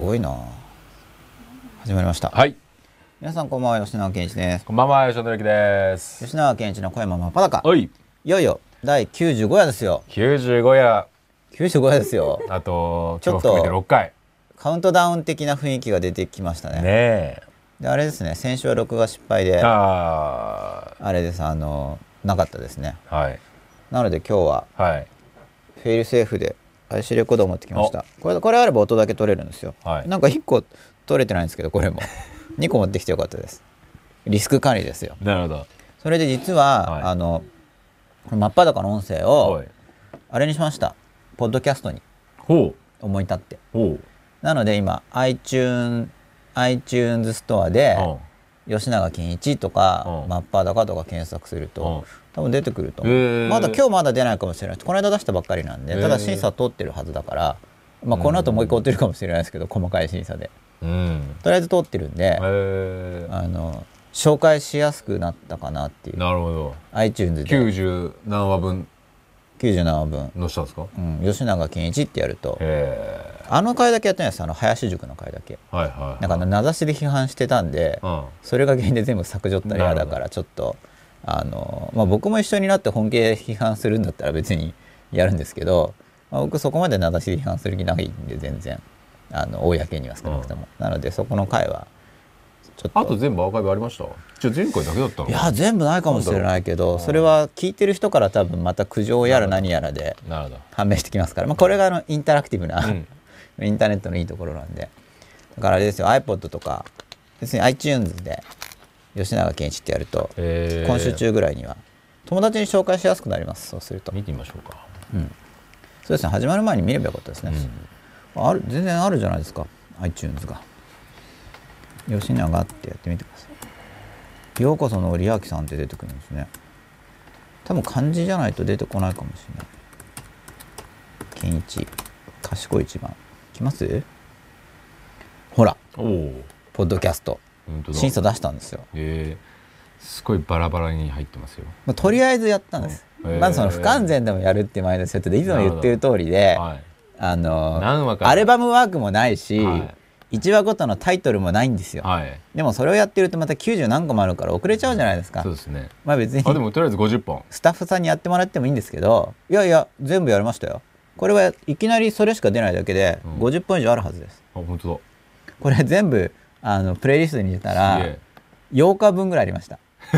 ごいな。始まりました。 はい。 皆さんこんばんは、吉永健一です。 こんばんは、吉野之です。 吉永健一の小山真っ裸。 おい。 いよいよ第95夜ですよ。 95夜。 95夜ですよ。 あとちょっと今日含めて6回。 カウントダウン的な雰囲気が出てきましたね。 ねえ。 であれですね。先週は録画失敗で、あれです。なかったですね。 はい。 なので今日ははい。 フェイルセーフで IC レコーダーを持ってきました。これあれば音だけ取れるんですよ。 はい。 なんか1個取れてないんですけど、これも2個持ってきてよかったです。リスク管理ですよ。 なるほど。 それで実は、 はい、 真っ裸の音声をい。 あれにしました。ポッドキャストにほ思い立って。 う。ほう。 なので今 iTunes ストアで吉永健一とか真っ裸とか検索すると多分出てくると思う。まだ今日まだ出ないかもしれない。この間出したばっかりなんで、ただ審査通ってるはずだから、まあこの後もう一個落ちるかもしれないですけど、細かい審査で。とりあえず通ってるんで、紹介しやすくなったかなっていう。 なるほど。 iTunes で 90何話分 97話分載せたんですか？ 吉永健一ってやると、 へあの回だけやってないです。林塾の回だけ。 はいはい。 なんか名指しで批判してたんで、それが原因で全部削除ったら嫌だから、ちょっとまあ、僕も一緒になって本気で批判するんだったら別にやるんですけど、まあ、僕そこまで名指しで批判する気ないんで、全然公には少なくとも、なのでそこの回はちょっと。 あと全部アーカイブありました？前回だけだったの？ いや全部ないかもしれないけど、それは聞いてる人から多分また苦情やら何やらで判明してきますから、まあ、これがインタラクティブな、インターネットのいいところなんで。だからあれですよ、 iPod とか別に iTunes で吉永健一ってやると、今週中ぐらいには友達に紹介しやすくなります。そうすると見てみましょうか。 そうですね、始まる前に見ればよかったですね。全然あるじゃないですか、 iTunes が。吉永ってやってみてください。ようこそのりあきさんって出てくるんですね。多分漢字じゃないと出てこないかもしれない。健一賢い一番来ます。ほら、ポッドキャスト審査出したんですよ。 すごいバラバラに入ってますよ。 とりあえずやったんです。まずその不完全でもやるっていう前の設定でいつも言ってる通りで、アルバムワークもないし、1話ごとのタイトルもないんですよ。でもそれをやってるとまた90何個もあるから遅れちゃうじゃないですか。 そうですね。 まあ別にでもとりあえず50本スタッフさんにやってもらってもいいんですけど、いやいや全部やりましたよ。これはいきなりそれしか出ないだけで50本以上あるはずです。 本当だ。 これ全部プレイリストに入れたら8日分ぐらいありました。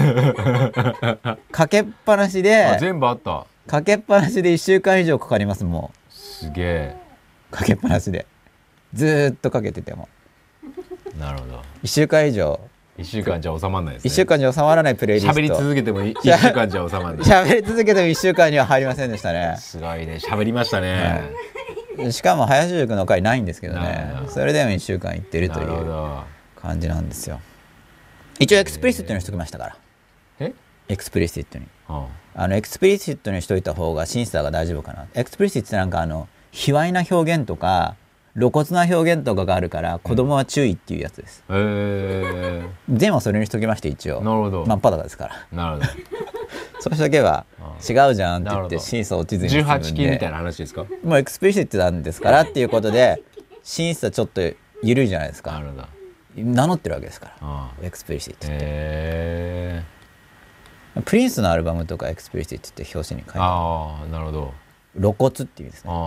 かけっぱなしで全部あった。 かけっぱなしで1週間以上かかります。もうすげえ。 かけっぱなしでずーっとかけてても。 なるほど。 1週間以上。 1週間じゃ収まらないですね。 1週間じゃ収まらないプレイリスト。 喋り続けても1週間じゃ収まらない。 喋り続けても1週間には入りませんでしたね。 すごいね、喋りましたね。 しかも林塾の回ないんですけどね、それでも1週間行ってるという感じなんですよ。一応エクスプリシットにしときましたから。エクスプリシットに。エクスプリシットにしといた方が審査が大丈夫かな。エクスプリシットってなんか卑猥な表現とか露骨な表現とかがあるから子供は注意っていうやつです。でもそれにしときまして、一応なるほど、 真っ裸ですから。なるほど。そうしとけば違うじゃんって言って審査落ちずに済むんで、 18禁みたいな話ですか？ もうエクスプリシットなんですからっていうことで審査ちょっと緩いじゃないですか。名乗ってるわけですからエクスプリシットって。プリンスのアルバムとかエクスプリシットって表紙に書いてある。なるほど。露骨っていう意味ですね。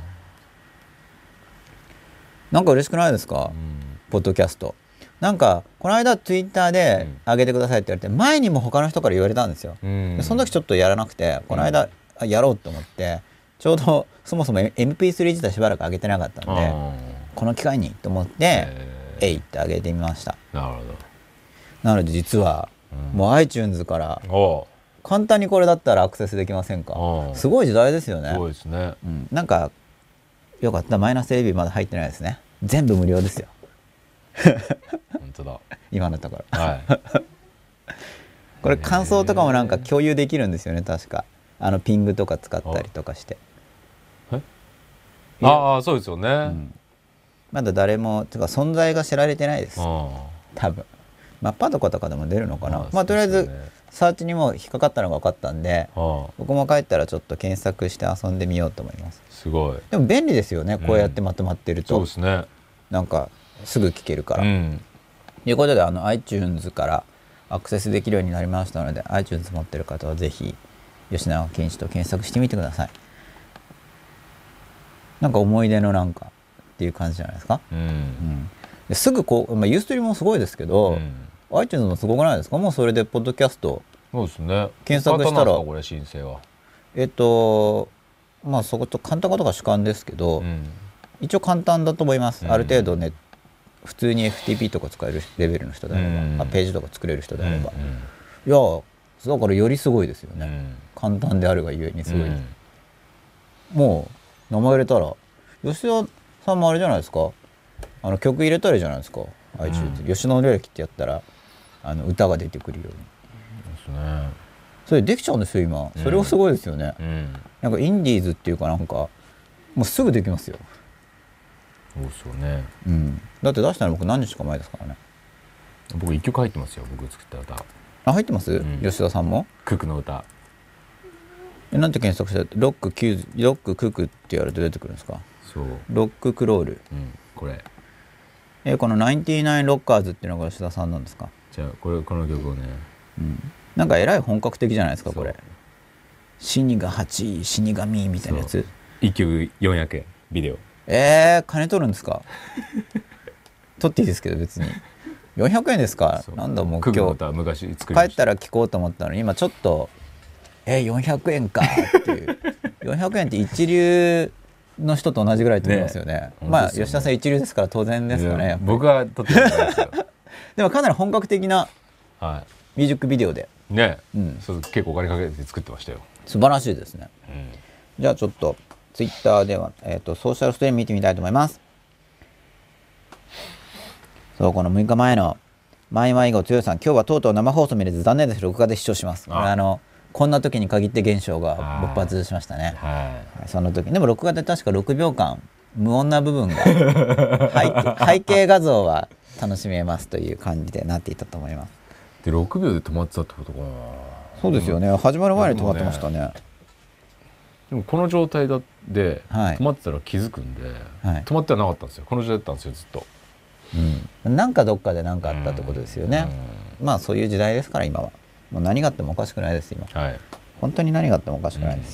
なんか嬉しくないですか、ポッドキャスト。なんかこの間ツイッターで上げてくださいって言われて、前にも他の人から言われたんですよ。その時ちょっとやらなくて、この間やろうと思って、ちょうどそもそも MP3 自体しばらく上げてなかったんで、この機会にと思ってえいって上げてみました。なるほど。なので実はもう iTunes から簡単にこれだったらアクセスできませんか？すごい時代ですよね。すごいですね。なんかよかった、マイナスレビューまだ入ってないですね。全部無料ですよ。 本当だ。今のところ。これ感想とかもなんか共有できるんですよね、確か。ピングとか使ったりとかして。 そうですよね。 まだ誰もてか存在が知られてないです。多分。マッパーとかでも出るのかな。まあとりあえずサーチにも引っかかったのが分かったんで、僕も帰ったらちょっと検索して遊んでみようと思います。すごい。でも便利ですよね、こうやってまとまってると。そうですね。 なんかすぐ聞けるから、ということでiTunes からアクセスできるようになりましたので iTunes 持ってる方はぜひ吉永健一と検索してみてください。なんか思い出のなんかっていう感じじゃないですか。ですぐこう、ユーストリームもすごいですけど、iTunes もすごくないですか。もうそれでポッドキャストそうですね。 検索したらこれ申請はそこと簡単かとか主観ですけど、一応簡単だと思います。ある程度ね普通に FTP とか使えるレベルの人であれば、ページとか作れる人であれば、いやだからよりすごいですよね、簡単であるがゆえにすごい、もう名前入れたら吉田さんもあれじゃないですか、曲入れたらいいじゃないですか、iTunes 吉野領域ってやったら歌が出てくるようにですね。 それできちゃうんですよ今、それはすごいですよね、なんかインディーズっていうかなんかもうすぐできますよ。 そうですよね、 だって出したの僕何日か前ですからね。 僕1曲入ってますよ、僕作った歌。 入ってます、吉田さんもククの歌。 なんて検索してロックククってやると出てくるんですか。 そうロッククロール、 これこの99ロッカーズっていうのが吉田さんなんですか。 じゃあこの曲をね、 なんかえらい本格的じゃないですかこれ。死にが8死神みたいなやつ。 1曲400円ビデオ。 金取るんですか。取っていいですけど別に400円ですか。なんだもう今日帰ったら聞こうと思ったのに今ちょっと400円かっていう400円って一流の人と同じぐらいと思いますよね。吉田さん一流ですから当然ですかね。 僕は取ってないですよでもかなり本格的なミュージックビデオでね、結構お金かけて作ってましたよ。 素晴らしいですね、じゃあちょっとツイッターでは、ソーシャルストリーム見てみたいと思います。そうこの6日前のマイマイゴ剛さん、今日はとうとう生放送見れず残念です。録画で視聴します。これこんな時に限って現象が勃発しましたね。その時でも録画で確か6秒間無音な部分が背景画像は楽しめますという感じでなっていたと思います。 で6秒で止まってたってことかな。 そうですよね、始まる前に止まってましたね。 でもこの状態で止まってたら気づくんで、止まってはなかったんですよ。この状態だったんですよずっと。なんかどっかで何かあったってことですよね。そういう時代ですから今はもう何があってもおかしくないです今、本当に何があってもおかしくないです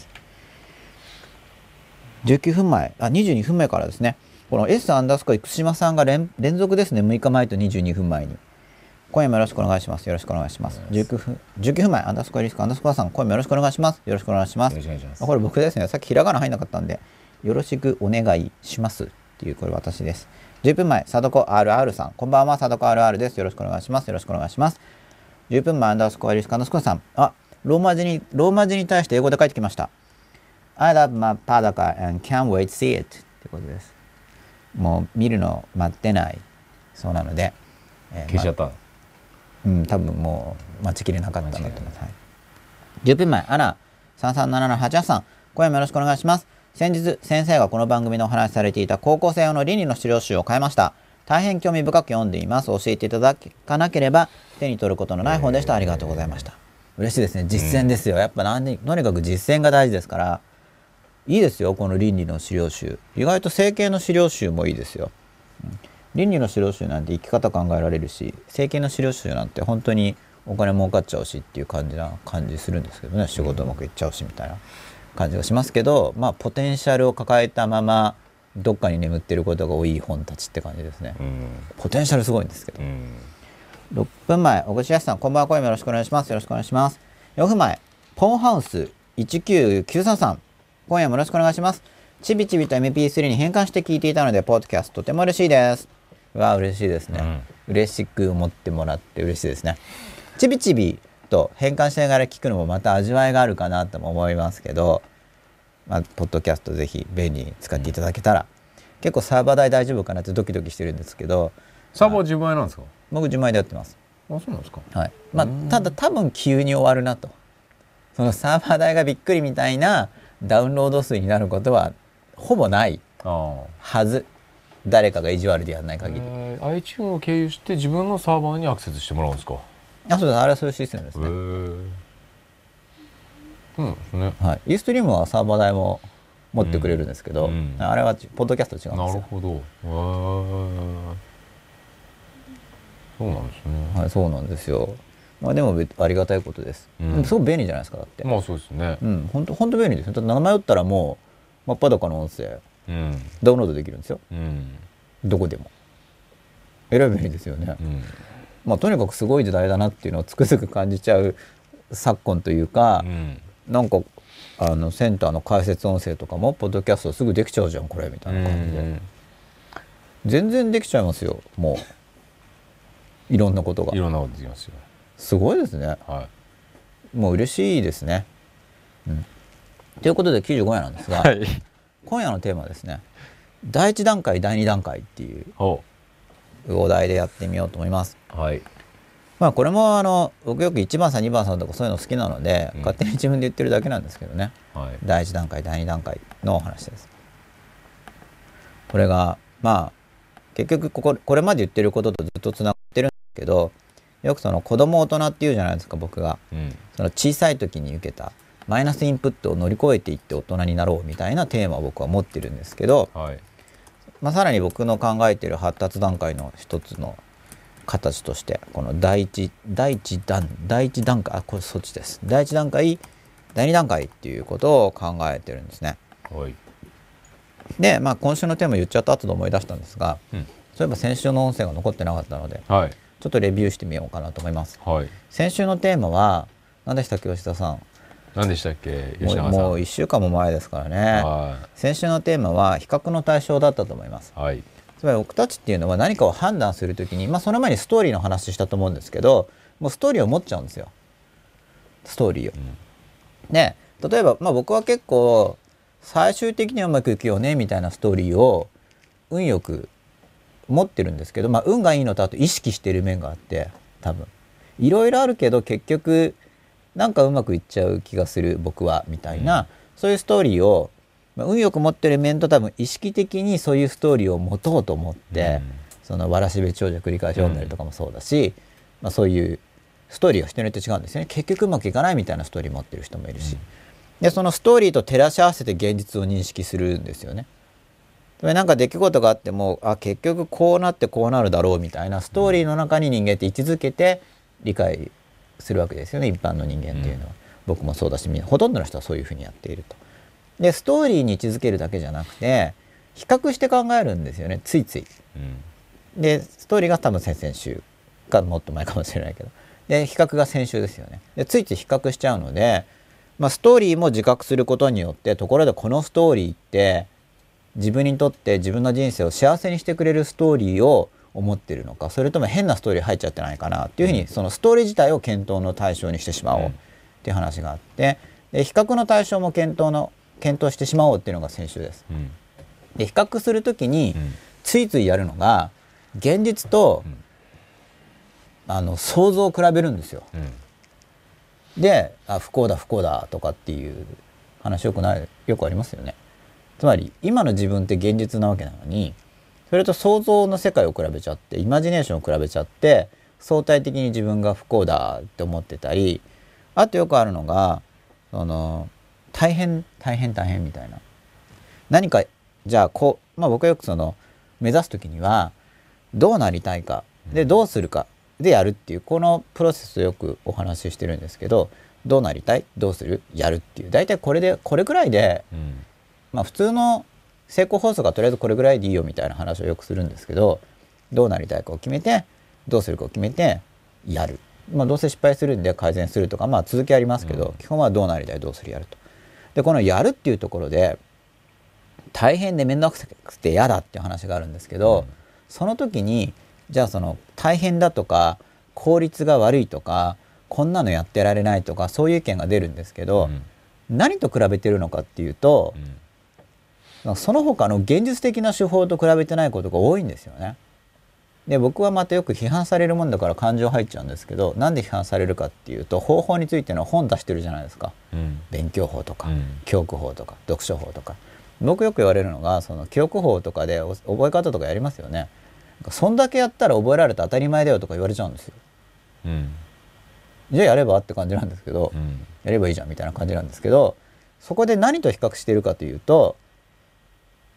。19分前22分前からですね。この S アンダースコア生島さんが連続ですね。6日前と22分前に今夜もよろしくお願いします。よろしくお願いします。19分前アンダースコアリスクアンダースコアさん、今夜もよろしくお願いします。よろしくお願いします。これ僕ですね。さっきひらがな入んなかったんでよろしくお願いしますっていう、これ私です。10分前さどこ RR さん、こんばんは、さどこ RR です。よろしくお願いします。よろしくお願いします。10分前アンダースコアリスクアンダースコアさん、ローマ字に対して英語で書いてきました。 I love my Padaka and can't wait to see it ってことです。もう見るの待ってないそうなので、 消しちゃった。 多分もう待ちきれなかったんだと思います。10分前アナ337788さん、今夜もよろしくお願いします。先日先生がこの番組でお話しされていた高校生用の倫理の資料集を買いました。大変興味深く読んでいます。教えていただかなければ手に取ることのない本でした。ありがとうございました。嬉しいですね。実践ですよ。やっぱとにかく実践が大事ですからいいですよ。この倫理の資料集、意外と整形の資料集もいいですよ。倫理の資料集なんて生き方考えられるし、整形の資料集なんて本当にお金儲かっちゃうしっていう感じするんですけどね。仕事うまくいっちゃうしみたいな感じがしますけど、ポテンシャルを抱えたままどっかに眠ってることが多い本たちって感じですね。ポテンシャルすごいんですけど。6分前小口康さん、こんばんは、今夜もよろしくお願いします。よろしくお願いします。4分前ポンハウス19933さん、今夜もよろしくお願いします。ちびちびと MP3 に変換して聞いていたのでポッドキャストとても嬉しいです。嬉しいですね、嬉しく思ってもらって嬉しいですね。ちびちびと変換しながら聞くのもまた味わいがあるかなとも思いますけど、ポッドキャストぜひ便利に使っていただけたら、結構サーバー代大丈夫かなってドキドキしてるんですけど。 サーバー自前なんですか。 僕自前でやってます。 そうなんですか。 ただ多分急に終わるなと、そのサーバー代がびっくりみたいなダウンロード数になることはほぼないはず。誰かが意地悪でやらない限り。 iTunes を経由して自分のサーバーにアクセスしてもらうんですか。 そうです。あれはそういうシステムですね。ユーストリームはサーバー代も持ってくれるんですけど、あれはポッドキャスト違うんですよ。 なるほど。そうなんですね。 はい、そうなんですよ。まあでもありがたいことです。すごく便利じゃないですか、だって。 まあそうですね。 本当便利ですよ。だって名前打ったらもう真っ裸の音声、ダウンロードできるんですよ。どこでも。えらい便利ですよね。まあとにかくすごい時代だなっていうのをつくづく感じちゃう昨今というか、なんかセンターの解説音声とかもポッドキャストすぐできちゃうじゃんこれみたいな感じで、全然できちゃいますよ。もういろんなことがいろんなことできますよ。 すごいですね。もう嬉しいですね。ということで95夜なんですが、今夜のテーマはですね、第1段階第2段階っていうお題でやってみようと思います。まあこれも僕よく1番さん2番さんとかそういうの好きなので、勝手に自分で言ってるだけなんですけどね、第1段階第2段階のお話です。これがまあ結局これまで言ってることとずっとつながってるんですけど、よくその子供大人っていうじゃないですか、僕が、その小さい時に受けたマイナスインプットを乗り越えていって大人になろうみたいなテーマを僕は持ってるんですけど、まあ、さらに僕の考えている発達段階の一つの形としてこの第一段階これそっちです。第1段階第2段階っていうことを考えてるんですね。でまあ今週のテーマ言っちゃった後で思い出したんですが、そういえば先週の音声が残ってなかったので、ちょっとレビューしてみようかなと思います。先週のテーマは何でしたっけ、吉田さん。 何でしたっけ、吉永さん。 もう1週間も前ですからね。先週のテーマは比較の対象だったと思います。つまり僕たちっていうのは何かを判断するときに、まあ、その前にストーリーの話したと思うんですけど、もうストーリーを持っちゃうんですよ、ストーリーを。で例えば、まあ、僕は結構最終的にはうまくいくよねみたいなストーリーを運よく持ってるんですけど、まあ、運がいいのとあと意識してる面があって、多分いろいろあるけど結局なんかうまくいっちゃう気がする僕はみたいな、そういうストーリーを、まあ、運よく持ってる面と多分意識的にそういうストーリーを持とうと思って、そのわらしべ長者繰り返し読んだりとかもそうだし、まあ、そういうストーリーが人によって違うんですよね。結局うまくいかないみたいなストーリー持ってる人もいるし、でそのストーリーと照らし合わせて現実を認識するんですよね。なんか出来事があっても結局こうなってこうなるだろうみたいなストーリーの中に人間って位置づけて理解するわけですよね、一般の人間っていうのは。僕もそうだし、ほとんどの人はそういうふうにやっていると。でストーリーに位置づけるだけじゃなくて比較して考えるんですよね、ついつい。でストーリーが多分先々週かもっと前かもしれないけど、で比較が先週ですよね。でついつい比較しちゃうので、まあ、ストーリーも自覚することによって、ところでこのストーリーって自分にとって自分の人生を幸せにしてくれるストーリーを思ってるのか、それとも変なストーリー入っちゃってないかなっていうふうに、そのストーリー自体を検討の対象にしてしまおうっていう話があって、で比較の対象も検討してしまおうっていうのが先週です。で比較するときについついやるのが現実と想像を比べるんですよ。で不幸だとかっていう話よくありますよね。つまり今の自分って現実なわけなのに、それと想像の世界を比べちゃって、イマジネーションを比べちゃって相対的に自分が不幸だって思ってたり、あとよくあるのが大変みたいな、何かじゃあまあ、僕はよく目指す時にはどうなりたいかでどうするかでやるっていうこのプロセスをよくお話ししてるんですけど、どうなりたい、どうする、やるっていう、大体これぐらいで、まあ普通の成功法則はとりあえずこれぐらいでいいよみたいな話をよくするんですけど、どうなりたいかを決めてどうするかを決めてやる。まあどうせ失敗するんで改善するとか、まあ続きありますけど、基本はどうなりたい、どうする、やると。でこのやるっていうところで大変で面倒くさくて嫌だっていう話があるんですけど、その時にじゃあ大変だとか効率が悪いとかこんなのやってられないとかそういう意見が出るんですけど、何と比べてるのかっていうと、その他の現実的な手法と比べてないことが多いんですよね。で僕はまたよく批判されるもんだから感情入っちゃうんですけど、なんで批判されるかっていうと、方法についての本出してるじゃないですか、勉強法とか、教育法とか読書法とか。僕よく言われるのが記憶法とかで覚え方とかやりますよね。そんだけやったら覚えられて当たり前だよとか言われちゃうんですよ。じゃあやればって感じなんですけど、やればいいじゃんみたいな感じなんですけど、そこで何と比較しているかというと、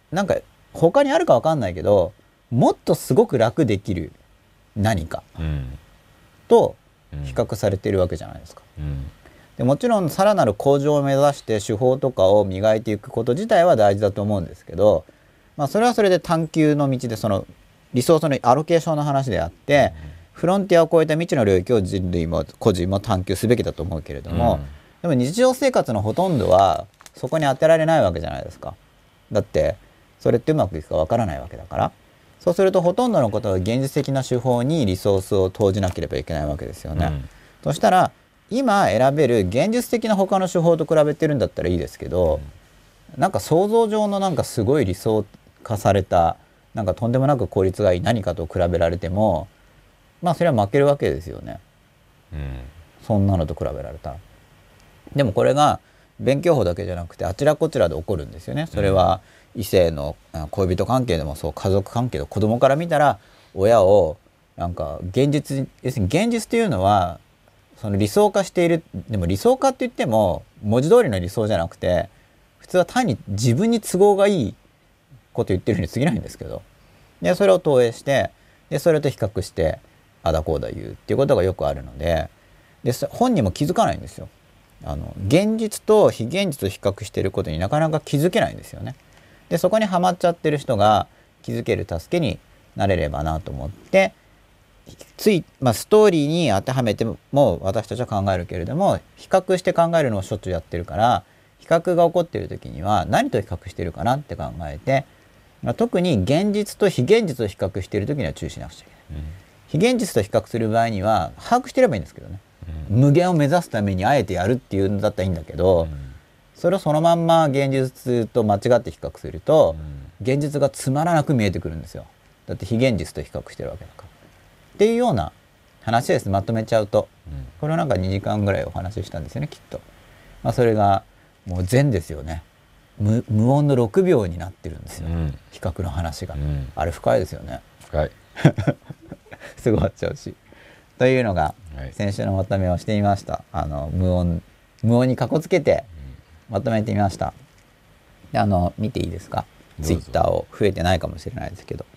なんか他にあるか分かんないけど、もっとすごく楽できる何かと比較されているわけじゃないですか。でもちろんさらなる向上を目指して手法とかを磨いていくこと自体は大事だと思うんですけど、それはそれで探求の道で、そのリソースのアロケーションの話であって、フロンティアを超えた未知の領域を人類も個人も探求すべきだと思うけれども、でも日常生活のほとんどはそこに当てられないわけじゃないですか。だってそれってうまくいくかわからないわけだから、そうするとほとんどのことは現実的な手法にリソースを投じなければいけないわけですよね。そしたら今選べる現実的な他の手法と比べてるんだったらいいですけど、なんか想像上のなんかすごい理想化されたなんかとんでもなく効率がいい何かと比べられても、それは負けるわけですよね、そんなのと比べられたら。でもこれが勉強法だけじゃなくてあちらこちらで起こるんですよね。それは異性の恋人関係でもそう、家族関係で子供から見たら親をなんか現実、要するに現実っていうのはその理想化している。でも理想化って言っても文字通りの理想じゃなくて、普通は単に自分に都合がいいこと言ってるに過ぎないんですけど、でそれを投影して、でそれと比較してあだこうだ言うっていうことがよくあるので、本人も気づかないんですよ。現実と非現実を比較していることになかなか気づけないんですよね。でそこにはまっちゃってる人が気づける助けになれればなと思って、ストーリーに当てはめても私たちは考えるけれども、比較して考えるのをしょっちゅうやってるから、比較が起こっている時には何と比較しているかなって考えて、特に現実と非現実を比較している時には注意しなくちゃいけない。非現実と比較する場合には把握してればいいんですけどね、無限を目指すためにあえてやるっていうんだったらいいんだけど、それをそのまんま現実と間違って比較すると、現実がつまらなく見えてくるんですよ。だって非現実と比較してるわけだからっていうような話です。まとめちゃうと、これをなんか2時間ぐらいお話ししたんですよね、きっと。それがもう禅ですよね。無音の6秒になってるんですよ、比較の話が、あれ深いですよね。 深いすぐ終わっちゃうし。というのが先週のまとめをしてみました。無音にかこつけてまとめてみました。で見ていいですか。ツイッターを増えてないかもしれないですけど、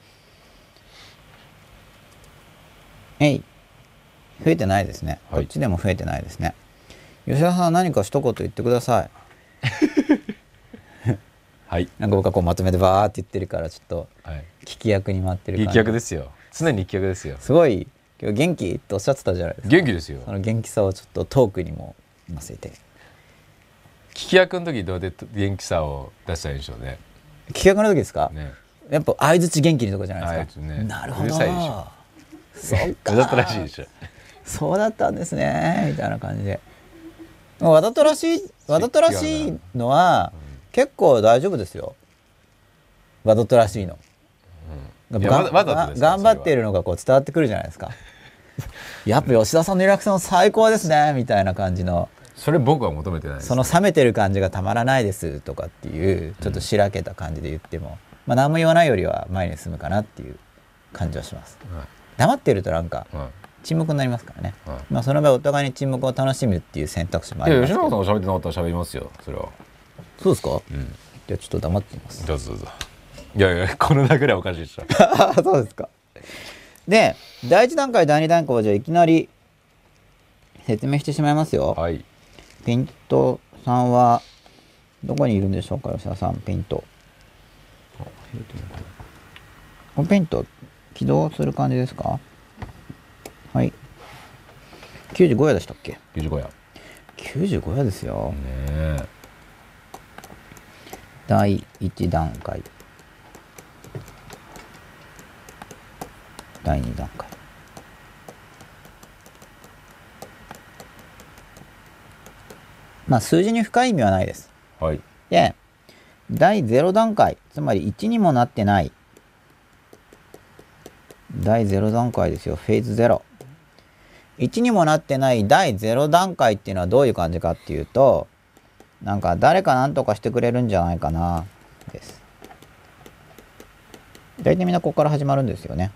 増えてないですね、こっちでも増えてないですね。吉田さん何か一言言ってください。 はい、 なんか僕はこうまとめてバーって言ってるからちょっと聞き役に回ってる感じ。 聞き役ですよ、常に聞き役ですよ。 すごい今日元気っておっしゃってたじゃないですか。 元気ですよ。 その元気さをちょっとトークにも乗せて。 聞き役の時どうやって元気さを出したらいいんでしょうね。 聞き役の時ですか、やっぱ相づち元気にとこじゃないですか。なるほど、うるさいでしょ。 そっか、 だったらしいでしょ。 そうだったんですねみたいな感じで。わざとらしいのは結構大丈夫ですよ。わざとらしいの、頑張っているのがこう伝わってくるじゃないですか。やっぱ吉田さんのリアクション最高ですねみたいな感じの。 それ僕は求めてないです、ね、 その冷めてる感じがたまらないですとかっていうちょっとしらけた感じで言っても、何も言わないよりは前に進むかなっていう感じはします、黙ってるとなんか沈黙になりますからね、その場合お互いに沈黙を楽しむっていう選択肢もありますけど。 吉永さんが喋ってなかったら喋りますよ、それは。 そうですか、じゃあちょっと黙ってみます。 どうぞどうぞ。いやこの流れはおかしいでしょ。 そうですか。で第1段階第2段階をじゃあいきなり説明してしまいますよ。ピントさんはどこにいるんでしょうか。吉田さん、ピント。このピント起動する感じですか。はい。95夜でしたっけ。 95夜。 95夜ですよ。 ね。 第1段階。第2段階。数字に深い意味はないです。で、第0段階、つまり1にもなってない第0段階ですよ。フェーズ0。1にもなってない第0段階っていうのはどういう感じかっていうと、なんか誰か何とかしてくれるんじゃないかなです。大体みんなここから始まるんですよね。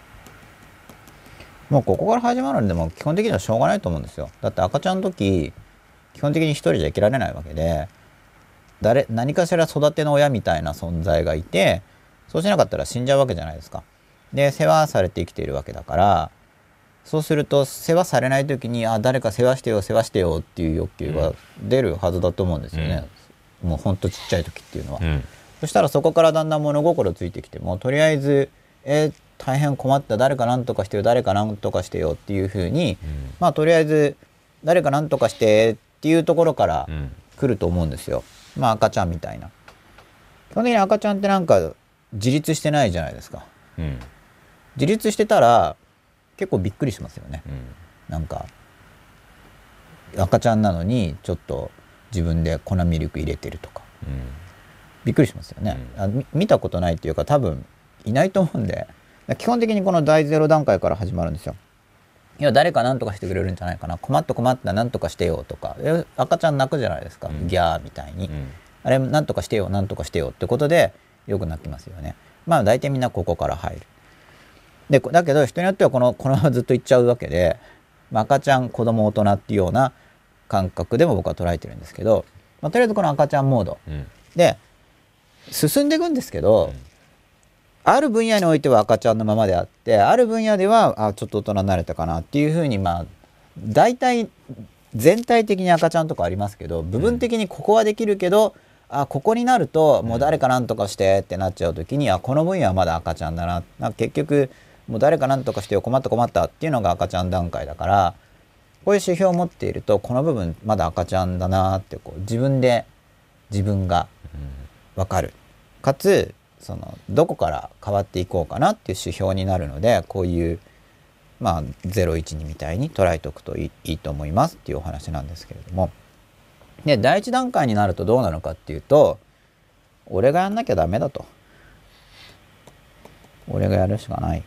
もうここから始まるんでも基本的にはしょうがないと思うんですよ。だって赤ちゃんの時基本的に一人じゃ生きられないわけで、何かしら育ての親みたいな存在がいて、そうしなかったら死んじゃうわけじゃないですか。で世話されて生きているわけだから、そうすると世話されない時に誰か世話してよ世話してよっていう欲求が出るはずだと思うんですよね、もうほんとちっちゃい時っていうのは、そしたらそこからだんだん物心ついてきても、とりあえず大変困った、誰か何とかしてよ誰か何とかしてよっていうふうに、とりあえず誰か何とかしてっていうところから来ると思うんですよ。赤ちゃんみたいな。基本的に赤ちゃんってなんか自立してないじゃないですか、自立してたら結構びっくりしますよね、なんか赤ちゃんなのにちょっと自分で粉ミルク入れてるとか、びっくりしますよね、見たことないっていうか多分いないと思うんで、基本的にこの第0段階から始まるんですよ。いや誰か何とかしてくれるんじゃないかな、困った何とかしてよとか、赤ちゃん泣くじゃないですか、ギャーみたいに、あれ何とかしてよ何とかしてよってことでよく泣きますよね。大体みんなここから入る。でだけど人によってはこのままずっといっちゃうわけで、赤ちゃん子供大人っていうような感覚でも僕は捉えてるんですけど、とりあえずこの赤ちゃんモード、で進んでいくんですけど、ある分野においては赤ちゃんのままであって、ある分野ではちょっと大人になれたかなっていうふうに、大体全体的に赤ちゃんとかありますけど、部分的にここはできるけど、ここになるともう誰か何とかしてってなっちゃう時に、この分野はまだ赤ちゃんだな、結局もう誰か何とかしてよ困ったっていうのが赤ちゃん段階だから、こういう指標を持っているとこの部分まだ赤ちゃんだなって自分が分かる、かつどこから変わっていこうかなっていう指標になるので、こういう012みたいに捉えておくといいと思いますっていうお話なんですけれども、で第1段階になるとどうなのかっていうと、俺がやんなきゃダメだと、俺がやるしかない、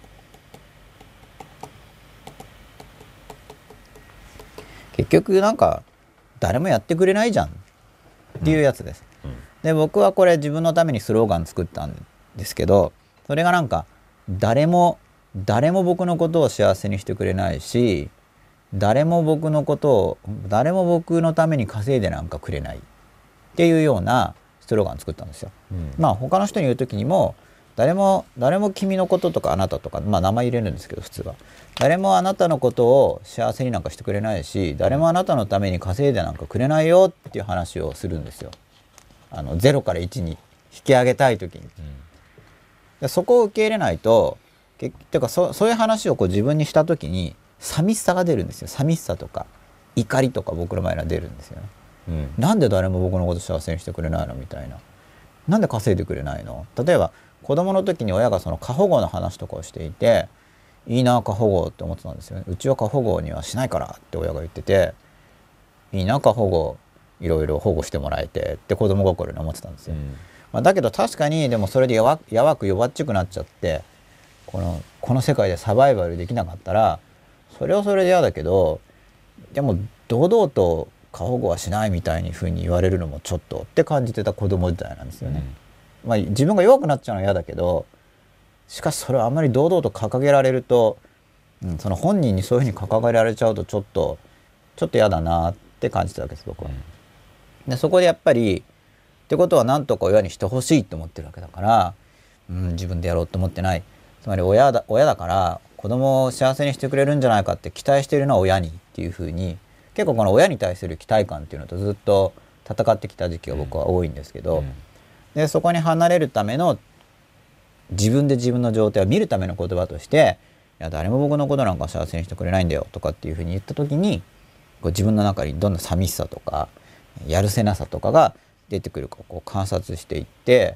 結局なんか誰もやってくれないじゃんっていうやつです、で僕はこれ自分のためにスローガン作ったんですけど、それがなんか誰も僕のことを幸せにしてくれないし、誰も僕のために稼いでなんかくれないっていうようなスローガンを作ったんですよ、他の人に言う時にも誰も君のこととかあなたとか、名前入れるんですけど、普通は誰もあなたのことを幸せになんかしてくれないし、誰もあなたのために稼いでなんかくれないよっていう話をするんですよ。0から1に引き上げたい時に、でそこを受け入れないと、てかそういう話を自分にした時に寂しさが出るんですよ。寂しさとか怒りとか僕の前には出るんですよね、なんで誰も僕のこと幸せにしてくれないのみたいな、なんで稼いでくれないの。例えば子供の時に親が過保護の話とかをしていて、いいな過保護って思ってたんですよね。うちは過保護にはしないからって親が言ってて、いいな過保護、いろいろ保護してもらえてって子供心に思ってたんですよ、だけど確かにでもそれで弱っちくなっちゃって、この世界でサバイバルできなかったらそれはそれで嫌だけど、でも堂々と過保護はしないみたいに風に言われるのもちょっとって感じてた子供時代なんですよね、自分が弱くなっちゃうのは嫌だけど、しかしそれをあんまり堂々と掲げられると、その本人にそういうふうに掲げられちゃうとちょっと嫌だなって感じたわけです僕は、でそこでやっぱりってことは何とか親にしてほしいと思ってるわけだから、自分でやろうと思ってない。つまり親だから子供を幸せにしてくれるんじゃないかって期待しているのは親にっていうふうに、結構この親に対する期待感っていうのとずっと戦ってきた時期が僕は多いんですけど、でそこに離れるための自分で自分の状態を見るための言葉として、いや誰も僕のことなんか幸せにしてくれないんだよとかっていうふうに言った時に、自分の中にどんな寂しさとかやるせなさとかが出てくるかを観察していって、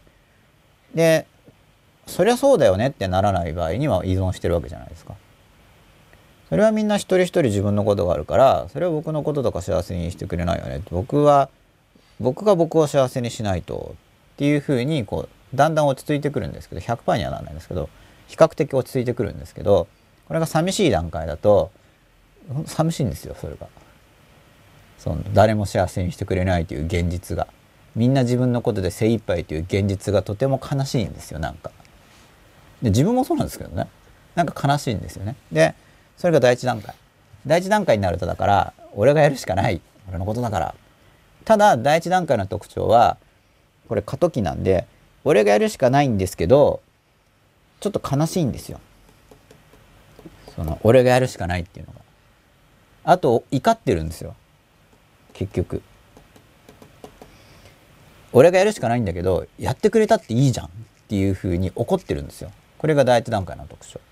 でそりゃそうだよねってならない場合には依存してるわけじゃないですか。それはみんな一人一人自分のことがあるから、それは僕のこととか幸せにしてくれないよね、僕が僕を幸せにしないとっていうふうにだんだん落ち着いてくるんですけど、 100% にはならないんですけど比較的落ち着いてくるんですけど、これが寂しい段階だと寂しいんですよ。それが誰も幸せにしてくれないという現実が、みんな自分のことで精一杯という現実がとても悲しいんですよ。なんかで自分もそうなんですけどね、なんか悲しいんですよね。でそれが第一段階になると、だから俺がやるしかない、俺のことだからただ第一段階の特徴はこれ過渡期なんで、俺がやるしかないんですけどちょっと悲しいんですよ。その俺がやるしかないっていうのが。あと怒ってるんですよ。結局俺がやるしかないんだけどやってくれたっていいじゃんっていう風に怒ってるんですよ。これが第一段階の特徴。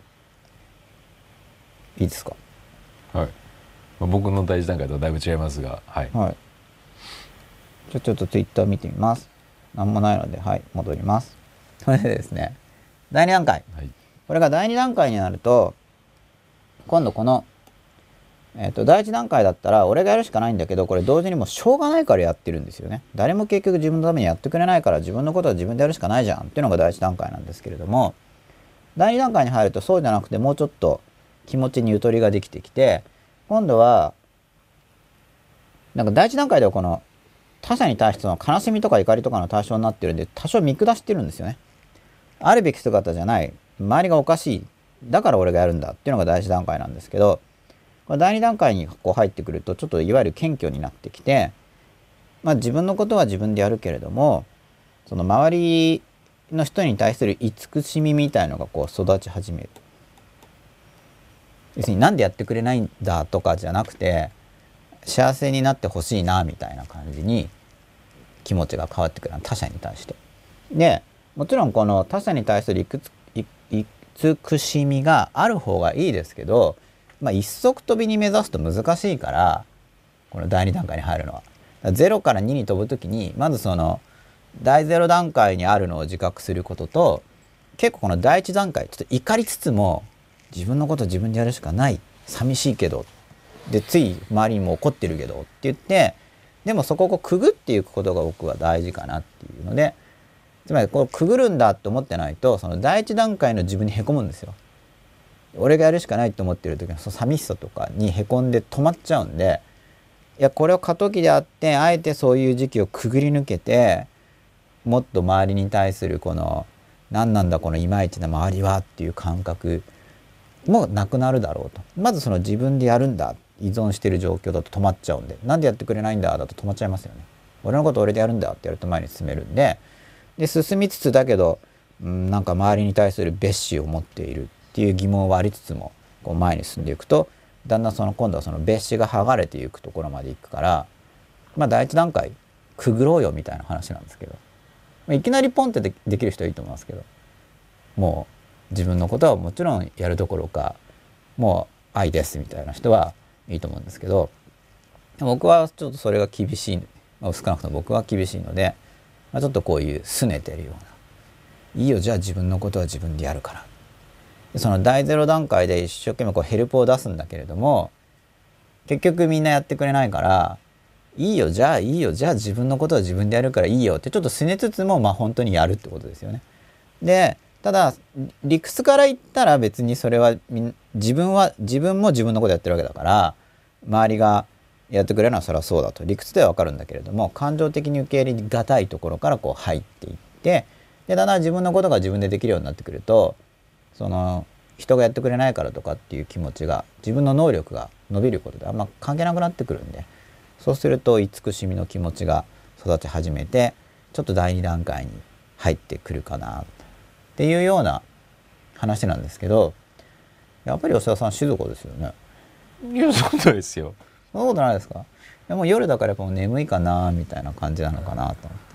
いいですか？ はい。僕の第一段階とはだいぶ違いますが、はい。 はい。ちょっとツイッター見てみます。なんもないので、はい、戻ります。それでですね、第2段階。はい、これが第2段階になると、今度この、第1段階だったら俺がやるしかないんだけど、これ同時にもうしょうがないからやってるんですよね。誰も結局自分のためにやってくれないから自分のことは自分でやるしかないじゃんっていうのが第1段階なんですけれども、第2段階に入るとそうじゃなくてもうちょっと気持ちにゆとりができてきて、今度はなんか第1段階ではこの他者に対しての悲しみとか怒りとかの対象になってるんで多少見下してるんですよね。あるべき姿じゃない、周りがおかしい、だから俺がやるんだっていうのが第1段階なんですけど、これ第2段階にこう入ってくるとちょっといわゆる謙虚になってきて、自分のことは自分でやるけれどもその周りの人に対する慈しみみたいのがこう育ち始める。要するになんでやってくれないんだとかじゃなくて幸せになってほしいなみたいな感じに気持ちが変わってくる、他者に対して。でもちろんこの他者に対する慈しみがある方がいいですけど、一足飛びに目指すと難しいから、この第2段階に入るのは0から2に飛ぶときにまずその第0段階にあるのを自覚することと、結構この第1段階ちょっと怒りつつも自分のこと自分でやるしかない、寂しいけどでつい周りにも怒ってるけどって言って、でもそこをくぐっていくことが僕は大事かなっていうので、つまりこうくぐるんだと思ってないとその第1段階の自分にへこむんですよ。俺がやるしかないと思ってる時のその寂しさとかにへこんで止まっちゃうんで、いやこれを過渡期であってあえてそういう時期をくぐり抜けてもっと周りに対するこの何なんだこのいまいちな周りはっていう感覚もなくなるだろうと。まずその自分でやるんだ、依存してる状況だと止まっちゃうんで、なんでやってくれないんだだと止まっちゃいますよね。俺のこと俺でやるんだってやると前に進めるんで、進みつつだけどなんか周りに対する蔑視を持っているっていう疑問はありつつもこう前に進んでいくと、だんだん今度はその蔑視が剥がれていくところまでいくから、第一段階くぐろうよみたいな話なんですけど、いきなりポンってできる人はいいと思いますけど、もう自分のことはもちろんやるどころかもう愛ですみたいな人はいいと思うんですけど、僕はちょっとそれが厳しい、少なくとも僕は厳しいので、ちょっとこういう拗ねてるような、いいよじゃあ自分のことは自分でやるから、その第0段階で一生懸命こうヘルプを出すんだけれども結局みんなやってくれないから、いいよじゃあ自分のことは自分でやるからいいよってちょっと拗ねつつも本当にやるってことですよね。でただ理屈から言ったら別にそれは自分も自分のことやってるわけだから周りがやってくれるのはそれはそうだと理屈では分かるんだけれども、感情的に受け入れがたいところからこう入っていって、でだんだん自分のことが自分でできるようになってくると、その人がやってくれないからとかっていう気持ちが自分の能力が伸びることであんま関係なくなってくるんで、そうすると慈しみの気持ちが育ち始めてちょっと第2段階に入ってくるかなっていうような話なんですけど、やっぱり吉田さん静かですよね。 いやそうなんですよ。 そんなことないですか？でも夜だからやっぱもう眠いかなみたいな感じなのかなと思って。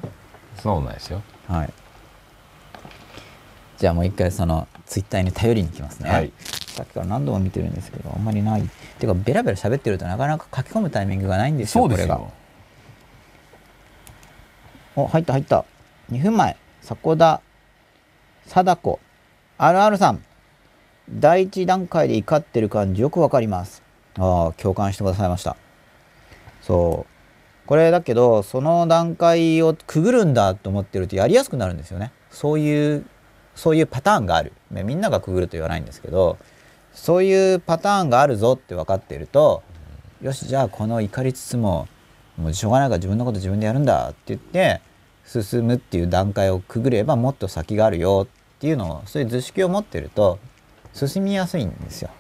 そうなんですよ。 はい。じゃあもう一回そのツイッターに頼りに行きますね。はい、さっきから何度も見てるんですけどあんまりない。っていうかベラベラ喋ってるとなかなか書き込むタイミングがないんですよ。 そうですよ。 これが。お、入った。2分前。迫田貞子 RR さん。第一段階で怒ってる感じよくわかります。共感してくださいました。そうこれだけどその段階をくぐるんだと思ってるとやりやすくなるんですよね。そういうパターンがある、みんながくぐると言わないんですけど、そういうパターンがあるぞって分かっていると、よしじゃあこの怒りつつもうしょうがないから自分のこと自分でやるんだって言って進むっていう段階をくぐればもっと先があるよっていうのを、そういう図式を持ってると進みやすいんですよ。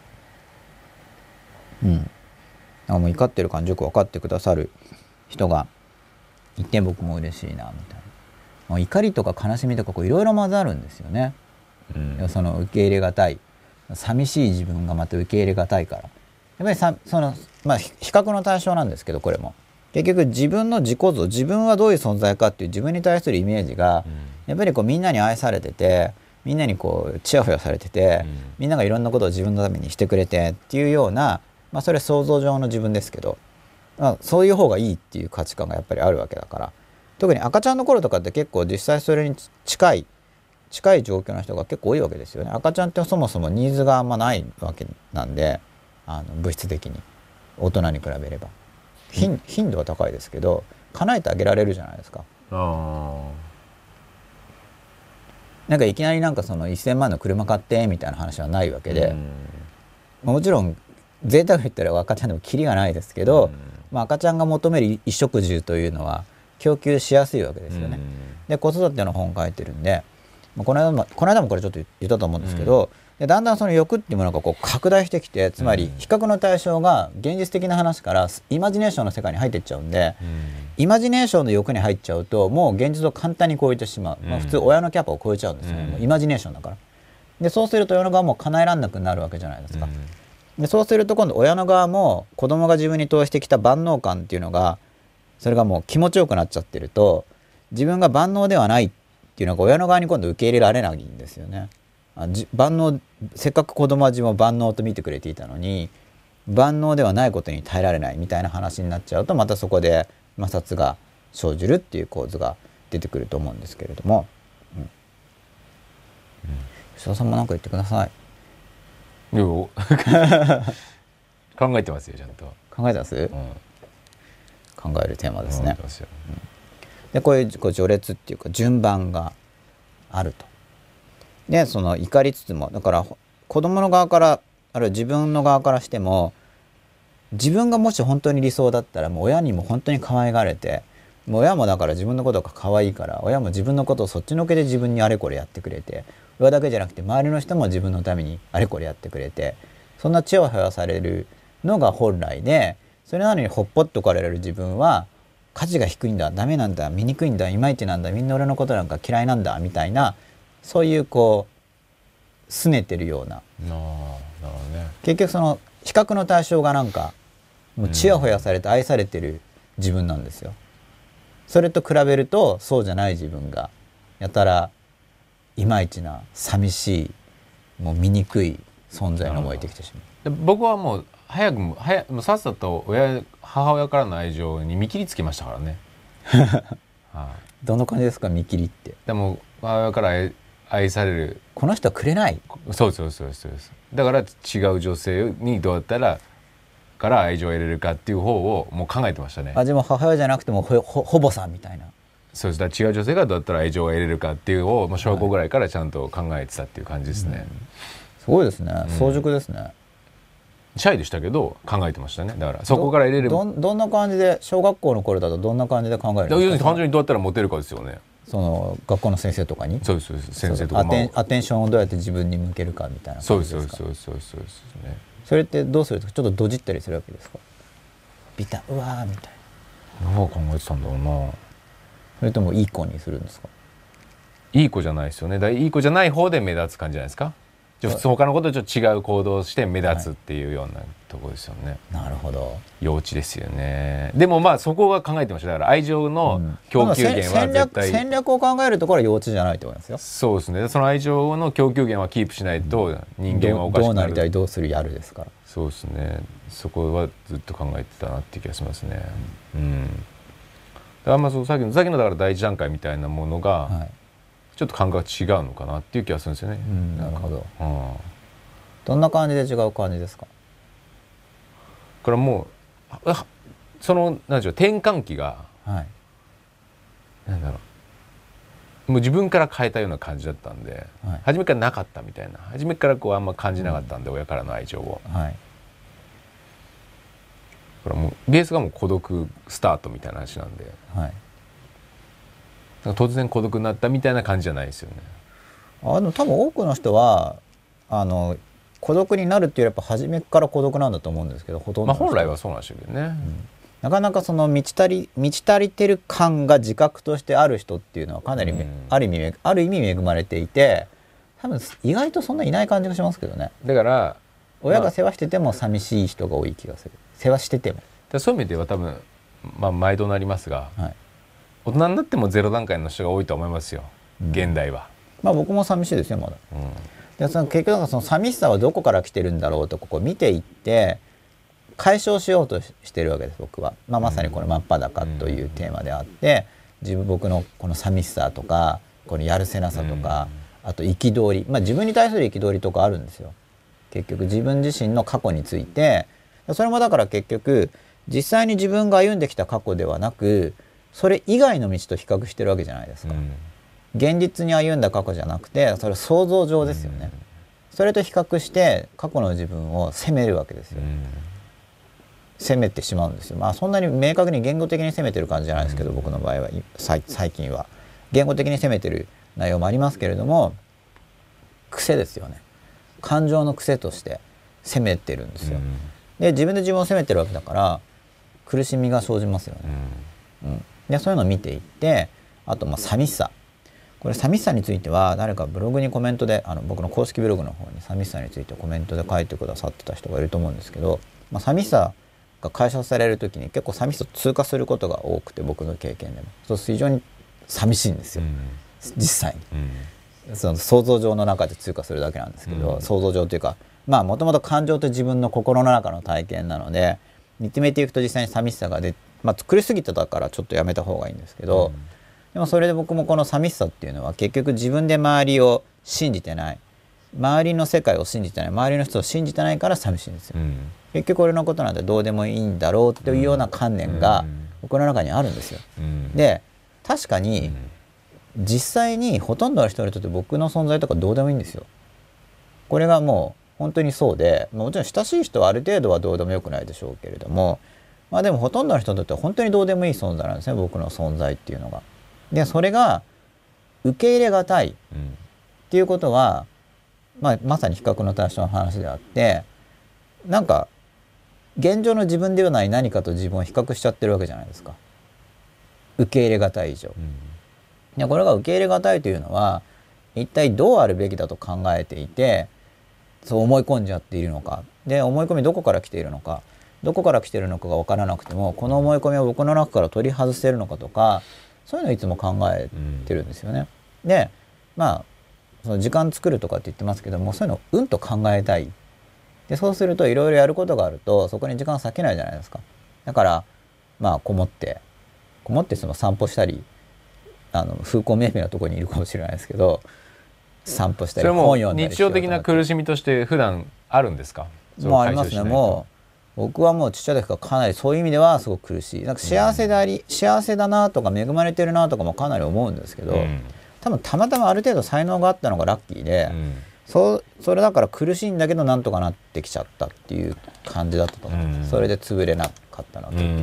もう怒ってる感じよく分かってくださる人が一見僕も嬉しいなみたいな、怒りとか悲しみとかいろいろ混ざるんですよね、その受け入れがたい寂しい自分がまた受け入れがたいから、やっぱり比較の対象なんですけど、これも結局自分の自己像、自分はどういう存在かっていう自分に対するイメージが、やっぱりみんなに愛されてて、みんなにチヤホヤされてて、みんながいろんなことを自分のためにしてくれてっていうような、それは想像上の自分ですけど、そういう方がいいっていう価値観がやっぱりあるわけだから、特に赤ちゃんの頃とかって結構実際それに近い状況の人が結構多いわけですよね。赤ちゃんってそもそもニーズがあんまないわけなんで、物質的に大人に比べれば頻度は高いですけど、叶えてあげられるじゃないですか。なんかいきなりその1000万の車買ってみたいな話はないわけで、もちろん贅沢言ったら赤ちゃんでもキリがないですけど、赤ちゃんが求める衣食住というのは供給しやすいわけですよね。で子育ての本書いてるんで、この間もこれちょっと言ったと思うんですけど、でだんだんその欲っていうものが拡大してきて、つまり比較の対象が現実的な話からイマジネーションの世界に入っていっちゃうんで、イマジネーションの欲に入っちゃうともう現実を簡単に超えてしまう、普通親のキャパを超えちゃうんですよね、もうイマジネーションだから。でそうすると親の側も叶えられなくなるわけじゃないですか。でそうすると今度親の側も子供が自分に投してきた万能感っていうのが、それがもう気持ちよくなっちゃってると、自分が万能ではないっていうのが親の側に今度受け入れられないんですよね。万能、せっかく子供は自分を万能と見てくれていたのに万能ではないことに耐えられないみたいな話になっちゃうと、またそこで摩擦が生じるっていう構図が出てくると思うんですけれども、吉田さんも何か言ってください。 考えてますよ、ちゃんと考えてます、考えるテーマですね。でこういう序列っていうか順番があると。でその怒りつつも、だから子供の側からあるいは自分の側からしても、自分がもし本当に理想だったらもう親にも本当に可愛がれて、もう親もだから自分のことが可愛いから親も自分のことをそっちのけで自分にあれこれやってくれて、親だけじゃなくて周りの人も自分のためにあれこれやってくれて、そんなチヤホヤされるのが本来で、それなのにほっぽっとかれる自分は価値が低いんだ、ダメなんだ、醜いんだ、いまいちなんだ、みんな俺のことなんか嫌いなんだみたいな、そういう拗ねてるような、結局その比較の対象がもうチヤホヤされて愛されてる自分なんですよ。それと比べるとそうじゃない自分がやたらいまいちな寂しい、もう醜い存在に思えてきてしまう。 僕はもうさっさと母親からの愛情に見切りつけましたからね。 どの感じですか、見切りって。 でも母親から愛される、 この人はくれない。 そうだから違う女性にどうやったらから愛情を得れるかっていう方をもう考えてましたね。 でも母親じゃなくてもほぼさんみたいな。 そうです。だから違う女性がどうやったら愛情を得れるかっていうのをもう小学校ぐらいからちゃんと考えてたっていう感じですね。 すごいですね、早熟ですね。 シャイでしたけど考えてましたね。だからそこから得れる。 どんな感じで、小学校の頃だとどんな感じで考えるんですか。 要するに単純にどうやったらモテるかですよね。 その学校の先生とかに。 そうです先生とかアテンションをどうやって自分に向けるかみたいな感じですか。そうですね。 それってどうするとちょっとドジったりするわけですか。ビタうわーみたいな。どう考えてたんだろうな。 それともいい子にするんですか。 いい子じゃないですよね。いい子じゃない方で目立つ感じじゃないですか。普通他のこととちょっと違う行動をして目立つっていうようなところですよね。 なるほど。 幼稚ですよね。でもそこは考えてました。だから愛情の供給源は絶対、 戦略を考えるところは幼稚じゃないと思いますよ。 そうですね。その愛情の供給源はキープしないと人間はおかしくなる。 どうなりたいどうするやるですから。 そうですね。そこはずっと考えてたなっていう気がしますね。だからさっきのだから第一段階みたいなものが、ちょっと感覚が違うのかなっていう気がするんですよね。 なるほど。どんな感じで違う感じですか。 これはもうその何でしょう、転換期が、なんだろう、もう自分から変えたような感じだったんで、初めからなかったみたいな、初めからあんま感じなかったんで、親からの愛情を。これもうベースがもう孤独スタートみたいな話なんで。突然孤独になったみたいな感じじゃないですよね。 でも多分多くの人は孤独になるっていうよりやっぱ初めから孤独なんだと思うんですけど、ほとんど本来はそうなんでしょうけどね。 なかなかその満ち足りてる感が自覚としてある人っていうのはかなり、ある意味恵まれていて、多分意外とそんないない感じがしますけどね。 だから親が世話してても寂しい人が多い気がする。世話してても。 そういう意味では多分、毎度なりますが、はい、大人になっても0段階の人が多いと思いますよ、現代は。 僕も寂しいですよまだ。でその結局その寂しさはどこから来てるんだろうとここ見ていって解消しようとしてるわけです僕は。まさにこの真っ裸というテーマであって、僕のこの寂しさとかこのやるせなさとか、あと憤り、自分に対する憤りとかあるんですよ。結局自分自身の過去について、それもだから結局実際に自分が歩んできた過去ではなくそれ以外の道と比較してるわけじゃないですか。現実に歩んだ過去じゃなくてそれは想像上ですよね。それと比較して過去の自分を責めるわけですよ。責めてしまうんですよ。そんなに明確に言語的に責めてる感じじゃないですけど、僕の場合は最近は言語的に責めてる内容もありますけれども、癖ですよね。感情の癖として責めてるんですよ。で自分で自分を責めてるわけだから苦しみが生じますよね。でそういうのを見ていって、あと寂しさ、これ寂しさについては誰かブログにコメントで僕の公式ブログの方に寂しさについてコメントで書いてくださってた人がいると思うんですけど、寂しさが解消される時に結構寂しさを通過することが多くて、僕の経験でもそう非常に寂しいんですよ、実際に、その想像上の中で通過するだけなんですけど、想像上というかもともと感情って自分の心の中の体験なので見つめていくと実際に寂しさが苦しすぎてたからちょっとやめた方がいいんですけど、でもそれで僕もこの寂しさっていうのは結局自分で周りを信じてない、周りの世界を信じてない、周りの人を信じてないから寂しいんですよ。結局俺のことなんてどうでもいいんだろうというような観念が僕の中にあるんですよ。で確かに実際にほとんどの人にとって僕の存在とかどうでもいいんですよ。これがもう本当にそうで、もちろん親しい人はある程度はどうでもよくないでしょうけれども、でもほとんどの人にとっては本当にどうでもいい存在なんですね、僕の存在っていうのが。でそれが受け入れがたいっていうことは、まさに比較の対象の話であって、なんか現状の自分ではない何かと自分を比較しちゃってるわけじゃないですか、受け入れがたい以上。でこれが受け入れがたいというのは一体どうあるべきだと考えていて、そう思い込んじゃっているのか、で思い込みどこから来ているのか、どこから来ているのかが分からなくてもこの思い込みは僕の中から取り外せるのかとか、そういうのをいつも考えてるんですよね。でその時間作るとかって言ってますけども、そういうのをと考えたい。でそうするといろいろやることがあるとそこに時間割けないじゃないですか。だからこもってその散歩したり、風光明媚なところにいるかもしれないですけど、散歩したり本読んだり、 日常的な苦しみとして普段あるんですか？ もうありますね。もう僕はもうちっちゃい時からかなりそういう意味ではすごく苦しい。なんか幸せだなとか恵まれてるなとかもかなり思うんですけど、多分たまたまある程度才能があったのがラッキーで、それだから苦しいんだけどなんとかなってきちゃったっていう感じだったと思うんです。それで潰れなかったのは結局。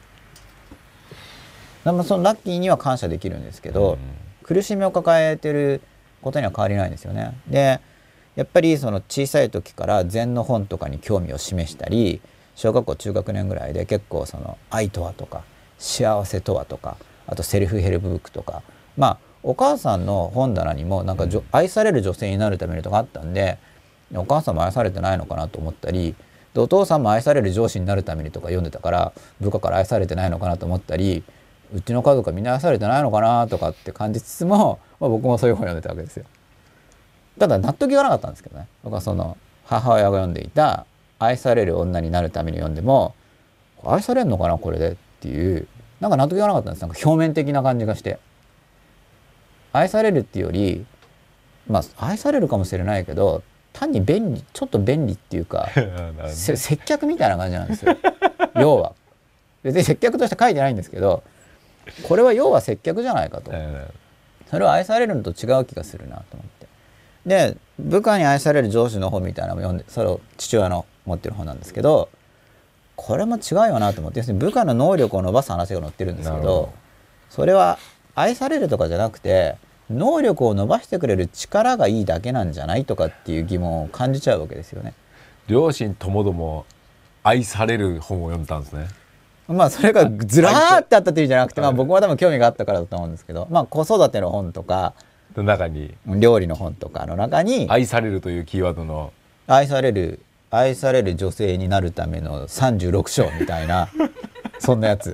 でもそのラッキーには感謝できるんですけど、苦しみを抱えてることには変わりないんですよね。でやっぱりその小さい時から禅の本とかに興味を示したり、小学校中学年ぐらいで結構その愛とはとか幸せとはとか、あとセルフヘルプブックとか、お母さんの本棚にもなんか愛される女性になるためにとかあったんで、お母さんも愛されてないのかなと思ったり、でお父さんも愛される上司になるためにとか読んでたから部下から愛されてないのかなと思ったり、うちの家族はみんな愛されてないのかなとかって感じつつも、僕もそういう本読んでたわけですよ。ただ納得いかなかったんですけどね。僕はその母親が読んでいた愛される女になるために読んでも、愛されるのかなこれでっていう、なんか納得いかなかったんです。なんか表面的な感じがして、愛されるっていうより愛されるかもしれないけど単にちょっと便利っていうか接客みたいな感じなんですよ。要は別に接客として書いてないんですけど、これは要は接客じゃないかと。それは愛されるのと違う気がするなと思って、で部下に愛される上司の本みたいなのも読んで、それを父親の持ってる本なんですけど、これも違うよなと思って、要するに部下の能力を伸ばす話が載ってるんですけど、それは愛されるとかじゃなくて能力を伸ばしてくれる力がいいだけなんじゃないとかっていう疑問を感じちゃうわけですよね。 両親ともども愛される本を読んだんですね。 まあそれがずらーってあったっていうんじゃなくて、まあ、僕は多分興味があったからだと思うんですけど、まあ、子育ての本とかの中に料理の本とかの中に愛されるというキーワードの愛される女性になるための36章みたいなそんなやつ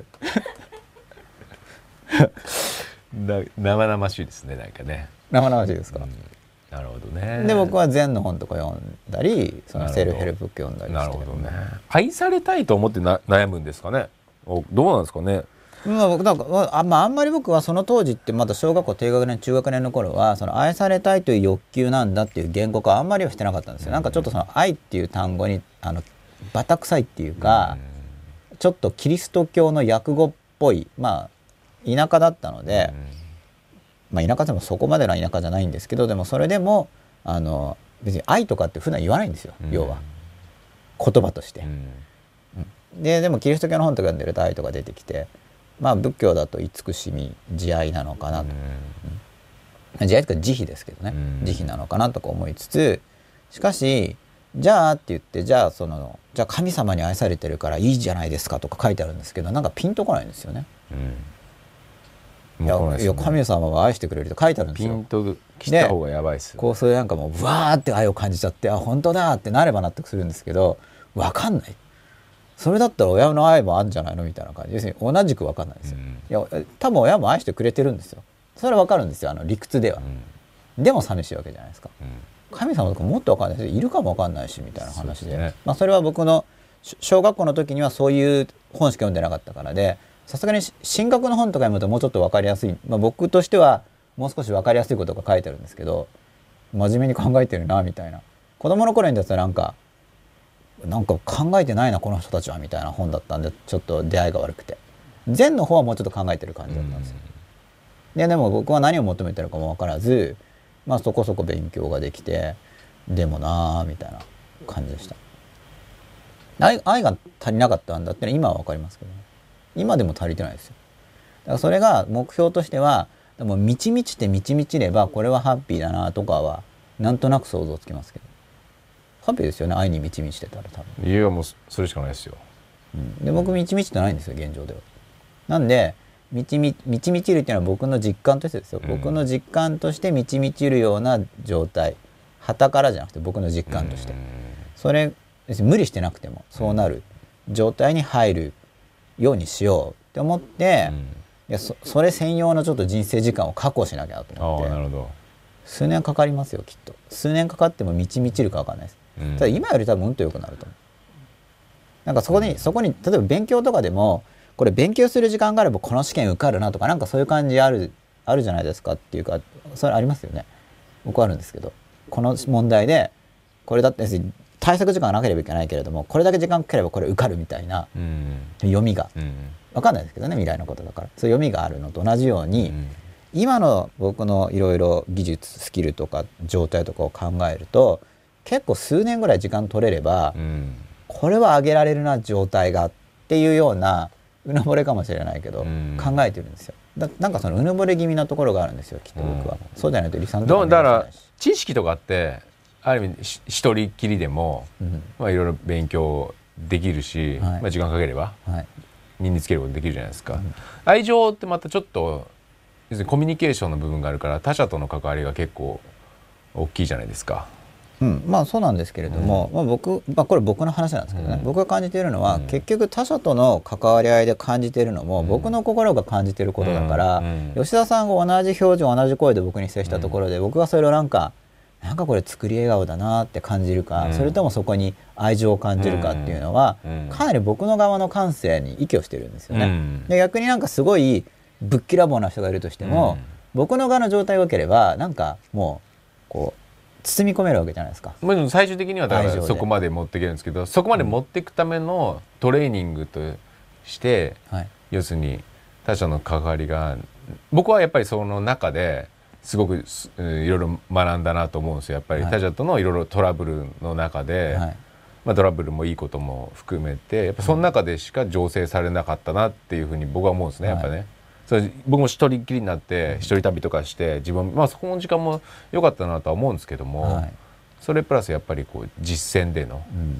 生々しいですね、なんかね。 生々しいですか、 なるほどね。 で僕は禅の本とか読んだり、そのセルフヘルプブック読んだりして。 なるほどね。愛されたいと思って悩むんですかね。どうなんですかね。 まあ、僕なんかあんまり僕はその当時ってまだ小学校低学年中学年の頃はその愛されたいという欲求なんだっていう言語化はあんまりはしてなかったんですよ。なんかちょっとその愛っていう単語にバタ臭いっていうか、ちょっとキリスト教の訳語っぽい、まあ田舎だったので、まあ田舎でもそこまでの田舎じゃないんですけど、でもそれでも別に愛とかって普段言わないんですよ、要は言葉として。でもキリスト教の本とか読んでると愛とか出てきて、まあ仏教だと慈しみ慈愛なのかなと、慈愛とか慈悲ですけどね、慈悲なのかなとか思いつつ、しかしじゃあって言って、じゃあ神様に愛されてるからいいじゃないですかとか書いてあるんですけど、なんかピンとこないんですよね。いや神様が愛してくれると書いてあるんですよ。 ピンときた方がやばいっすよ。 こうそれなんかもうブワーって愛を感じちゃって、あ本当だってなれば納得するんですけど、分かんない。それだったら親の愛もあるんじゃないのみたいな感じ。要するに同じく分かんないですよ。いや多分親も愛してくれてるんですよ。それは分かるんですよ、理屈では。でも寂しいわけじゃないですか。神様とかもっと分かんないし、いるかも分かんないしみたいな話で、まあそれは僕の小学校の時にはそういう本しか読んでなかったからで、さすがに神学の本とか読むともうちょっと分かりやすい、まあ、僕としてはもう少し分かりやすいことが書いてあるんですけど、真面目に考えてるなみたいな。子供の頃にだったらなんか考えてないなこの人たちはみたいな本だったんで、ちょっと出会いが悪くて、禅の方はもうちょっと考えてる感じだったんですよ。でも僕は何を求めてるかも分からず、まあそこそこ勉強ができて、でもなみたいな感じでした。愛が足りなかったんだって今は分かりますけどね。今でも足りてないですよ。だからそれが目標としては、でも満ち満ちて満ち満ちればこれはハッピーだなとかはなんとなく想像つきますけど、ハッピーですよね、愛に満ち満ちてたら多分。 いやもうそれしかないですよ。 で僕満ち満ちてないんですよ現状では。なんで満ち満ちるっていうのは僕の実感としてですよ、僕の実感として満ち満ちるような状態、傍からじゃなくて僕の実感として、それ別に無理してなくてもそうなる状態に入るようにしようって思って、いやそれ専用のちょっと人生時間を確保しなきゃと思って。 なるほど。 数年かかりますよきっと。数年かかっても満ち満ちるか分かんないです。ただ今より多分うんと良くなると思う。なんかそこに例えば勉強とかでも、これ勉強する時間があればこの試験受かるなとか、なんかそういう感じあるじゃないですかっていうか、それありますよね。僕はあるんですけど、この問題でこれだって対策時間がなければいけないけれども、これだけ時間かければこれ受かるみたいな読みが、分かんないですけどね、未来のことだから、そういう読みがあるのと同じように、今の僕のいろいろ技術スキルとか状態とかを考えると、結構数年ぐらい時間取れれば、これは上げられるな状態がっていうようなうぬぼれかもしれないけど、考えてるんですよ。なんかそのうぬぼれ気味なところがあるんですよきっと僕は。そうじゃないと理想とかだから知識とかってある意味一人きりでも、まあいろいろ勉強できるし、まあ時間かければ身につけることできるじゃないですか。愛情ってまたちょっと要するにコミュニケーションの部分があるから、他者との関わりが結構大きいじゃないですか。 まあそうなんですけれども、これ僕の話なんですけどね、僕が感じているのは、結局他者との関わり合いで感じているのも、僕の心が感じていることだから、吉田さんが同じ表情同じ声で僕に接したところで、僕がそれをなんかこれ作り笑顔だなって感じるか、それともそこに愛情を感じるかっていうのは、かなり僕の側の感性に依拠してるんですよね。で逆になんかすごいぶっきらぼうな人がいるとしても、僕の側の状態が良ければなんかもうこう包み込めるわけじゃないですか。 最終的にはだからそこまで持っていけるんですけど、そこまで持っていくためのトレーニングとして、要するに他者の関わりが、僕はやっぱりその中ですごくいろいろ学んだなと思うんですよ。やっぱり他者とのいろいろトラブルの中で、トラブルもいいことも含めて、やっぱその中でしか醸成されなかったなっていうふうに僕は思うんですね、やっぱね。それ僕も一人きりになって一人旅とかして自分、そこの時間も良かったなとは思うんですけども、それプラスやっぱりこう実践での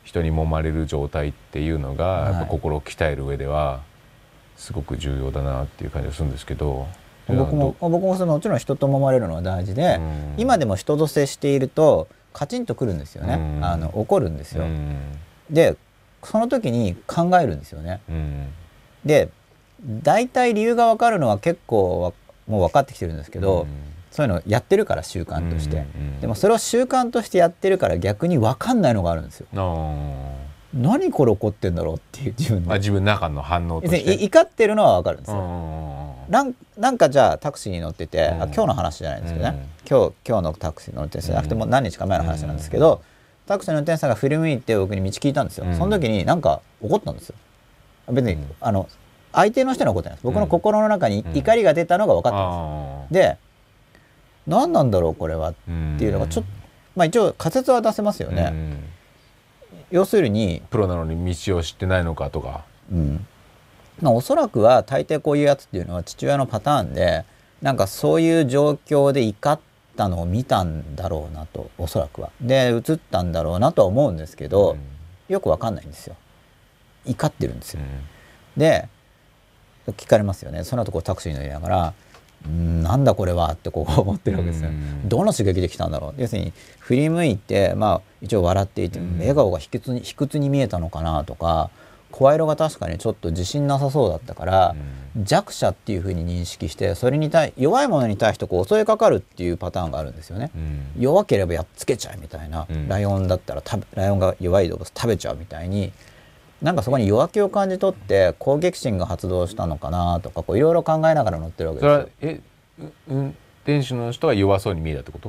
人に揉まれる状態っていうのが、やっぱ心を鍛える上ではすごく重要だなっていう感じがするんですけど。 僕ももちろん人と揉まれるのは大事で、今でも人と接しているとカチンとくるんですよね。怒るんですよ。でその時に考えるんですよね。で大体理由が分かるのは結構もう分かってきてるんですけど、そういうのやってるから習慣として、でもそれを習慣としてやってるから逆に分かんないのがあるんですよ。何これ怒ってんだろうっていう自分の中の反応として怒ってるのは分かるんですよ。なんかじゃあタクシーに乗ってて、今日の話じゃないんですけどね、今日のタクシーに乗ってじゃなくてもう何日か前の話なんですけど、タクシーの運転手さんが振り向いて僕に道聞いたんですよ。その時になんか怒ったんですよ。別に相手の人に怒ってないです。僕の心の中に怒りが出たのが分かったんです。で何なんだろうこれはっていうのがちょっと、一応仮説は出せますよね。要するにプロなのに道を知ってないのかとか、 おそらくは大抵こういうやつっていうのは父親のパターンで、なんかそういう状況で怒ったのを見たんだろうなと、おそらくはで映ったんだろうなとは思うんですけど、よくわかんないんですよ。怒ってるんですよ。で聞かれますよね。その後タクシーに乗りながらなんだこれはって思ってるわけですよ。どの刺激で来たんだろう。要するに振り向いて、一応笑っていて笑顔が卑屈に見えたのかなとか、声色が確かにちょっと自信なさそうだったから、弱者っていうふうに認識して、それに弱いものに対して襲いかかるっていうパターンがあるんですよね。弱ければやっつけちゃうみたいな、ライオンだったらライオンが弱い動物食べちゃうみたいに、なんかそこに弱気を感じ取って攻撃心が発動したのかなとか、いろいろ考えながら乗ってるわけですよ。運転手の人が弱そうに見えたってこと？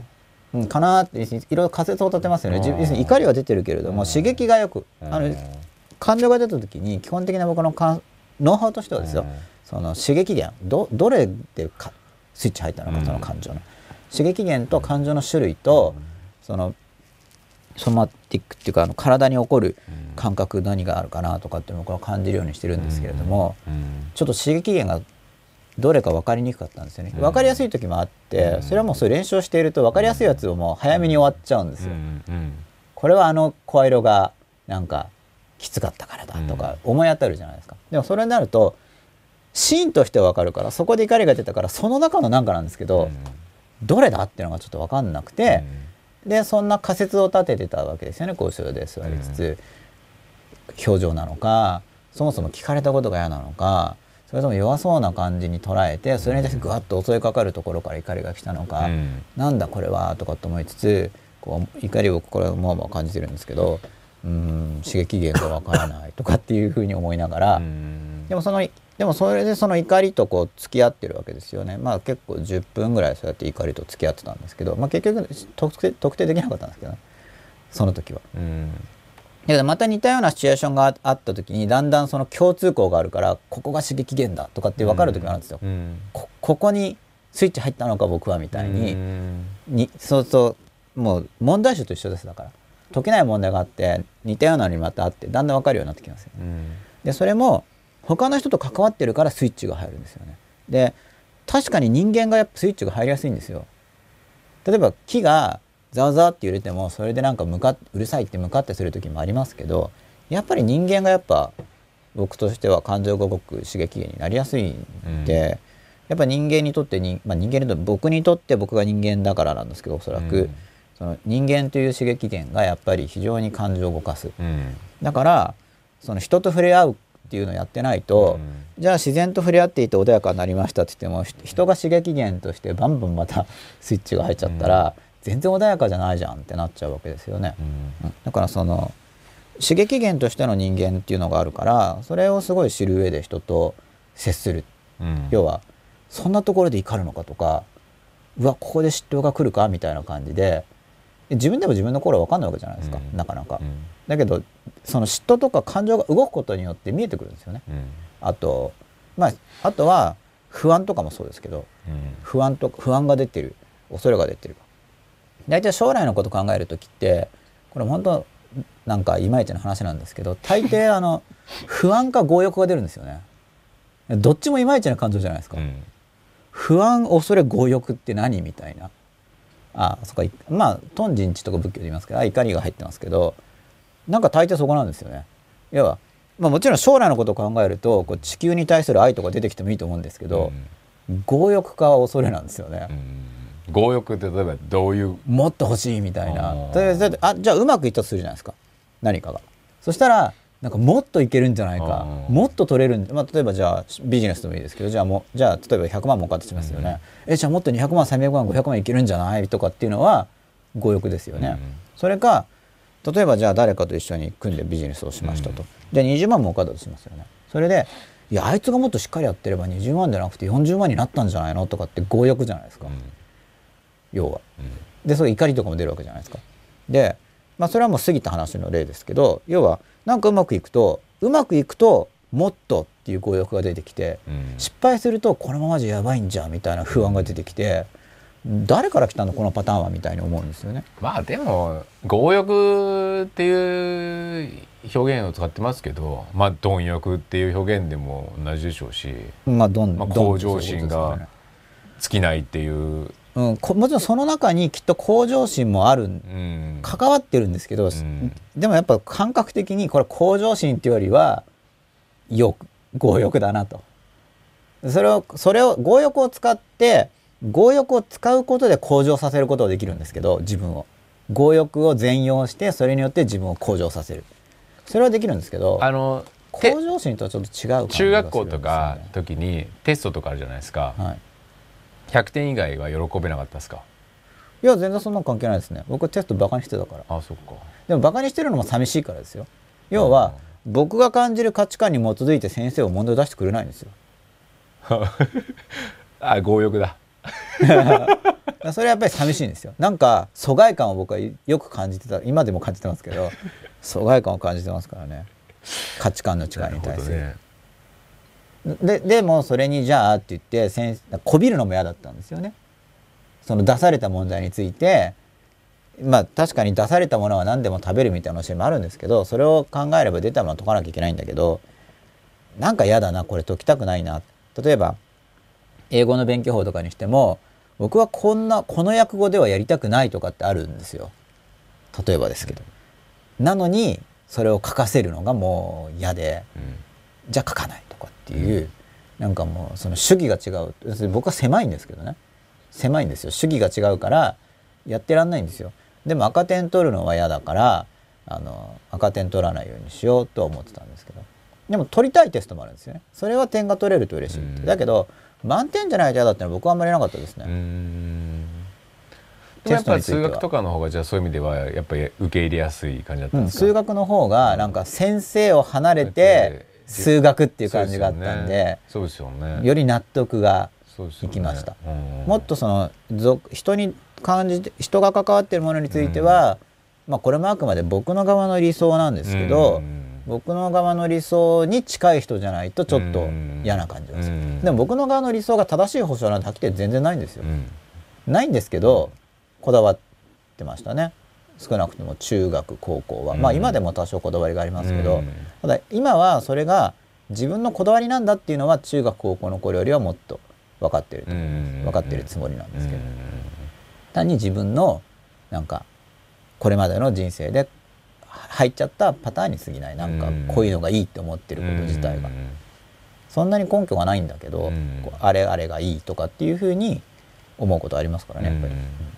かなっていろいろ仮説を立てますよね。要するに怒りは出てるけれども、刺激がよく感情が出た時に基本的な僕のノウハウとしてはですよ、その刺激源どれでスイッチ入ったのか、その感情の刺激源と感情の種類と、そのソマティックっていうか体に起こる感覚何があるかなとかっていうのを感じるようにしてるんですけれども、ちょっと刺激源がどれか分かりにくかったんですよね。分かりやすい時もあって、それはもうそういう練習をしていると分かりやすいやつをもう早めに終わっちゃうんですよ。これは声色がなんかきつかったからだとか思い当たるじゃないですか。でもそれになるとシーンとしては分かるから、そこで怒りが出たからその中のなんかなんですけど、どれだっていうのがちょっと分かんなくて、でそんな仮説を立ててたわけですよね。後ろで座りつつ、表情なのか、そもそも聞かれたことが嫌なのか、それとも弱そうな感じに捉えて、それに対してグワッと襲いかかるところから怒りが来たのか、なんだこれはとかと思いつつ、怒りを心もま感じてるんですけど、刺激源がわからないとかっていうふうに思いながら、でもそれでその怒りと付き合ってるわけですよね。結構10分ぐらいそうやって怒りと付き合ってたんですけど、結局特定できなかったんですけどね、その時は。だけどまた似たようなシチュエーションがあった時に、だんだんその共通項があるから、ここが刺激源だとかって分かる時があるんですよ。ここにスイッチ入ったのか僕はみたいに、そうするともう問題集と一緒です。だから解けない問題があって似たようなのにまたあって、だんだん分かるようになってきますよ。でそれも他の人と関わってるからスイッチが入るんですよね。で確かに人間がやっぱスイッチが入りやすいんですよ。例えば木がザワザワって揺れても、それでなんかうるさいってムカってする時もありますけど、やっぱり人間がやっぱ僕としては感情が動く刺激源になりやすいんで、やっぱ人間にとって人間にとって僕にとって僕が人間だからなんですけど、おそらく、その人間という刺激源がやっぱり非常に感情を動かす。だからその人と触れ合うっていうのをやってないと、じゃあ自然と触れ合っていて穏やかになりましたって言っても、人が刺激源としてバンバンまたスイッチが入っちゃったら、全然穏やかじゃないじゃんってなっちゃうわけですよね。だからその刺激源としての人間っていうのがあるから、それをすごい知る上で人と接する、要はそんなところで怒るのかとか、うわここで嫉妬が来るかみたいな感じで、自分でも自分の心は分かんないわけじゃないですか、なかなか。だけどその嫉妬とか感情が動くことによって見えてくるんですよね。あとは不安とかもそうですけど、不安が出てる、恐れが出てる。大体将来のこと考えるときって、これ本当なんかいまいちな話なんですけど、大抵不安か強欲が出るんですよね。どっちもいまいちな感情じゃないですか。不安、恐れ、強欲って何みたいな。そっか、トンジンチとか仏教で言いますけど、怒りが入ってますけど、 なんか大抵そこなんですよね。要は、もちろん将来のことを考えるとこう地球に対する愛とか出てきてもいいと思うんですけど、強欲化は恐れなんですよね。 強欲って例えばどういう、 もっと欲しいみたいな。じゃあうまくいったとするじゃないですか、何かが。そしたらなんかもっといけるんじゃないか、もっと取れるん、例えばじゃあビジネスでもいいですけど、じゃあ例えば100万儲かってしますよね、じゃあもっと200万300万500万いけるんじゃないとかっていうのは強欲ですよね、それか例えばじゃあ誰かと一緒に組んでビジネスをしましたと、じゃあ20万儲かったとしますよね。それでいやあいつがもっとしっかりやってれば20万じゃなくて40万になったんじゃないのとかって強欲じゃないですか、要は。でそれ怒りとかも出るわけじゃないですか。でそれはもう過ぎた話の例ですけど、要はなんかうまくいくともっとっていう強欲が出てきて、失敗するとこのままじゃやばいんじゃんみたいな不安が出てきて、誰から来たのこのパターンはみたいに思うんですよね。 でも強欲っていう表現を使ってますけど、貪欲っていう表現でも同じでしょうし、向上心が尽きないっていう、 もちろんその中にきっと向上心もある、関わってるんですけど、でもやっぱ感覚的にこれ向上心っていうよりは強欲だなと。それを強欲を使って強欲を使うことで向上させることができるんですけど、自分を強欲を善用してそれによって自分を向上させる、それはできるんですけど、向上心とはちょっと違う感じがするんですよね。 中学校とか時にテストとかあるじゃないですか、100点以外は喜べなかったですか？ いや全然そんなの関係ないですね。僕テストバカにしてたから。 あ、そっか。 でもバカにしてるのも寂しいからですよ。要は僕が感じる価値観に基づいて先生は問題を出してくれないんですよ。 強欲だ。 それはやっぱり寂しいんですよ。なんか疎外感を僕はよく感じてた、今でも感じてますけど疎外感を感じてますからね、価値観の違いに対する。でもそれにじゃあって言ってこびるのも嫌だったんですよね。その出された問題について確かに出されたものは何でも食べるみたいな教えもあるんですけど、それを考えれば出たものは解かなきゃいけないんだけど、なんか嫌だな、これ解きたくないな。例えば英語の勉強法とかにしても僕はこの訳語ではやりたくないとかってあるんですよ、例えばですけど。なのにそれを書かせるのがもう嫌で、じゃあ書かないとかっていう、なんかもうその主義が違う。僕は狭いんですけどね、狭いんですよ。主義が違うからやってらんないんですよ。でも赤点取るのは嫌だから赤点取らないようにしようとは思ってたんですけど、でも取りたいテストもあるんですよね。それは点が取れると嬉しいって。だけど満点じゃないと嫌だったのは僕はあんまりなかったですね。 でもやっぱり数学とかの方がじゃあそういう意味ではやっぱり受け入れやすい感じだったんですか？ 数学の方がなんか先生を離れて数学っていう感じがあったんで、 そうですよね、 より納得がいきました。もっとその人が関わっているものについては、これもあくまで僕の側の理想なんですけど、僕の側の理想に近い人じゃないとちょっと嫌な感じがする。でも僕の側の理想が正しい保証なんてはっきり全然ないんですよ。ないんですけどこだわってましたね。少なくとも中学高校は、今でも多少こだわりがありますけど、ただ今はそれが自分のこだわりなんだっていうのは中学高校の頃よりはもっと分かってるつもりなんですけど、単に自分のなんかこれまでの人生で入っちゃったパターンに過ぎない。なんかこういうのがいいって思ってること自体がそんなに根拠がないんだけど、あれがいいとかっていうふうに思うことありますからね、やっぱり。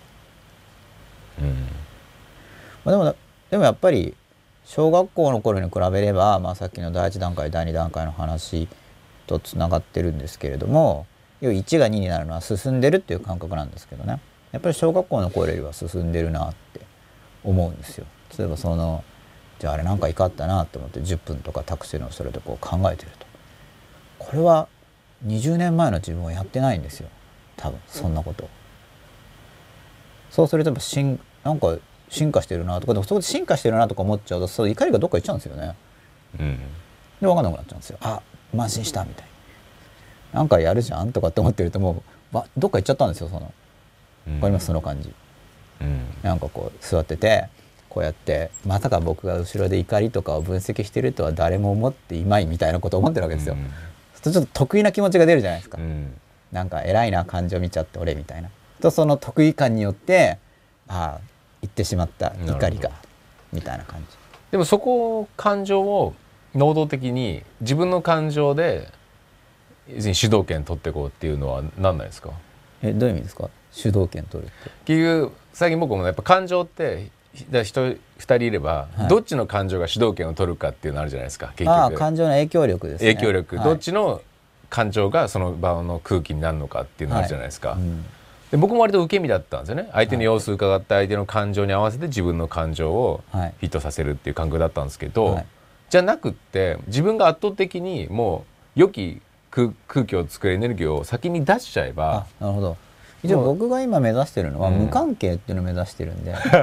でもやっぱり小学校の頃に比べれば、さっきの第1段階第2段階の話とつながってるんですけれども、1が2になるのは進んでるっていう感覚なんですけどね、やっぱり小学校の頃よりは進んでるなって思うんですよ。例えばじゃああれなんかいかったなと思って10分とかタクシーのそれでこう考えてると、これは20年前の自分はやってないんですよ多分、そんなこと。そうするとやっぱなんか進化してるなとか、でもそこで進化してるなとか思っちゃうとそう怒りがどっか行っちゃうんですよね。で分かんなくなっちゃうんですよ。慢心したみたいな、なんかやるじゃんとかって思ってるともうどっか行っちゃったんですよ。わかります？その感じ。なんかこう座っててこうやってまさか僕が後ろで怒りとかを分析してるとは誰も思っていまいみたいなことを思ってるわけですよ。ちょっと得意な気持ちが出るじゃないですか。なんか偉いな感情見ちゃって俺みたいなと、その得意感によって言ってしまった怒りがみたいな感じ。 でもそこ感情を能動的に自分の感情で主導権取っていこうっていうのは何なんですか？ どういう意味ですか？主導権取るって。 結局最近僕もやっぱ感情って人2人いれば、はい、どっちの感情が主導権を取るかっていうのあるじゃないですか。結局感情の影響力ですね。 影響力、はい、どっちの感情がその場の空気になるのかっていうのあるじゃないですか、はい、で僕も割と受け身だったんですよね。相手の様子を伺って相手の感情に合わせて自分の感情をフィットさせるっていう感覚だったんですけど、はい、じゃなくって自分が圧倒的にもう良き空気を作るエネルギーを先に出しちゃえば。 なるほど。一応僕が今目指してるのは無関係っていうのを目指してるんで、Nothing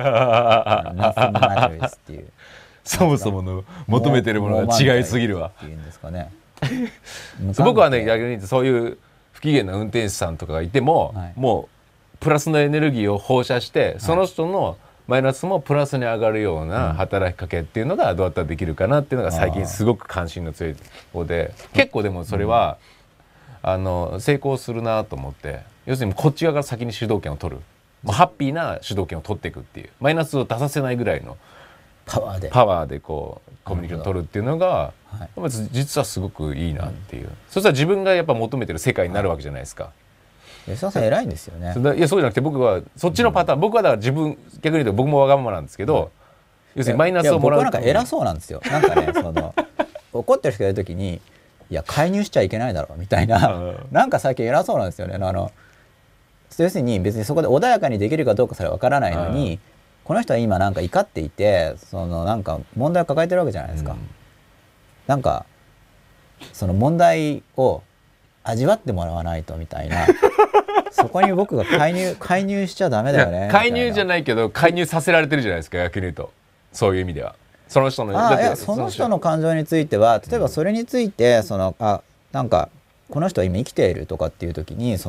matters っていう。 そもそもの求めてるものが違いすぎるわ。 っていうんですかね。 僕はね逆にそういう不機嫌な運転手さんとかがいても、はい、もうプラスのエネルギーを放射して、はい、その人のマイナスもプラスに上がるような働きかけっていうのがどうやったらできるかなっていうのが最近すごく関心の強い方で、結構でもそれは、成功するなと思って。要するにこっち側が先に主導権を取る、もうハッピーな主導権を取っていくっていう、マイナスを出させないぐらいのパワーでこうコミュニケーションを取るっていうのが、はい、実はすごくいいなっていう、そしたら自分がやっぱ求めてる世界になるわけじゃないですか。 吉田さん偉いんですよね。 いやそうじゃなくて僕はそっちのパターン、僕はだから自分逆に言うと僕もわがままなんですけど、要するにマイナスをもらう。 僕なんか偉そうなんですよ。なんかね怒ってる人がいる時にいや介入しちゃいけないだろうみたいななんか最近偉そうなんですよね。要するに別にそこで穏やかにできるかどうかそれは分からないのに、この人は今なんか怒っていてなんか問題を抱えてるわけじゃないですか、なんかその問題を味わってもらわないとみたいなそこに僕が介入しちゃダメだよね。 介入じゃないけど介入させられてるじゃないですか、逆に言うと。そういう意味ではその人の感情については、例えばそれについてなんかこの人は今生きているとかっていう時に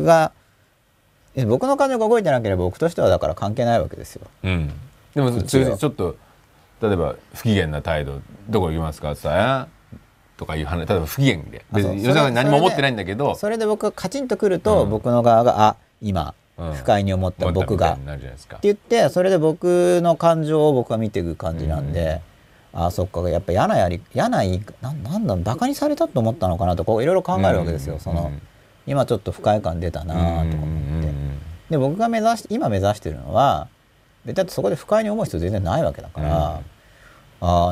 僕の感情が動いてなければ僕としてはだから関係ないわけですよ、 でもちょっと例えば不機嫌な態度どこ行きますかとかいう話、例えば不機嫌で別に吉田さん何も思ってないんだけど、 それで僕がカチンとくると、僕の側が今不快に思った僕がって言って、それで僕の感情を僕は見ていく感じなんで、そっかやっぱなんだバカにされたと思ったのかなとかいろいろ考えるわけですよ。今ちょっと不快感出たなとか思って、で僕が今目指してるのはだってそこで不快に思う必要全然ないわけだから、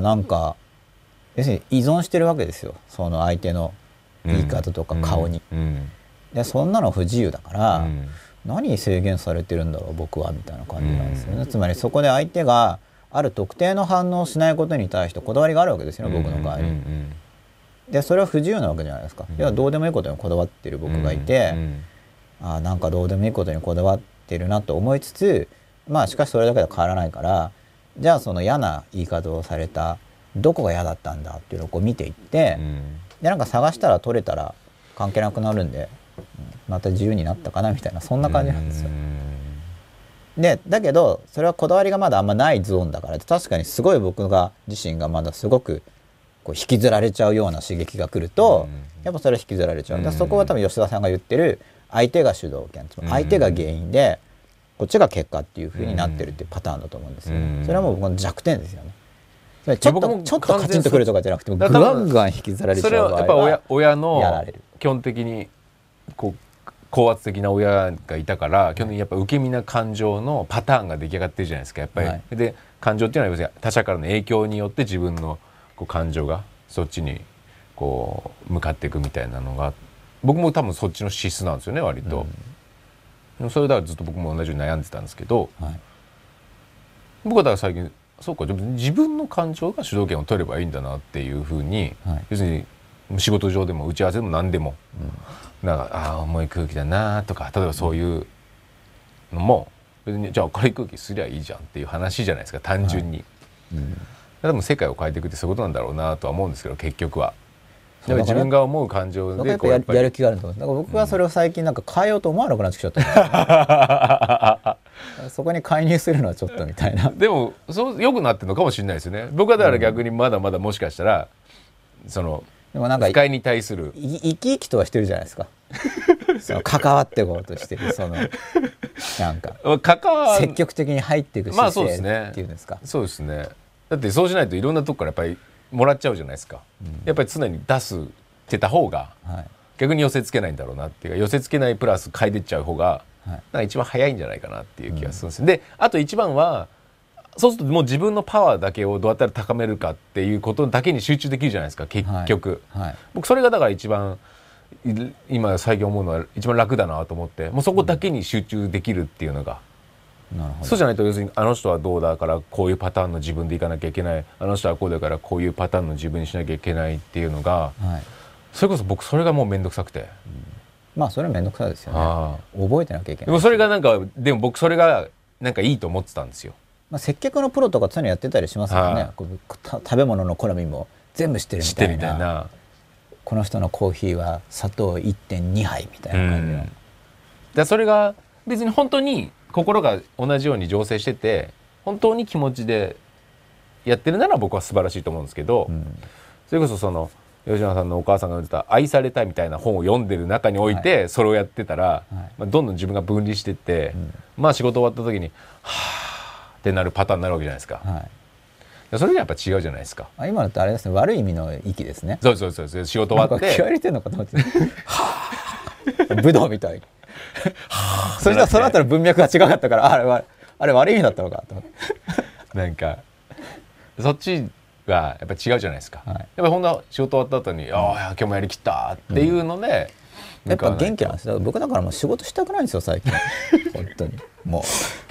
なんか要するに依存してるわけですよ、その相手の言い方とか顔に、でそんなの不自由だから、何制限されてるんだろう僕はみたいな感じなんですよね。つまりそこで相手がある特定の反応をしないことに対してこだわりがあるわけですよね、僕の場合に。でそれは不自由なわけじゃないですか。いやどうでもいいことにこだわってる僕がいて、なんかどうでもいいことにこだわってるなと思いつつ、しかしそれだけでは変わらないから、じゃあその嫌な言い方をされたどこが嫌だったんだっていうのをこう見ていって、でなんか探したら取れたら関係なくなるんで、また自由になったかなみたいな、そんな感じなんですよ。でだけどそれはこだわりがまだあんまないゾーンだから、確かにすごい僕が自身がまだすごくこう引きずられちゃうような刺激が来ると、やっぱそれは引きずられちゃう。だからそこは多分吉田さんが言ってる相手が主導権、相手が原因でこっちが結果っていう風になってるっていうパターンだと思うんですよ、それはもう僕の弱点ですよね。ちょっとカチンとくるとかじゃなくてもガンガン引きずられちゃう場合は、 それはやっぱ親の基本的にこう高圧的な親がいたから、基本的にやっぱ受け身な感情のパターンが出来上がってるじゃないですか、やっぱり、で感情っていうのは要するに他者からの影響によって自分のこう感情がそっちにこう向かっていくみたいなのが、僕も多分そっちの資質なんですよね割と、それだからずっと僕も同じように悩んでたんですけど、僕はだから最近そうか自分の感情が主導権を取ればいいんだなっていうふうに、要するに仕事上でも打ち合わせでも何でも、なんか重い空気だなとか、例えばそういうのも別にじゃあ軽い空気すりゃいいじゃんっていう話じゃないですか、単純に。でも世界を変えていくってそういうことなんだろうなとは思うんですけど、結局は。だから自分が思う感情でやる気があると思うんです。だから僕はそれを最近なんか変えようと思わなくなってきちゃった、そこに介入するのはちょっとみたいな。 でもそう良くなってるのかもしれないですよね。僕はだから逆にまだまだもしかしたらその不快に対する生き生きとはしてるじゃないですかその関わっていこうとしてる、そのなんか積極的に入っていく姿勢っていうんですか。 そうですね。 だってそうしないといろんなとこからやっぱりもらっちゃうじゃないですか、やっぱり常に出してた方が、逆に寄せつけないんだろうなっていうか、寄せつけないプラス嗅いでっちゃう方が、なんか一番早いんじゃないかなっていう気がするんですよ、であと一番はそうするともう自分のパワーだけをどうやったら高めるかっていうことだけに集中できるじゃないですか結局、僕それがだから一番今最近思うのは一番楽だなと思って、もうそこだけに集中できるっていうのが、そうじゃないと要するにあの人はどうだからこういうパターンの自分でいかなきゃいけない、あの人はこうだからこういうパターンの自分にしなきゃいけないっていうのが、それこそ僕それがもう面倒くさくて、 まあそれは面倒くさいですよね。覚えてなきゃいけない。 でもそれがなんかでも僕それがなんかいいと思ってたんですよ。 まあ、接客のプロとかそういうのやってたりしますよね。食べ物の好みも全部知ってるみたいな。この人のコーヒーは砂糖 1.2 杯みたいな感じの、 だそれが別に本当に心が同じように醸成してて本当に気持ちでやってるなら僕は素晴らしいと思うんですけど、それこそその吉野さんのお母さんが言ってた愛されたいみたいな本を読んでる中においてそれをやってたら、まあ、どんどん自分が分離してって、まあ仕事終わった時にはぁってなるパターンになるわけじゃないですか、それじゃやっぱ違うじゃないですか。 今のってあれですね、悪い意味の息ですね。 そうそうそうそう、仕事終わって気合入れてんのかと思って武道みたいにそしたらその後の文脈が違かったからあれ悪い意味だったのかと思ってなんかそっちがやっぱ違うじゃないですか、やっぱりほんと仕事終わった後に「ああ今日もやりきった」っていうので、 やっぱ元気なんですよ。僕だからもう仕事したくないんですよ最近本当にもう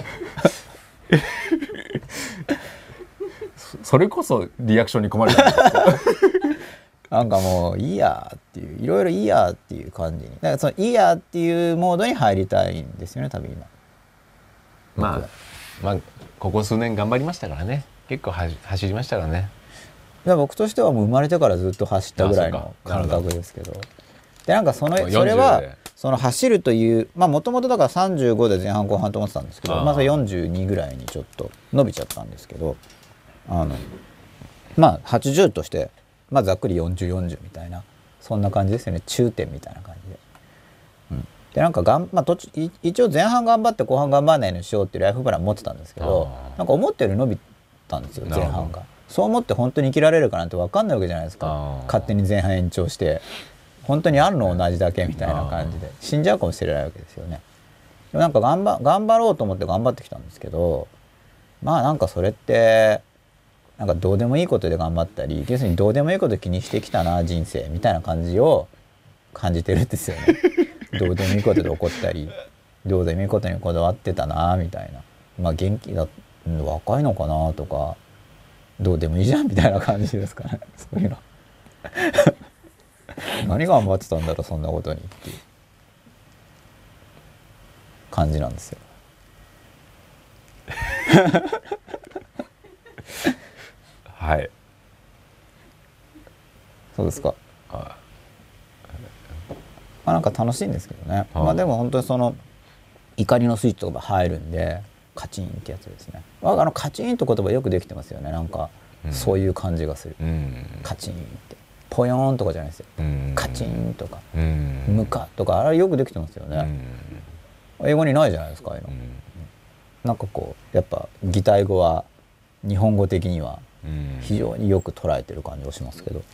それこそリアクションに困るじゃないですかなんかもういいやっていう、いろいろいいやっていう感じに、だからそのいいやっていうモードに入りたいんですよね多分今。 まあここ数年頑張りましたからね、結構走りましたからね。 僕としてはもう生まれてからずっと走ったぐらいの感覚ですけど、でなんかそれはその走るというもともとだから35で前半後半と思ってたんですけど、それ42ぐらいにちょっと伸びちゃったんですけど、80としてざっくり40みたいなそんな感じですよね、中点みたいな感じで。でなんか一応前半頑張って後半頑張らないようにしようっていうライフプラン持ってたんですけど、なんか思ったより伸びたんですよ前半が。そう思って本当に生きられるかなんて分かんないわけじゃないですか。勝手に前半延長して本当にあるの同じだけみたいな感じで死んじゃうかもしれないわけですよね。でもなんか頑張ろうと思って頑張ってきたんですけど、なんかそれってなんかどうでもいいことで頑張ったり、要するにどうでもいいこと気にしてきたな人生みたいな感じを感じてるんですよねどうでもいいことで怒ったりどうでもいいことにこだわってたなみたいな、元気だ若いのかなとかどうでもいいじゃんみたいな感じですかねそういうの何頑張ってたんだろうそんなことにっていう感じなんですよはい、 そうですか。なんか楽しいんですけどね。でも本当にその怒りのスイッチとか入るんでカチンってやつですね。カチンと言葉よくできてますよね。なんかそういう感じがする、カチンってポヨーンとかじゃないですよ、カチンとか、ムカとかあれよくできてますよね、英語にないじゃないですかああいうの、なんかこうやっぱ擬態語は日本語的には非常によく捉えてる感じがしますけど、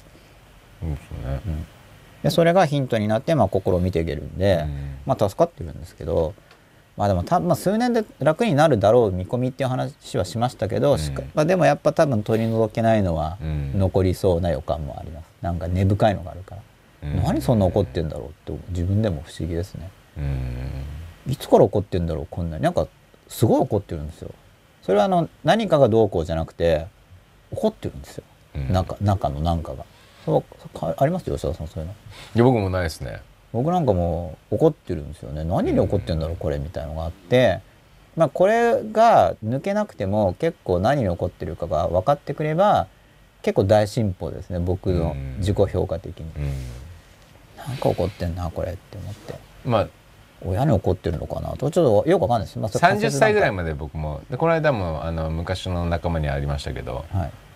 でそれがヒントになって心を見ていけるんで、助かってるんですけど、でも多分数年で楽になるだろう見込みっていう話はしましたけど、でもやっぱ多分取り除けないのは残りそうな予感もあります。なんか根深いのがあるから、何そんな怒ってんだろうって自分でも不思議ですね。いつから怒ってんだろうこんなに。なんかすごい怒ってるんですよ。それは何かがどうこうじゃなくて怒ってるんですよ、中の何かが。ありますよ吉田さんそういうの。 いや僕もないですね。 僕なんかもう怒ってるんですよね。何に怒ってんだろうこれみたいのがあって、これが抜けなくても結構何に怒ってるかが分かってくれば結構大進歩ですね僕の自己評価的に。なんか怒ってんなこれって思って、親に怒ってるのかなとちょっとよく分かんないです。 30歳ぐらいまで僕もでこの間も昔の仲間にありましたけど、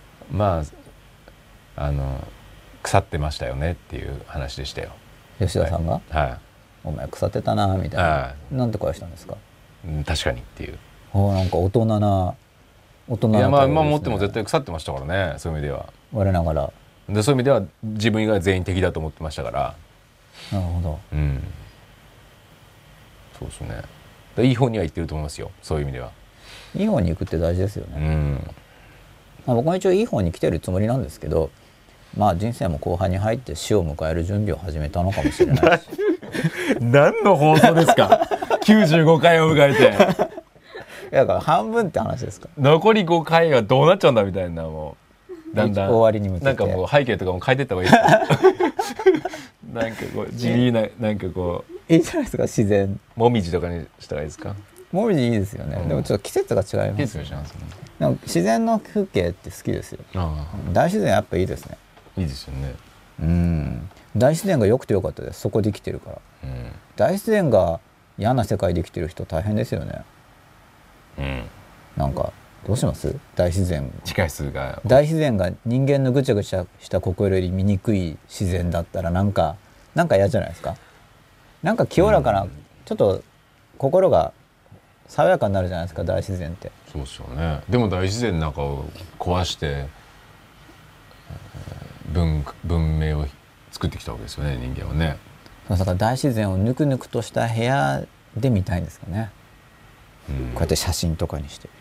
腐ってましたよねっていう話でしたよ吉田さんが、お前腐ってたなみたいな、なんて返したんですか。 確かにっていう。 なんか大人な大人の対応ですね。 いやまあ持っても絶対腐ってましたからね、そういう意味では。 我ながら。 でそういう意味では自分以外全員敵だと思ってましたから。 なるほど。 そうですね。いい方には行ってると思いますよ、そういう意味では。 いい方に行くって大事ですよね。僕も一応いい方に来てるつもりなんですけど、まあ人生も後半に入って死を迎える準備を始めたのかもしれないし何の放送ですか95回を迎えてだから半分って話ですか。 残り5回はどうなっちゃうんだみたいな、もうだんだん終わりに向けてなんかもう背景とかも変えてった方がいいですかなんかこう地味な、なんかこういいじゃないですか、自然もみじとかにしたらいいですか。 もみじいいですよね、でもちょっと季節が違いますよね。なんか自然の風景って好きですよ。大自然やっぱいいですね。 いいですよね。 大自然が良くてよかったです。そこで生きてるから、大自然が嫌な世界で生きてる人大変ですよね。なんかどうします？大自然地下室が大自然が人間のぐちゃぐちゃした心より醜い自然だったらなんか嫌じゃないですか。なんか清らかな、ちょっと心が爽やかになるじゃないですか、大自然って。 そうですよね。でも大自然の中を壊して文明を作ってきたわけですよね、人間はね。 だから大自然をぬくぬくとした部屋で見たいんですかね、こうやって写真とかにして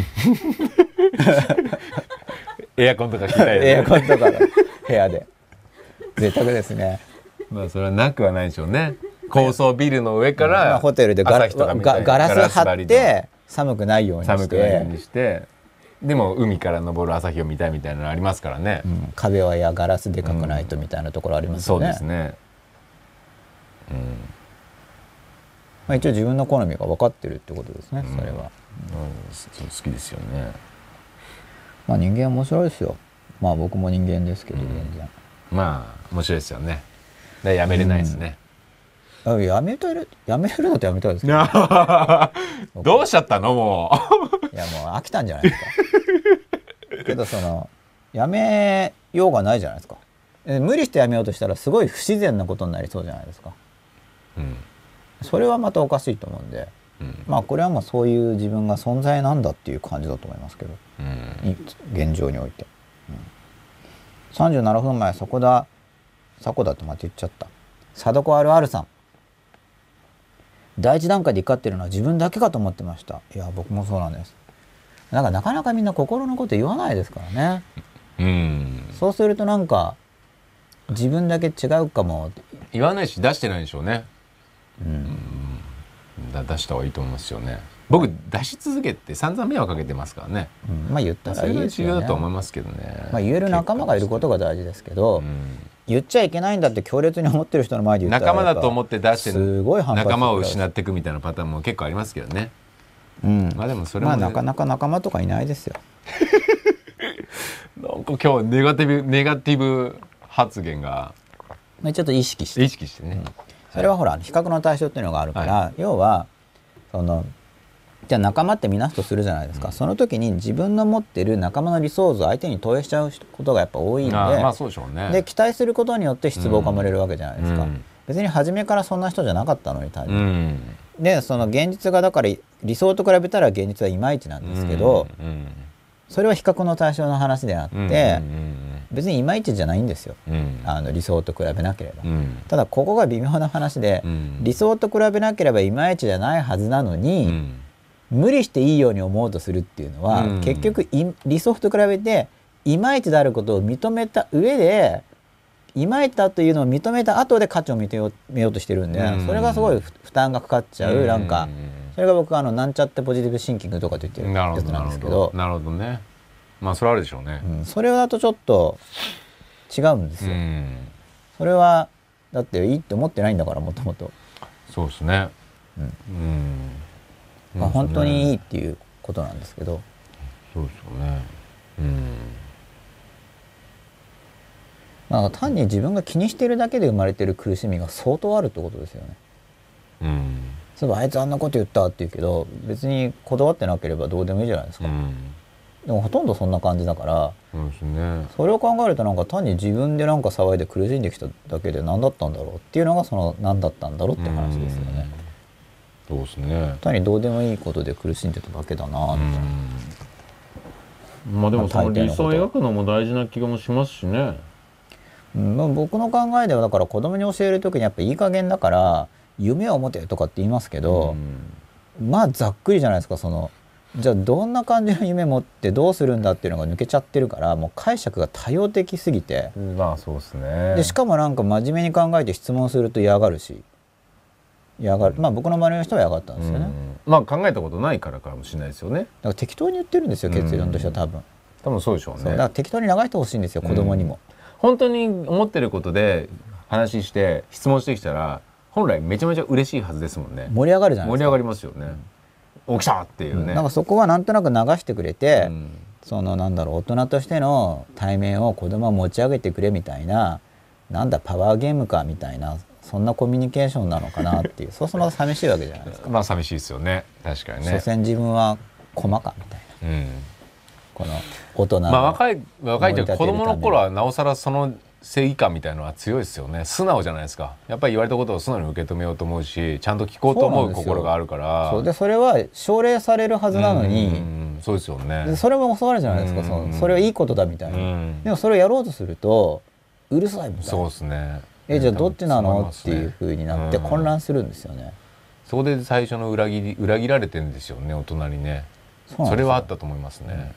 エアコンとか着たい、 エアコンとかの部屋で贅沢ですね。 まあそれはなくはないでしょうね。高層ビルの上からホテルでガラス張って寒くないようにして、 でも海から昇る朝日を見たいみたいなのありますからね。 壁はガラスでかくないとみたいなところありますよね。 そうですね。 一応自分の好みが分かってるってことですね、それは。 好きですよね。 まあ人間面白いですよ。まあ僕も人間ですけど、全然まあ面白いですよね。やめれないですね。 やめれるだとやめたいですけどどうしちゃったのもう。いやもう飽きたんじゃないですかけどやめようがないじゃないですか。無理してやめようとしたらすごい不自然なことになりそうじゃないですか。それはまたおかしいと思うんで、まあこれはもうそういう自分が存在なんだっていう感じだと思いますけど、現状において。37分前、迫田ってまた言っちゃった。貞子あるあるさん。第一段階で怒ってるのは自分だけかと思ってました。いや僕もそうなんです。なんかなかなかみんな心のこと言わないですからね。そうするとなんか自分だけ違うかも言わないし出してないでしょうね。出した方がいいと思いますよね。僕出し続けて散々迷惑かけてますからね。 まあ言ったらいいですよね。 それが重要だと思いますけどね。 まあ言える仲間がいることが大事ですけど、言っちゃいけないんだって強烈に思ってる人の前で言ったら仲間だと思って出してすごい反発、 仲間を失っていくみたいなパターンも結構ありますけどね。まあでもそれも、 まあなかなか仲間とかいないですよ。 なんか今日ネガティブ発言がちょっと意識してね。 それはほら比較の対象っていうのがあるから、要はじゃあ仲間って見なすとするじゃないですか。その時に自分の持ってる仲間の理想像を相手に投影しちゃうことがやっぱ多いんで、 まあそうでしょうね。 で期待することによって失望が生まれるわけじゃないですか。別に初めからそんな人じゃなかったのに多分。でその現実がだから理想と比べたら現実はいまいちなんですけど、それは比較の対象の話であって、別にいまいちじゃないんですよ、理想と比べなければ。ただここが微妙な話で、理想と比べなければいまいちじゃないはずなのに、無理していいように思おうとするっていうのは、結局理想と比べていまいちであることを認めた上で、いまいちだというのを認めた後で価値を見ようとしてるんで、それがすごい負担がかかっちゃう。なんかそれが僕なんちゃってポジティブシンキングとかって言ってるやつなんですけど。 なるほどね。まあそれはあるでしょうね。 それだとちょっと違うんですよ。それはだっていいって思ってないんだから、もともと。 そうですね。 まあ本当にいいっていうことなんですけど。 そうですよね。 なんか単に自分が気にしてるだけで生まれてる苦しみが相当あるってことですよね。そういえばあいつあんなこと言ったって言うけど、別にこだわってなければどうでもいいじゃないですか。でもほとんどそんな感じだから、それを考えるとなんか単に自分でなんか騒いで苦しんできただけで何だったんだろうっていうのが何だったんだろうって話ですよね。 そうですね。 単にどうでもいいことで苦しんでただけだなって。 まあでもその理想を描くのも大事な気がもしますしね。 僕の考えではだから子供に教える時にやっぱいい加減だから夢を持てとかって言いますけど、まあざっくりじゃないですか。じゃあどんな感じの夢持ってどうするんだっていうのが抜けちゃってるから、もう解釈が多様的すぎて、 まあそうですね。 でしかもなんか真面目に考えて質問すると嫌がるし、まあ僕の周りの人は嫌がったんですよね。 まあ考えたことないからかもしれないですよね。だから適当に言ってるんですよ、結論としては多分そうでしょうね。 だから適当に流してほしいんですよ、子供にも。 本当に思ってることで話して質問してきたら本来めちゃめちゃ嬉しいはずですもんね。 盛り上がるじゃないですか。 盛り上がりますよね。起きたっていうね。 なんかそこはなんとなく流してくれて、なんだろう、大人としての対面を子供は持ち上げてくれみたいな、なんだパワーゲームかみたいな、そんなコミュニケーションなのかなっていう。そうするとまた寂しいわけじゃないですか。 まあ寂しいですよね。確かにね。 所詮自分は駒かみたいな。この大人の、 まあ若いというか子供の頃はなおさらその正義感みたいなのは強いですよね。素直じゃないですか。やっぱり言われたことを素直に受け止めようと思うし、ちゃんと聞こうと思う心があるから。 それは奨励されるはずなのに、 そうですよね。 それも教わるじゃないですか。それはいいことだみたいな。でもそれをやろうとするとうるさいみたいな。 そうですね。 じゃあどっちなのっていう風になって混乱するんですよね。 そこで最初の裏切られてるんですよね、大人にね。それはあったと思いますね。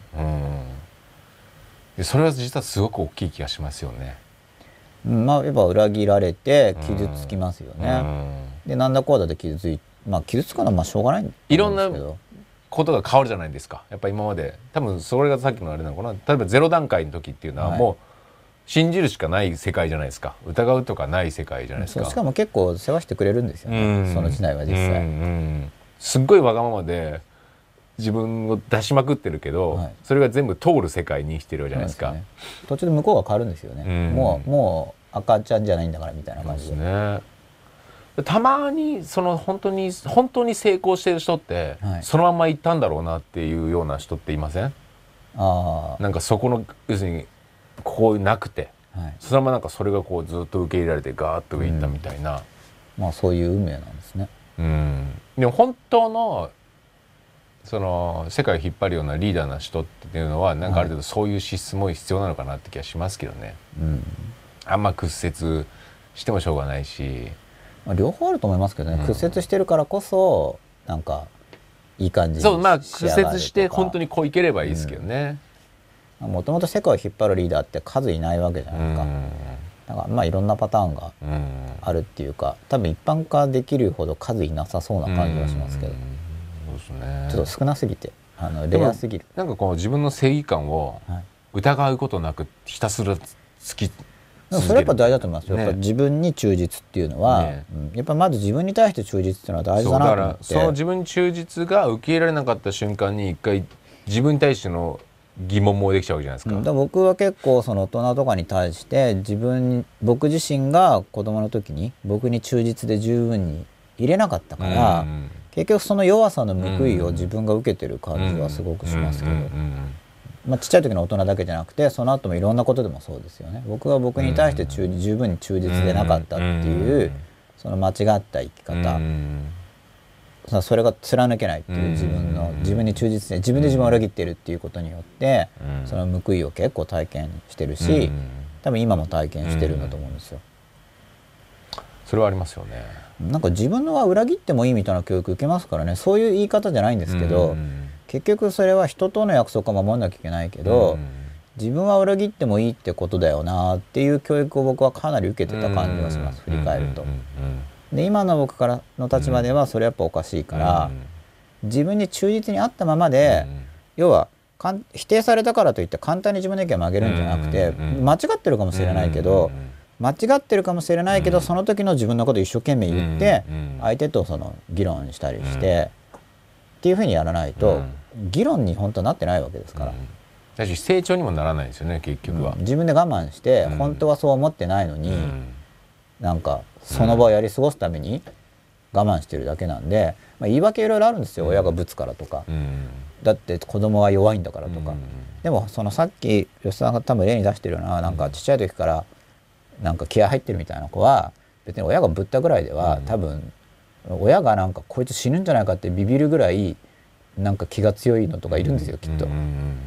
それは実はすごく大きい気がしますよね。 まあやっぱ裏切られて傷つきますよね。でなんだこうだで傷つくのはまあしょうがないんですけど、 いろんなことが変わるじゃないですか。やっぱ今まで多分それがさっきのあれなのかな。例えば0段階の時っていうのはもう信じるしかない世界じゃないですか。疑うとかない世界じゃないですか。 しかも結構世話してくれるんですよね、その時代は実際。 すっごいわがままで自分を出しまくってるけど、それが全部通る世界に生きてるじゃないですか。 途中で向こうが変わるんですよね。もう赤ちゃんじゃないんだからみたいな感じで。 たまに本当に成功してる人って、そのまま行ったんだろうなっていうような人っていません？なんかそこの要するにこうなくて、そのままなんかそれがこうずっと受け入れられてガーッと上行ったみたいな、 まあそういう運命なんですね。 でも本当のその世界を引っ張るようなリーダーな人っていうのはなんかある程度そういう資質も必要なのかなって気がしますけどね。あんま屈折してもしょうがないし、 両方あると思いますけどね。屈折してるからこそなんかいい感じに仕上がるとか。 そう、屈折して本当にこういければいいですけどね。 もともと世界を引っ張るリーダーって数いないわけじゃないですか。だからまあいろんなパターンがあるっていうか、多分一般化できるほど数いなさそうな感じがしますけど、ちょっと少なすぎてレアすぎる。 なんかこう自分の正義感を疑うことなくひたすら突きそれはやっぱ大事だと思いますよ。やっぱ自分に忠実っていうのは、やっぱまず自分に対して忠実っていうのは大事だなと思って。 その自分に忠実が受け入れられなかった瞬間に一回自分に対しての疑問もできちゃうじゃないですか。だから僕は結構その大人とかに対して僕自身が子供の時に僕に忠実で十分に入れなかったから、結局その弱さの報いを自分が受けてる感じはすごくしますけど、ちっちゃい時の大人だけじゃなくてその後もいろんなことでもそうですよね。僕が僕に対して十分に忠実でなかったっていうその間違った生き方、それが貫けないっていう自分に忠実で自分で自分を裏切っているっていうことによってその報いを結構体験してるし、多分今も体験してるんだと思うんですよ。 それはありますよね。 なんか自分のは裏切ってもいいみたいな教育受けますからね。そういう言い方じゃないんですけど、結局それは人との約束を守んなきゃいけないけど、自分は裏切ってもいいってことだよなっていう教育を僕はかなり受けてた感じがします、振り返ると。で今の僕からの立場ではそれやっぱおかしいから、自分に忠実にあったままで、要は否定されたからといって簡単に自分の意見を曲げるんじゃなくて、間違ってるかもしれないけどその時の自分のことを一生懸命言って相手とその議論したりしてっていうふうにやらないと議論に本当はなってないわけですから。 だし成長にもならないですよね結局は。 自分で我慢して本当はそう思ってないのに、なんかその場をやり過ごすために我慢してるだけなんで、言い訳いろいろあるんですよ。親がぶつからとか、だって子供は弱いんだからとか、でもそのさっき吉田さんが多分例に出してるような、なんかちっちゃい時からなんか気合入ってるみたいな子は別に親がぶったぐらいでは、多分親がなんかこいつ死ぬんじゃないかってビビるぐらいなんか気が強いのとかいるんですよ、きっと。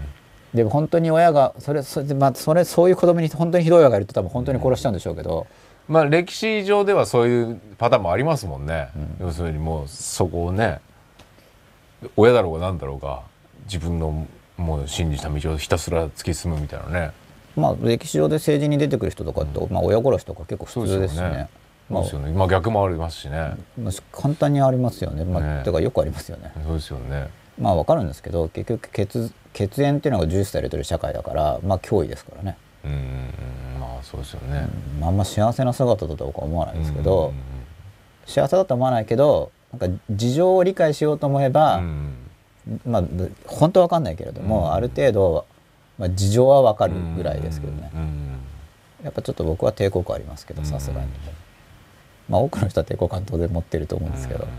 でも本当に親がそういう子供に本当にひどい親がいると多分本当に殺しちゃうんでしょうけど、 まあ歴史上ではそういうパターンもありますもんね、要するにもうそこをね、親だろうが何だろうが自分のもう信じた道をひたすら突き進むみたいなね。 まあ歴史上で政治に出てくる人とかと、まあ、親殺しとか結構普通ですしね。 そうですよね。まあ逆もありますしね。 簡単にありますよね。まあ、てかよくありますよね。 そうですよね。 まあわかるんですけど、結局血縁っていうのが重視されてる社会だから、まあ脅威ですからね。 まあそうですよね。 あんま幸せな姿だと僕は思わないですけど、幸せだと思わないけど、なんか事情を理解しようと思えば、まあ本当はわかんないけれども、ある程度、まあ、事情はわかるぐらいですけどね。やっぱちょっと僕は抵抗感ありますけど、さすがに。まあ多くの人は抵抗感当然持ってると思うんですけど。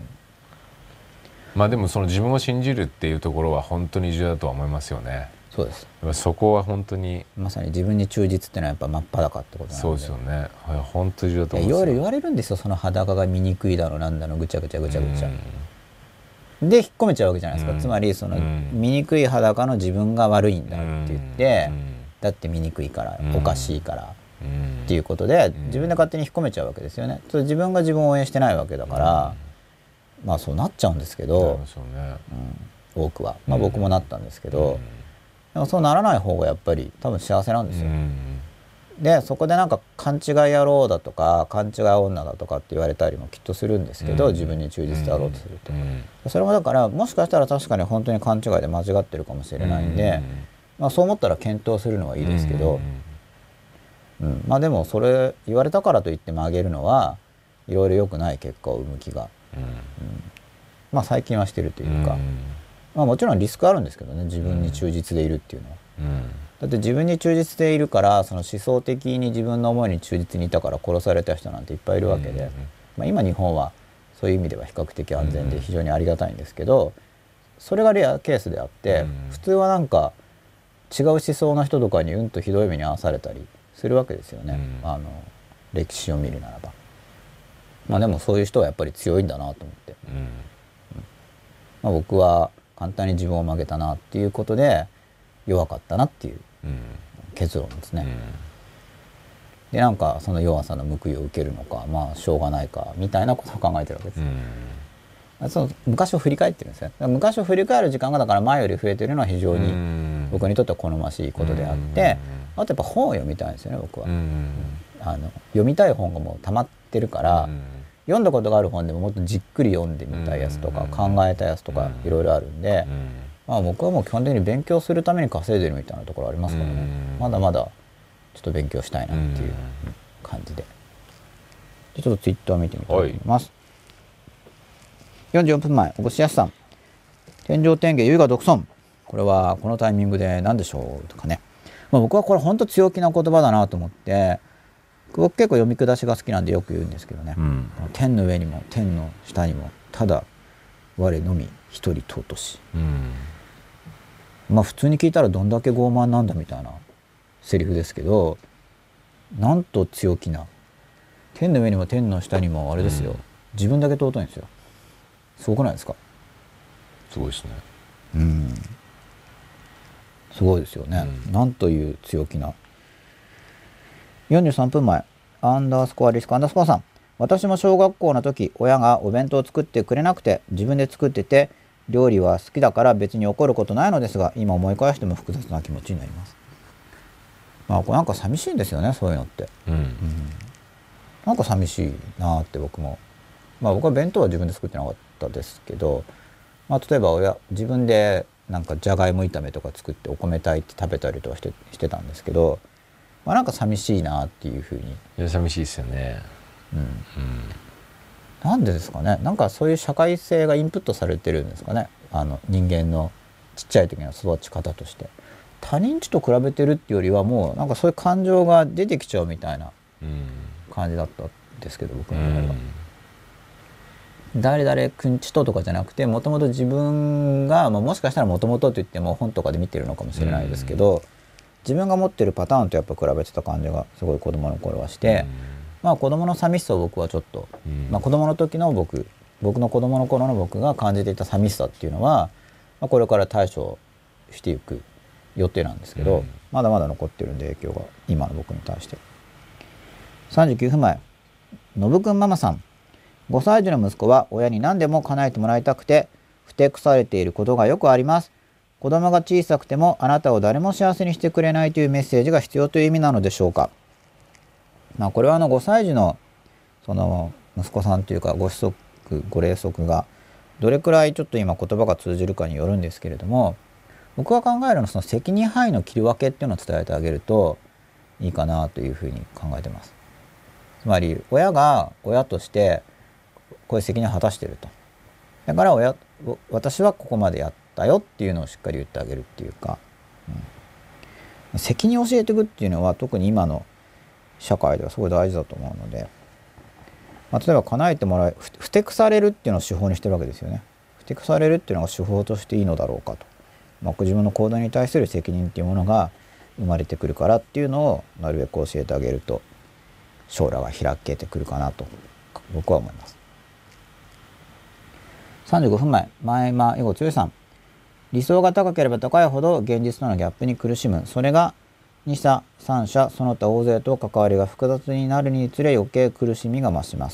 まあでもその自分を信じるっていうところは本当に重要だとは思いますよね。 そうです。 そこは本当にまさに自分に忠実っていうのはやっぱ真っ裸ってことなんで。 そうですよね。本当に重要だと思います。 いろいろ言われるんですよ。その裸が見にくいだろうなんだのぐちゃぐちゃぐちゃぐちゃ。で引っ込めちゃうわけじゃないですか。つまりその見くい裸の自分が悪いんだって言って、だって見にくいからおかしいからっていうことで自分で勝手に引っ込めちゃうわけですよね。自分が自分を応援してないわけだから、まあそうなっちゃうんですけど、多くは、まあ僕もなったんですけど、でもそうならない方がやっぱり多分幸せなんですよ。でそこでなんか勘違い野郎だとか勘違い女だとかって言われたりもきっとするんですけど、自分に忠実であろうとすると、それもだからもしかしたら確かに本当に勘違いで間違ってるかもしれないんで、まあ、そう思ったら検討するのはいいですけど、まあでもそれ言われたからといって曲げるのはいろいろ良くない結果を生む気が、まあ最近はしてるというか、まあもちろんリスクあるんですけどね、自分に忠実でいるっていうのは。だって自分に忠実でいるから、その思想的に自分の思いに忠実にいたから殺された人なんていっぱいいるわけで、まあ、今日本はそういう意味では比較的安全で非常にありがたいんですけど、それがレアケースであって、普通はなんか違う思想の人とかにうんとひどい目に遭わされたりするわけですよね、歴史を見るならば。まあでもそういう人はやっぱり強いんだなと思って、まあ、僕は簡単に自分を曲げたなっていうことで弱かったなっていう結論ですね。でなんかその弱さの報いを受けるのか、まあしょうがないかみたいなことを考えてるわけです。その昔を振り返ってるんですね。昔を振り返る時間がだから前より増えてるのは非常に僕にとっては好ましいことであって、あとやっぱ本を読みたいんですよね、僕は。読みたい本がもう溜まってるから、読んだことがある本でももっとじっくり読んでみたいやつとか考えたやつとかいろいろあるんで、まあ僕はもう基本的に勉強するために稼いでるみたいなところありますからね。まだまだちょっと勉強したいなっていう感じで。ちょっとツイッター見てみたいと思います。44分前、おこしやすさん。天上天下、優雅独尊。これはこのタイミングで何でしょうとかね。まあ、僕はこれ本当強気な言葉だなと思って、僕結構読み下しが好きなんでよく言うんですけどね。天の上にも天の下にもただ我のみ一人尊し。まあ普通に聞いたらどんだけ傲慢なんだみたいなセリフですけど、なんと強気な。天の上にも天の下にもあれですよ、自分だけ尊いんですよ。すごくないですか？ すごいですね。 すごいですよね。なんという強気な。43分前、アンダースコアリスクアンダースコアさん。私も小学校の時、親がお弁当を作ってくれなくて自分で作ってて、料理は好きだから別に怒ることないのですが、今思い返しても複雑な気持ちになります。まあこれなんか寂しいんですよね、そういうのって。なんか寂しいなって僕も。まあ僕は弁当は自分で作ってなかったですけど、まあ、例えば自分でなんかじゃがいも炒めとか作ってお米炊いて食べたりとかしてたんですけど、まあ、なんか寂しいなっていうふうに。 いや寂しいですよね。 なんでですかね。なんかそういう社会性がインプットされてるんですかね。人間のちっちゃい時の育ち方として。他人ちと比べてるっていうよりはもうなんかそういう感情が出てきちゃうみたいな感じだったんですけど、僕の場合は。誰々くんちとかじゃなくて、もともと自分が、まあ、もしかしたらもともとと言っても本とかで見てるのかもしれないですけど、自分が持ってるパターンとやっぱ比べてた感じがすごい子供の頃はして、まあ子供の寂しさを僕はちょっと、まあ、子供の時の僕の子供の頃の僕が感じていた寂しさっていうのは、まあ、これから対処していく予定なんですけど、まだまだ残ってるんで影響が今の僕に対して。39分前、のぶくんママさん、5歳児の息子は親に何でも叶えてもらいたくてふてくされていることがよくあります。子供が小さくてもあなたを誰も幸せにしてくれないというメッセージが必要という意味なのでしょうか。これは5歳児のその息子さんというかご子息ご齢息がどれくらいちょっと今言葉が通じるかによるんですけれども、僕が考えるのはその責任範囲の切り分けっていうのを伝えてあげるといいかなというふうに考えてます。つまり親が親としてこういう責任を果たしていると。だから私はここまでやったよっていうのをしっかり言ってあげるっていうか、責任を教えていくっていうのは特に今の社会ではすごい大事だと思うので、例えば叶えてもらえふてくされるっていうのを手法にしてるわけですよね。ふてくされるっていうのが手法としていいのだろうかと、自分の行動に対する責任っていうものが生まれてくるからっていうのをなるべく教えてあげると将来は開けてくるかなと僕は思います。35分前、前間囲碁強さん、理想が高ければ高いほど現実とのギャップに苦しむ。それが2社3社その他大勢と関わりが複雑になるにつれ余計苦しみが増します。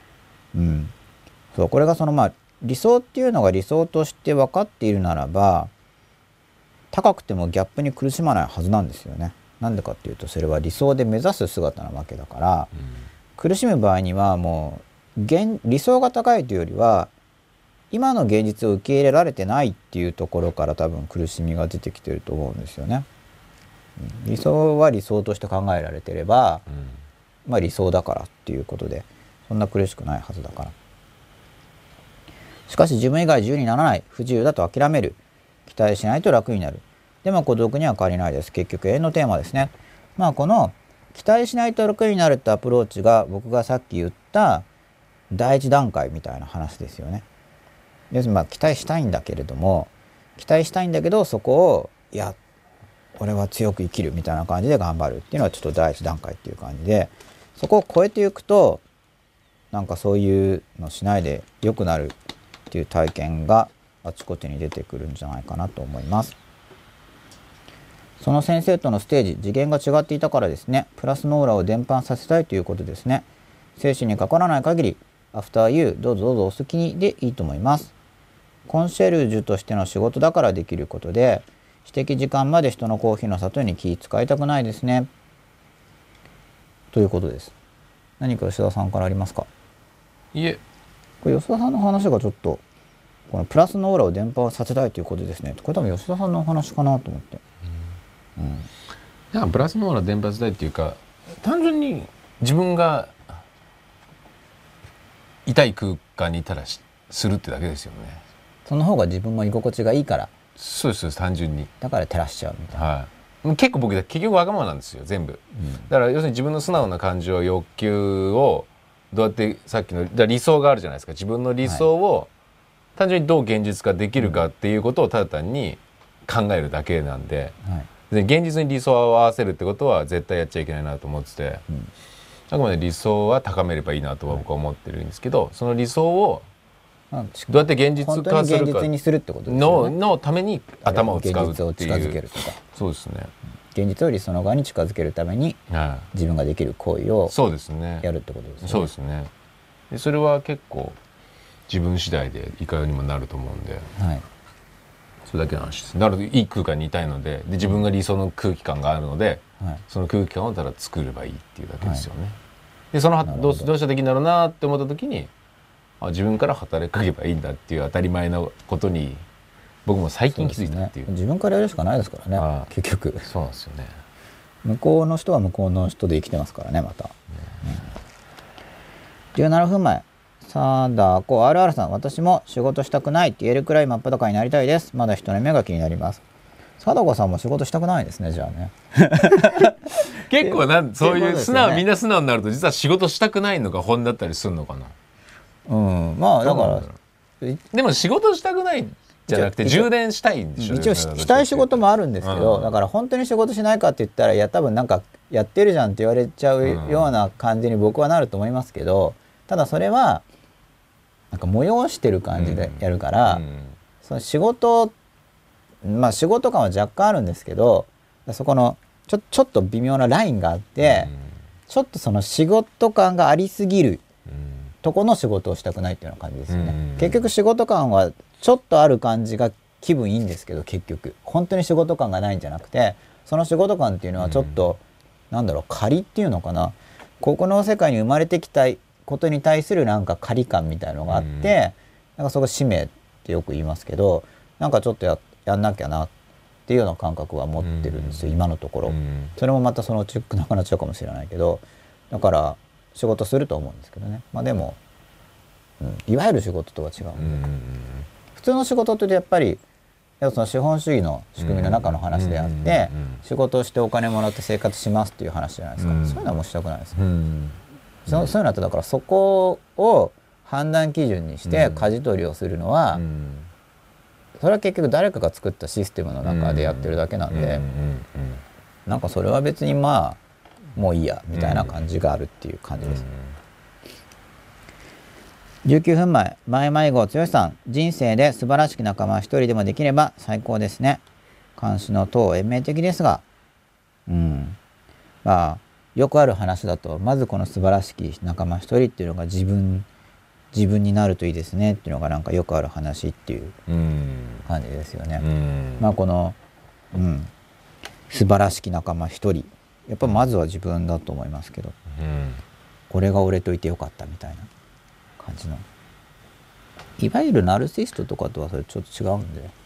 そう、これが理想っていうのが理想として分かっているならば高くてもギャップに苦しまないはずなんですよね。なんでかっていうとそれは理想で目指す姿なわけだから、苦しむ場合にはもう理想が高いというよりは今の現実を受け入れられてないっていうところから多分苦しみが出てきてると思うんですよね。理想は理想として考えられてれば、理想だからっていうことでそんな苦しくないはずだから。しかし自分以外自由にならない、不自由だと諦める、期待しないと楽になる、でも孤独には変わりないです。結局永遠のテーマですね。この期待しないと楽になるってアプローチが僕がさっき言った第一段階みたいな話ですよね。要するに期待したいんだけれども、そこを俺は強く生きるみたいな感じで頑張るっていうのはちょっと第一段階っていう感じで、そこを超えていくとそういうのしないで良くなるっていう体験があちこちに出てくるんじゃないかなと思います。その先生とのステージ、次元が違っていたからですね。プラスのオーラを伝播させたいということですね。精神に関わらない限りアフターユーどうぞお好きにでいいと思います。コンシェルジュとしての仕事だからできることで、私的時間まで人のコーヒーの里に気使いたくないですね。ということです。何か吉田さんからありますか？ いえ、 これ吉田さんの話がちょっとこのプラスのオーラを伝播させたいということですね。これ多分吉田さんのお話かなと思って。 プラスのオーラを伝播させたいっていうか、単純に自分が痛い空間にいたらするってだけですよね。 その方が自分も居心地がいいから。 そうです、単純に。 だから照らしちゃうみたいな。 結構僕結局わがままなんですよ全部、だから要するに自分の素直な感情欲求をどうやってさっきの理想があるじゃないですか。自分の理想を単純にどう現実化できるかっていうことをただ単に考えるだけなんで、現実に理想を合わせるってことは絶対やっちゃいけないなと思ってて、あくまで理想は高めればいいなとは僕は思ってるんですけど、その理想をどうやって現実化するかのために頭を使うっていう。 現実を近づけるとか。 そうですね。 現実を理想の側に近づけるために自分ができる行為をやるってことですね。 そうですね。でそれは結構自分次第でいかようにもなると思うんで、それだけの話です。なるほど、いい空間にいたいので、自分が理想の空気感があるので、その空気感をただ作ればいいっていうだけですよね。でそのどうしたらできるんだろうなって思った時に、自分から働きかけばいいんだっていう当たり前のことに僕も最近気づいたっていう。 自分からやるしかないですからね。結局そうなんですよね。 向こうの人は向こうの人で生きてますからね。また、17分前、貞子 RR さん、私も仕事したくないって言えるくらい真っ裸になりたいです。まだ人の目が気になります。貞子さんも仕事したくないですね。じゃあね結構そういう素直、みんな素直になると実は仕事したくないのが本だったりするのかな。 だからでも仕事したくないじゃなくて充電したいんでしょ。 一応したい仕事もあるんですけど、だから本当に仕事しないかって言ったら多分やってるじゃんって言われちゃうような感じに僕はなると思いますけど、ただそれは催してる感じでやるから、その仕事まあ仕事感は若干あるんですけど、そこのちょっと微妙なラインがあって、ちょっとその仕事感がありすぎるとこの仕事をしたくないっていうような感じですよね。結局仕事感はちょっとある感じが気分いいんですけど、結局本当に仕事感がないんじゃなくて、その仕事感っていうのはちょっと、なんだろう、仮っていうのかな、ここの世界に生まれてきたことに対するなんか仮感みたいのがあって、なんかそこ使命ってよく言いますけど、なんかちょっとやんなきゃなっていうような感覚は持ってるんですよ、今のところ。それもまたそのうちなくなっちゃうかもしれないけど、だから仕事すると思うんですけどね。まあでも、いわゆる仕事とは違うんで、普通の仕事ってやっぱりその資本主義の仕組みの中の話であって、仕事をしてお金もらって生活しますっていう話じゃないですか。そういうのはもうしたくないですね。そういうのってだからそこを判断基準にして舵取りをするのは、それは結局誰かが作ったシステムの中でやってるだけなんで、なんかそれは別にまあもういいやみたいな感じがあるっていう感じです。19分前、前迷子剛さん、人生で素晴らしき仲間は一人でもできれば最高ですね。監視の等延命的ですが、まあよくある話だと、まずこの素晴らしき仲間一人っていうのが自分になるといいですねっていうのがなんかよくある話っていう感じですよね。まあこの、素晴らしき仲間一人、やっぱまずは自分だと思いますけど、これが俺といてよかったみたいな感じの、いわゆるナルシストとかとはそれちょっと違うんで、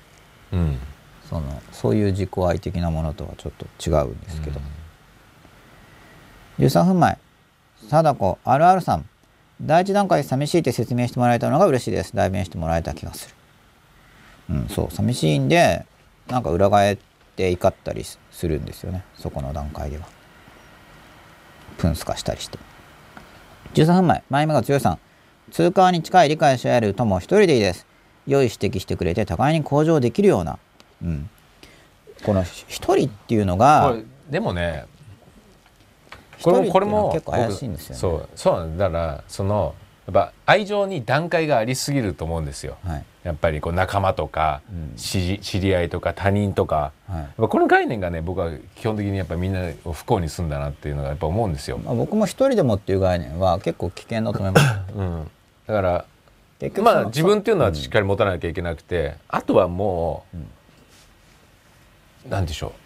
そういう自己愛的なものとはちょっと違うんですけど。13分前、貞子 RR さん、第一段階で寂しいって説明してもらえたのが嬉しいです。代弁してもらえた気がする。そう、寂しいんでなんか裏返って怒ったりするんですよね、そこの段階では。プンスカしたりして。13分前、前目が強いさん、通過に近い理解し合える友一人でいいです。良い指摘してくれて互いに向上できるような、この一人っていうのが、 でもね、 これも結構怪しいんですよね。 そうだから、やっぱ愛情に段階がありすぎると思うんですよ。やっぱりこう仲間とか、知り合いとか他人とか、この概念がね、僕は基本的にやっぱみんなを不幸にするんだなっていうのがやっぱ思うんですよ。 僕も一人でもっていう概念は結構危険だと思います。 だからまあ自分っていうのはしっかり持たなきゃいけなくて、あとはもう、なんでしょ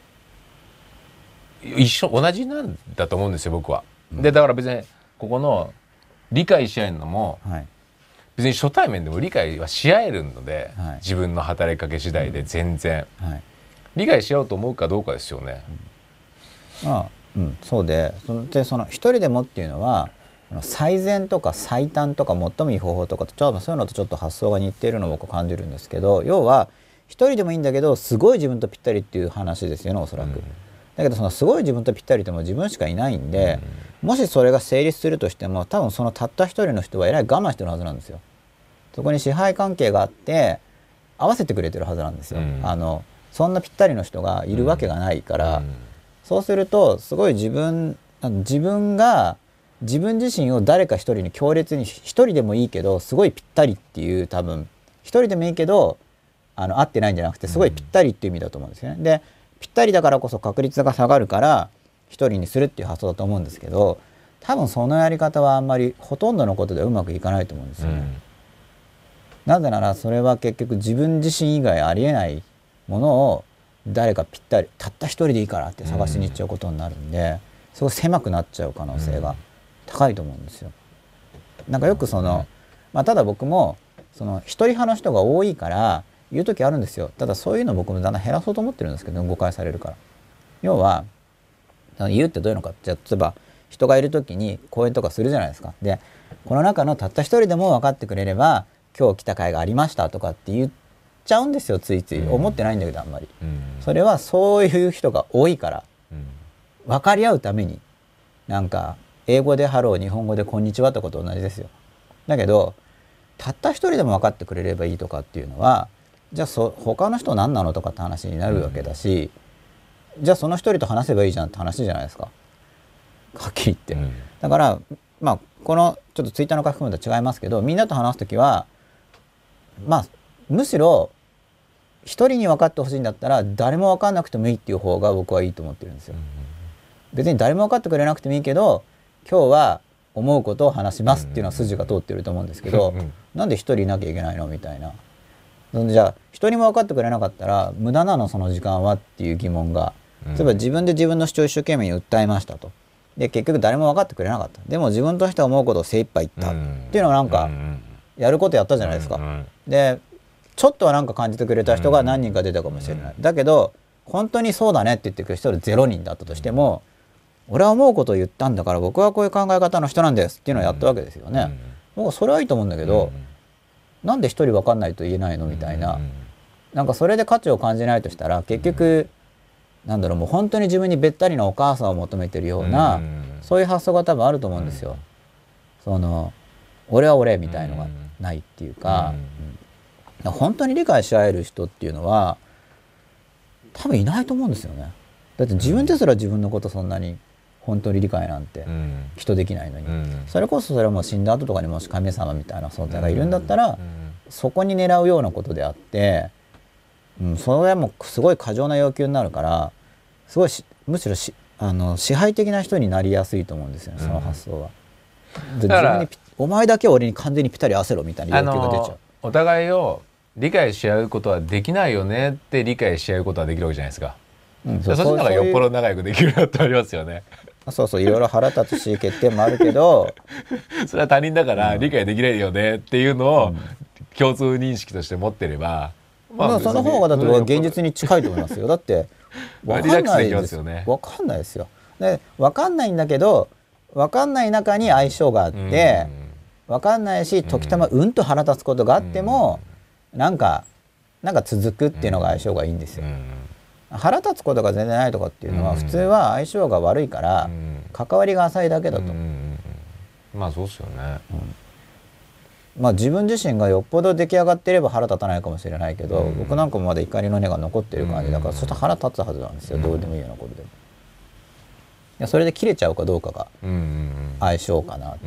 う、同じなんだと思うんですよ、僕は。でだから別にここの理解し合えるのも、別に初対面でも理解はし合えるので、自分の働きかけ次第で全然、理解し合おうと思うかどうかですよね。 そうで、その一人でもっていうのは最善とか最短とか最もいい方法とかとそういうのとちょっと発想が似ているのを僕感じるんですけど、要は一人でもいいんだけどすごい自分とぴったりっていう話ですよね、おそらく。だけどそのすごい自分とぴったりっても自分しかいないんで、もしそれが成立するとしても多分そのたった一人の人はえらい我慢してるはずなんですよ。そこに支配関係があって合わせてくれてるはずなんですよ。そんなぴったりの人がいるわけがないから、そうするとすごい自分が自分自身を誰か一人に強烈に、一人でもいいけどすごいぴったりっていう、多分一人でもいいけど合ってないんじゃなくてすごいぴったりっていう意味だと思うんですよね。でぴったりだからこそ確率が下がるから一人にするっていう発想だと思うんですけど、多分そのやり方はあんまりほとんどのことでうまくいかないと思うんですよね。なぜならそれは結局自分自身以外ありえないものを誰かぴったりたった一人でいいからって探しに行っちゃうことになるんで、すごい狭くなっちゃう可能性が高いと思うんですよ。なんかよくただ僕も一人派の人が多いから言う時あるんですよ。ただそういうの僕もだんだん減らそうと思ってるんですけど、誤解されるから。要は言うってどういうのかって、例えば人がいる時に講演とかするじゃないですか。でこの中のたった一人でも分かってくれれば今日来た会がありましたとかって言っちゃうんですよ、ついつい。思ってないんだけどあんまり、それはそういう人が多いから、分かり合うために、なんか英語でハロー、日本語でこんにちはってことと同じですよ。だけどたった一人でも分かってくれればいいとかっていうのは、じゃあ他の人何なのとかって話になるわけだし、じゃあその一人と話せばいいじゃんって話じゃないですか、はっきり言って。だからこのちょっとツイッターの書き込みとは違いますけど、みんなと話すときはむしろ一人に分かってほしいんだったら誰も分かんなくてもいいっていう方が僕はいいと思ってるんですよ。別に誰も分かってくれなくてもいいけど今日は思うことを話しますっていうのは筋が通ってると思うんですけど、なんで一人いなきゃいけないのみたいな。じゃあ一人も分かってくれなかったら無駄なのその時間はっていう疑問が、例えば自分で自分の主張を一生懸命に訴えましたと。で結局誰も分かってくれなかった。でも自分としては思うことを精一杯言ったっていうのはなんかやることやったじゃないですか。でちょっとはなんか感じてくれた人が何人か出たかもしれない。だけど本当にそうだねって言ってくる人が0人だったとしても、俺は思うことを言ったんだから僕はこういう考え方の人なんですっていうのをやったわけですよね。もうそれはいいと思うんだけど、なんで一人分かんないと言えないのみたいな、なんかそれで価値を感じないとしたら結局なんだろう、もう本当に自分にべったりなお母さんを求めてるような、そういう発想が多分あると思うんですよ。その俺は俺みたいのがないっていうか、本当に理解し合える人っていうのは多分いないと思うんですよね。だって自分ですら自分のことそんなに本当に理解なんて人できないのに、それこそそれはもう死んだ後とかにもし神様みたいな存在がいるんだったら、そこに狙うようなことであって、それはもうすごい過剰な要求になるから、すごいむしろ支配的な人になりやすいと思うんですよね、その発想は。だから自分にお前だけは俺に完全にぴったり合わせろみたいな要求が出ちゃう。 お互いを理解し合うことはできないよねって理解し合うことはできるわけじゃないですか。そっちの方がよっぽど仲良くできるなってありますよね。 そうそう、いろいろ腹立つし欠点もあるけどそれは他人だから理解できないよねっていうのを共通認識として持ってれば、 その方がだって現実に近いと思いますよ。だって分かんないですよね。分かんないですよ。で分かんないんだけど分かんない中に相性があって、分かんないし時たまと腹立つことがあっても、なんか続くっていうのが相性がいいんですよ。腹立つことが全然ないとかっていうのは普通は相性が悪いから関わりが浅いだけだと。 まあそうですよね。 まあ自分自身がよっぽど出来上がっていれば腹立たないかもしれないけど、僕なんかもまだ怒りの根が残ってる感じだから、そしたら腹立つはずなんですよ、どうでもいいようなことでも。いやそれで切れちゃうかどうかが相性かなと。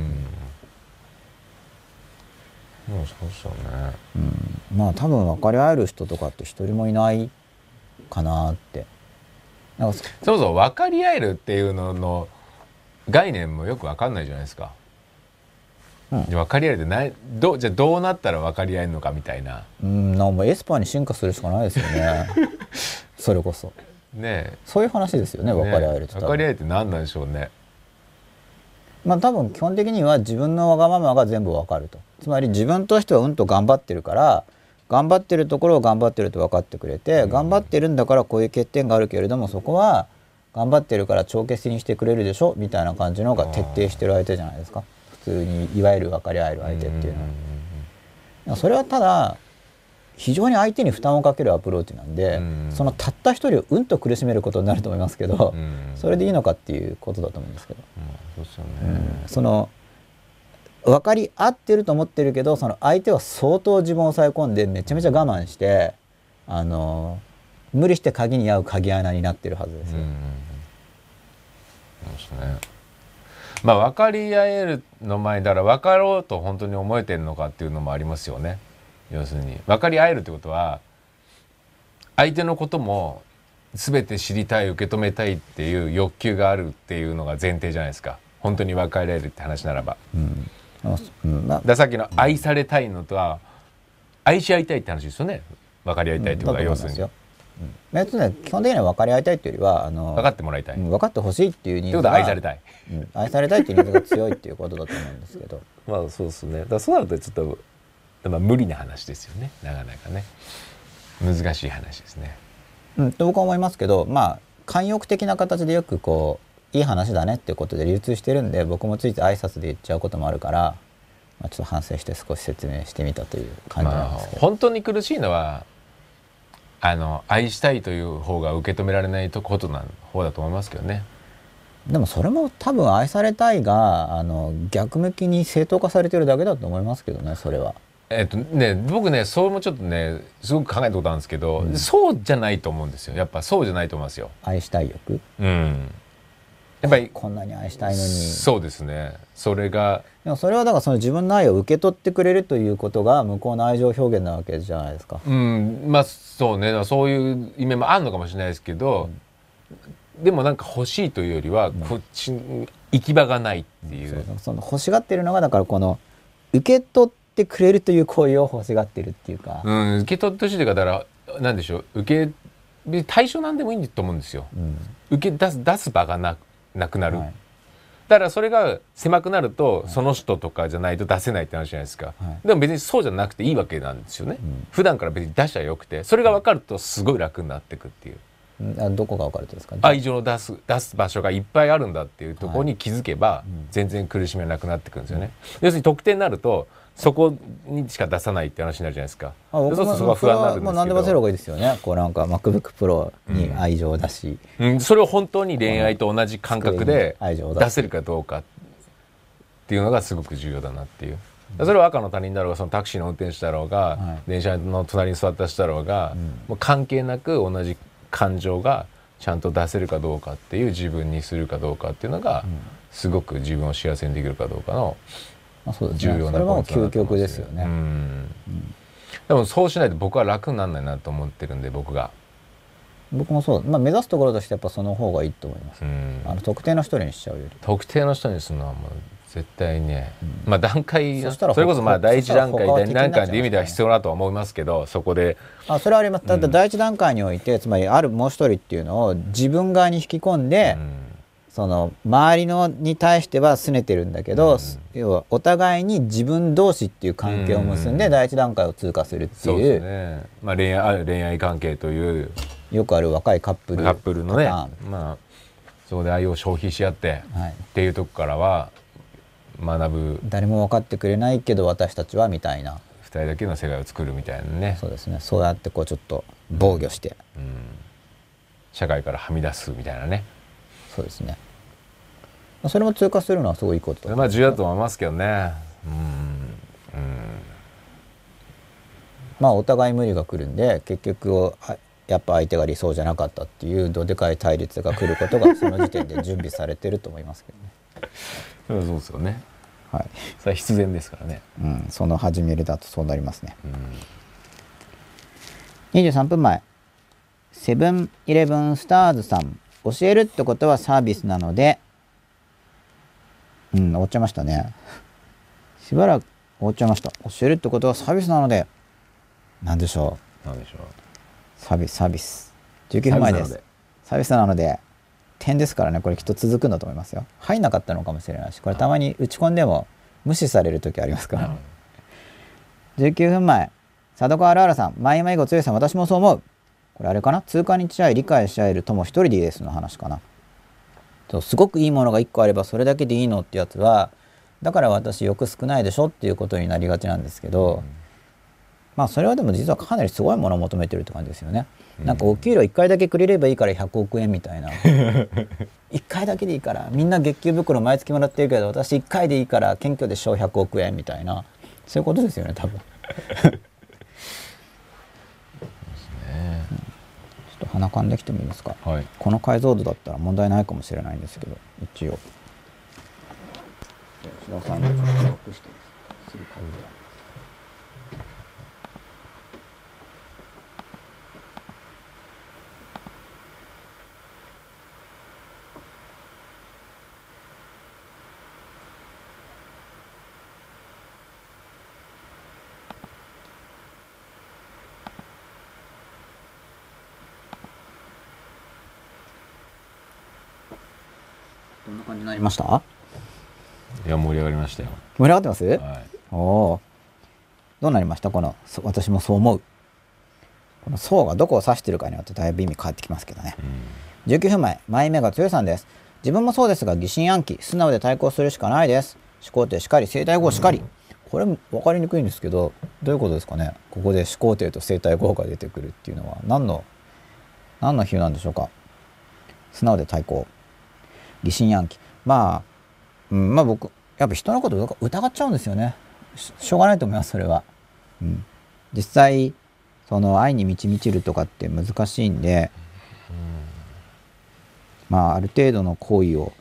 もうそうですよね。 まあ多分分かり合える人とかって一人もいないかなって。 そうそう分かり合えるっていうのの概念もよく分かんないじゃないですか。分かり合えるってじゃあどうなったら分かり合えるのかみたいな。 なんかエスパーに進化するしかないですよねそれこそね、 そういう話ですよね。分かり合えるって分かり合えるって何なんでしょうね。 まあ多分基本的には自分のわがままが全部分かると。つまり自分としては頑張ってるから、頑張ってるところを頑張ってると分かってくれて、頑張ってるんだからこういう欠点があるけれどもそこは頑張ってるから帳消しにしてくれるでしょみたいな感じの方が徹底してる相手じゃないですか、普通にいわゆる分かり合える相手っていうのは。それはただ非常に相手に負担をかけるアプローチなんで、そのたった一人をと苦しめることになると思いますけど、それでいいのかっていうことだと思うんですけど、 そうですよね。 その分かり合ってると思ってるけど、その相手は相当自分を抑え込んでめちゃめちゃ我慢して無理して鍵に合う鍵穴になってるはずですよ。 そうですね。まあ分かり合えるの前だから分かろうと本当に思えてるのかっていうのもありますよね。要するに分かり合えるってことは相手のことも全て知りたい受け止めたいっていう欲求があるっていうのが前提じゃないですか。本当に分かり合えるって話ならば。ださっきの愛されたいのとは愛し合いたいって話ですよね。分かり合いたいってことは要するに。 基本的には分かり合いたいっていうよりは分かってもらいたい、 分かってほしいっていうニーズが。 ってことは愛されたい、 愛されたいっていうニーズが強いっていうことだと思うんですけどまあそうですね。だからそうなるとちょっと、無理な話ですよね。なかなかね難しい話ですね。 と僕は思いますけど、まあ慣用句的な形でよくこういい話だねっていうことで流通してるんで、僕もついて挨拶で言っちゃうこともあるから、ちょっと反省して少し説明してみたという感じなんですけど、 本当に苦しいのは愛したいという方が受け止められないことな方だと思いますけどね。 でもそれも多分愛されたいが逆向きに正当化されてるだけだと思いますけどね、それは。 僕ねそれもちょっとねすごく考えたことあるんですけど、そうじゃないと思うんですよ。やっぱそうじゃないと思いますよ。 愛したい欲、 やっぱりこんなに愛したいのに。 そうですね。それがでもそれはだからその自分の愛を受け取ってくれるということが向こうの愛情表現なわけじゃないですか。 まあそうね、そういう意味もあるのかもしれないですけど、でもなんか欲しいというよりはこっちに行き場がないっていう、 その欲しがってるのがだからこの受け取ってくれるという行為を欲しがってるっていうか、 受け取ってほしいというか、だからなんでしょう、対象なんでもいいと思うんですよ、受け出す場がなくなる、だからそれが狭くなると、その人とかじゃないと出せないって話じゃないですか、でも別にそうじゃなくていいわけなんですよね、普段から別に出しちゃよくて、それが分かるとすごい楽になっていくっていう、 どこが分かるとですか？ 愛情を出す場所がいっぱいあるんだっていうところに気づけば、全然苦しみはなくなってくるんですよね、要するに特定になるとそこにしか出さないって話になるじゃないですか。そうするとそこは不安になるんですけど、 何でも出せる方がいいですよね。こうなんか MacBook Pro に愛情を出し、 それを本当に恋愛と同じ感覚で出せるかどうかっていうのがすごく重要だなっていう。それは赤の他人だろうが、そのタクシーの運転手だろうが、電車の隣に座った人だろうが、もう関係なく同じ感情がちゃんと出せるかどうかっていう、自分にするかどうかっていうのが、すごく自分を幸せにできるかどうかの重要なポイントだと思います。 それはもう究極ですよね。 でもそうしないと僕は楽にならないなと思ってるんで、僕もそう、目指すところとしてやっぱその方がいいと思います。特定の一人にしちゃうより、 特定の人にするのはもう絶対ね、段階、それこそ第一段階第二段階という意味では必要だとは思いますけど、そこでそれはあります。ただ第一段階において、つまりあるもう一人っていうのを自分側に引き込んで、その周りのに対しては拗ねてるんだけど、要はお互いに自分同士っていう関係を結んで第一段階を通過するっていう、そうですね、恋愛関係というよくある若いカップルのね、そこで愛を消費し合ってっていうとこからは学ぶ、 誰も分かってくれないけど私たちはみたいな、 2人だけの世界を作るみたいなね。 そうですね。そうやってこうちょっと防御して、 社会からはみ出すみたいなね。 そうですね。それも通過するのはすごいいいことだ。 重要だと思いますけどね。 お互い無理が来るんで、結局やっぱ相手が理想じゃなかったっていうどでかい対立が来ることがその時点で準備されてると思いますけどね。そうですよね。 はい。 それは必然ですからね。 その始めるだとそうなりますね。23分前、セブンイレブンスターズさん、教えるってことはサービスなので、終わっちゃいましたね。しばらく終わっちゃいました。教えるってことはサービスなので、なんでしょう。サービス。19分前です。サービスなので、点ですからね、これきっと続くんだと思いますよ。入んなかったのかもしれないし、これたまに打ち込んでも無視される時ありますから。19分前、佐渡川あるあるさん、前以後強いさん、私もそう思う。これあれかな、通過にし合い理解し合える友一人でいいですの話かな。すごくいいものが1個あればそれだけでいいのってやつは、だから私欲少ないでしょっていうことになりがちなんですけど、それはでも実はかなりすごいものを求めてるって感じですよね。なんかお給料1回だけくれればいいから100億円みたいな1回だけでいいから、みんな月給袋毎月もらってるけど私1回でいいから謙虚でしょ100億円みたいな、そういうことですよね多分。鼻かんできてもいいですか、この解像度だったら問題ないかもしれないんですけど、一応吉田さんにちょっとノックしてする感じだ。どんな感じになりました？ いや、盛り上がりましたよ。 盛り上がってます？どうなりました？この私もそう思う、このそうがどこを指してるかによってだいぶ意味変わってきますけどね。19分前、前目が強さんです。自分もそうですが疑心暗鬼、素直で対抗するしかないです。思考定しかり、生体語しかり。これ分かりにくいんですけど、どういうことですかね。ここで思考定と生体語が出てくるっていうのは何の比喩なんでしょうか。素直で対抗、疑心暗鬼、僕やっぱ人のこと疑っちゃうんですよね。しょうがないと思います、それは。実際その愛に満ち満ちるとかって難しいんで、ある程度の行為を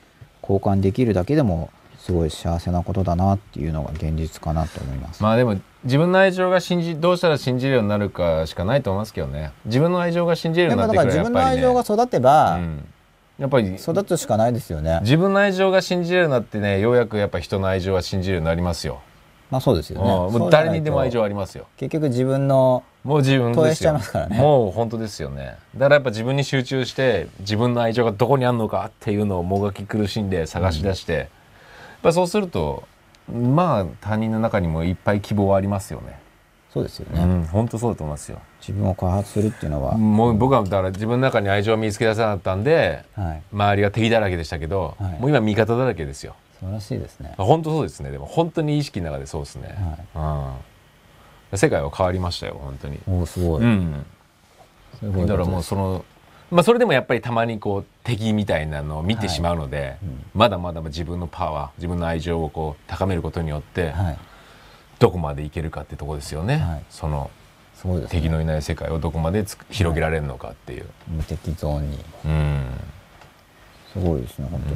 交換できるだけでもすごい幸せなことだなっていうのが現実かなと思います。 まあでも自分の愛情がどうしたら信じるようになるかしかないと思いますけどね。自分の愛情が信じるようになってくればやっぱりね。 自分の愛情が育てば、 やっぱり育つしかないですよね。 自分の愛情が信じれるようになってね、ようやくやっぱ人の愛情は信じるようになりますよ。 まあそうですよね。 もう誰にでも愛情ありますよ。 結局自分のもう自分投影しちゃいますからね。 もう本当ですよね。だからやっぱ自分に集中して自分の愛情がどこにあるのかっていうのをもがき苦しんで探し出して、やっぱそうするとまあ他人の中にもいっぱい希望はありますよね。 そうですよね。 本当そうだと思いますよ。 自分を開発するっていうのはもう僕はだから自分の中に愛情を見つけ出せなかったんで、周りが敵だらけでしたけど、もう今味方だらけですよ。 素晴らしいですね。 本当そうですね。でも本当に意識の中でそうですね。世界は変わりましたよ本当に。 おすごい。 だからもうそれでもやっぱりたまにこう敵みたいなのを見てしまうので、まだまだ自分のパワー、自分の愛情をこう高めることによって、どこまでいけるかってとこですよね。その敵のいない世界をどこまで広げられるのかっていう。 無敵ゾーンに。すごいですね本当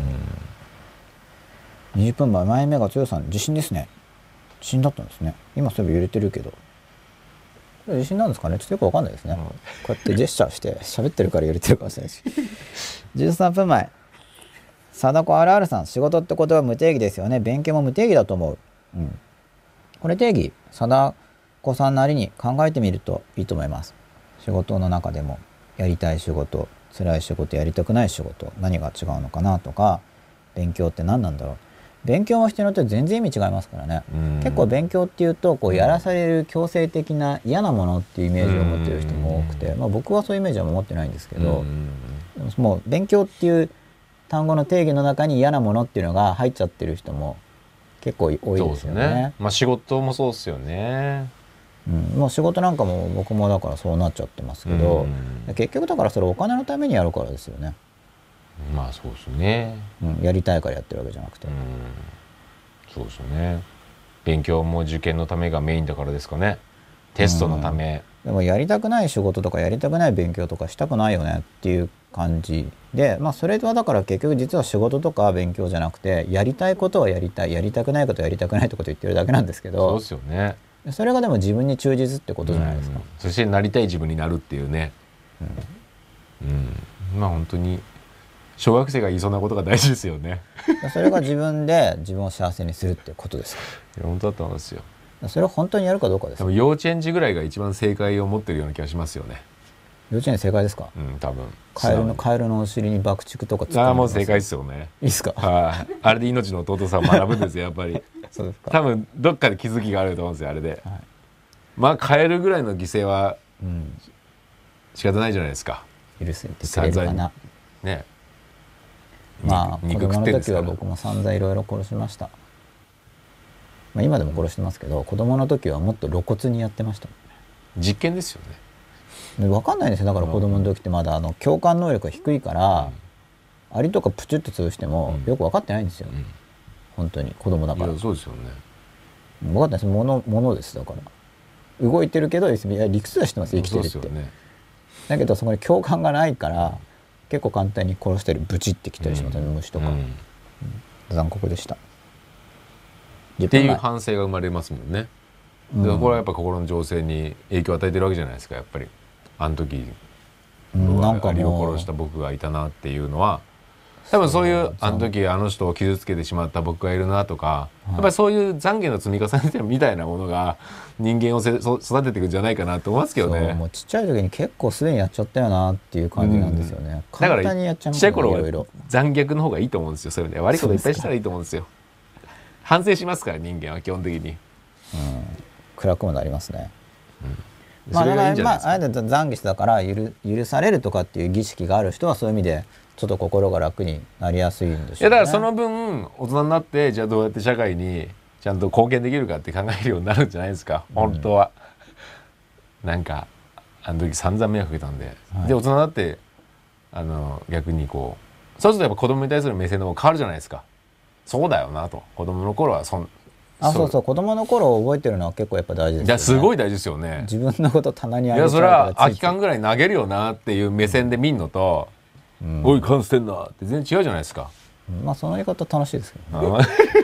に。20分前目が強さん地震ですね。地震だったんですね。今そういえば揺れてるけど。地震なんですかね。ちょっとよくわかんないですね。こうやってジェスチャーして喋ってるから揺れてるかもしれないし。13分前。貞子あるあるさん、仕事ってことは無定義ですよね。勉強も無定義だと思う。これ定義、貞子さんなりに考えてみるといいと思います。仕事の中でもやりたい仕事、辛い仕事、やりたくない仕事、何が違うのかなとか、勉強って何なんだろう。勉強も人によって全然意味違いますからね。結構勉強っていうとこうやらされる強制的な嫌なものっていうイメージを持っている人も多くて、僕はそういうイメージは持ってないんですけど、もう勉強っていう単語の定義の中に嫌なものっていうのが入っちゃってる人も結構多いですよね。 仕事もそうですよね。 もう仕事なんかも僕もだからそうなっちゃってますけど、結局だからそれお金のためにやるからですよね。 まあそうですね。 やりたいからやってるわけじゃなくて。 そうですよね。勉強も受験のためがメインだからですかね。テストのため。 でもやりたくない仕事とかやりたくない勉強とかしたくないよねっていう感じで、それはだから結局実は仕事とか勉強じゃなくて、やりたいことはやりたい、やりたくないことはやりたくないってことを言ってるだけなんですけど。 そうですよね。 それがでも自分に忠実ってことじゃないですか。 そしてなりたい自分になるっていうね。まあ本当に小学生が言いそうなことが大事ですよね。 それが自分で自分を幸せにするってことですか。 本当だと思いますよ。 それを本当にやるかどうかです。 多分幼稚園児ぐらいが一番正解を持ってるような気がしますよね。 幼稚園正解ですか。 多分。 カエルのお尻に爆竹とかもう正解ですよね。 いいですか。 あれで命の尊さを学ぶんですよやっぱり。 そうですか。 多分どっかで気づきがあると思うんですよあれで。カエルぐらいの犠牲は仕方ないじゃないですか。 許せてくれるかな。 ね。 子供の時は僕も散々いろいろ殺しました。今でも殺してますけど、子供の時はもっと露骨にやってましたもんね。 実験ですよね。 分かんないんですよ。だから子供の時ってまだ共感能力が低いから、アリとかプチュッと潰してもよく分かってないんですよ。本当に子供だから。 そうですよね。 分かってないです。ものです。だから動いてるけど理屈はしてます。生きてるって。だけどそこに共感がないから結構簡単に殺したりブチってきたりしますね。虫とか。残酷でした。 っていう反省が生まれますもんね。これはやっぱ心の情勢に影響を与えてるわけじゃないですか。やっぱりあの時アリを殺した僕がいたなっていうのは、多分そういうあの時あの人を傷つけてしまった僕がいるなとか、やっぱりそういう懺悔の積み重ねみたいなものが人間を育てていくんじゃないかなと思いますけどね。 もうちっちゃい時に結構すでにやっちゃったよなっていう感じなんですよね。簡単にやっちゃいますね。 ちっちゃい頃は残虐の方がいいと思うんですよ。それで悪いこといっぱいしたらいいと思うんですよ。反省しますから人間は基本的に。 暗くもなりますね。だからあえて懺悔してだから許されるとかっていう儀式がある人はそういう意味でちょっと心が楽になりやすいんでしょうね。 だからその分大人になってじゃあどうやって社会にちゃんと貢献できるかって考えるようになるんじゃないですか。本当は。なんかあの時散々迷惑かけたんで、で大人になって逆にこうそうするとやっぱ子供に対する目線も変わるじゃないですか。そうだよなと。子供の頃はそう子供の頃を覚えてるのは結構やっぱ大事ですよね。 いやすごい大事ですよね。 自分のこと棚にあげちゃうから。いやそれは空き缶ぐらい投げるよなっていう目線で見んのと、おい缶捨てんなって全然違うじゃないですか。 まあその言い方楽しいですけど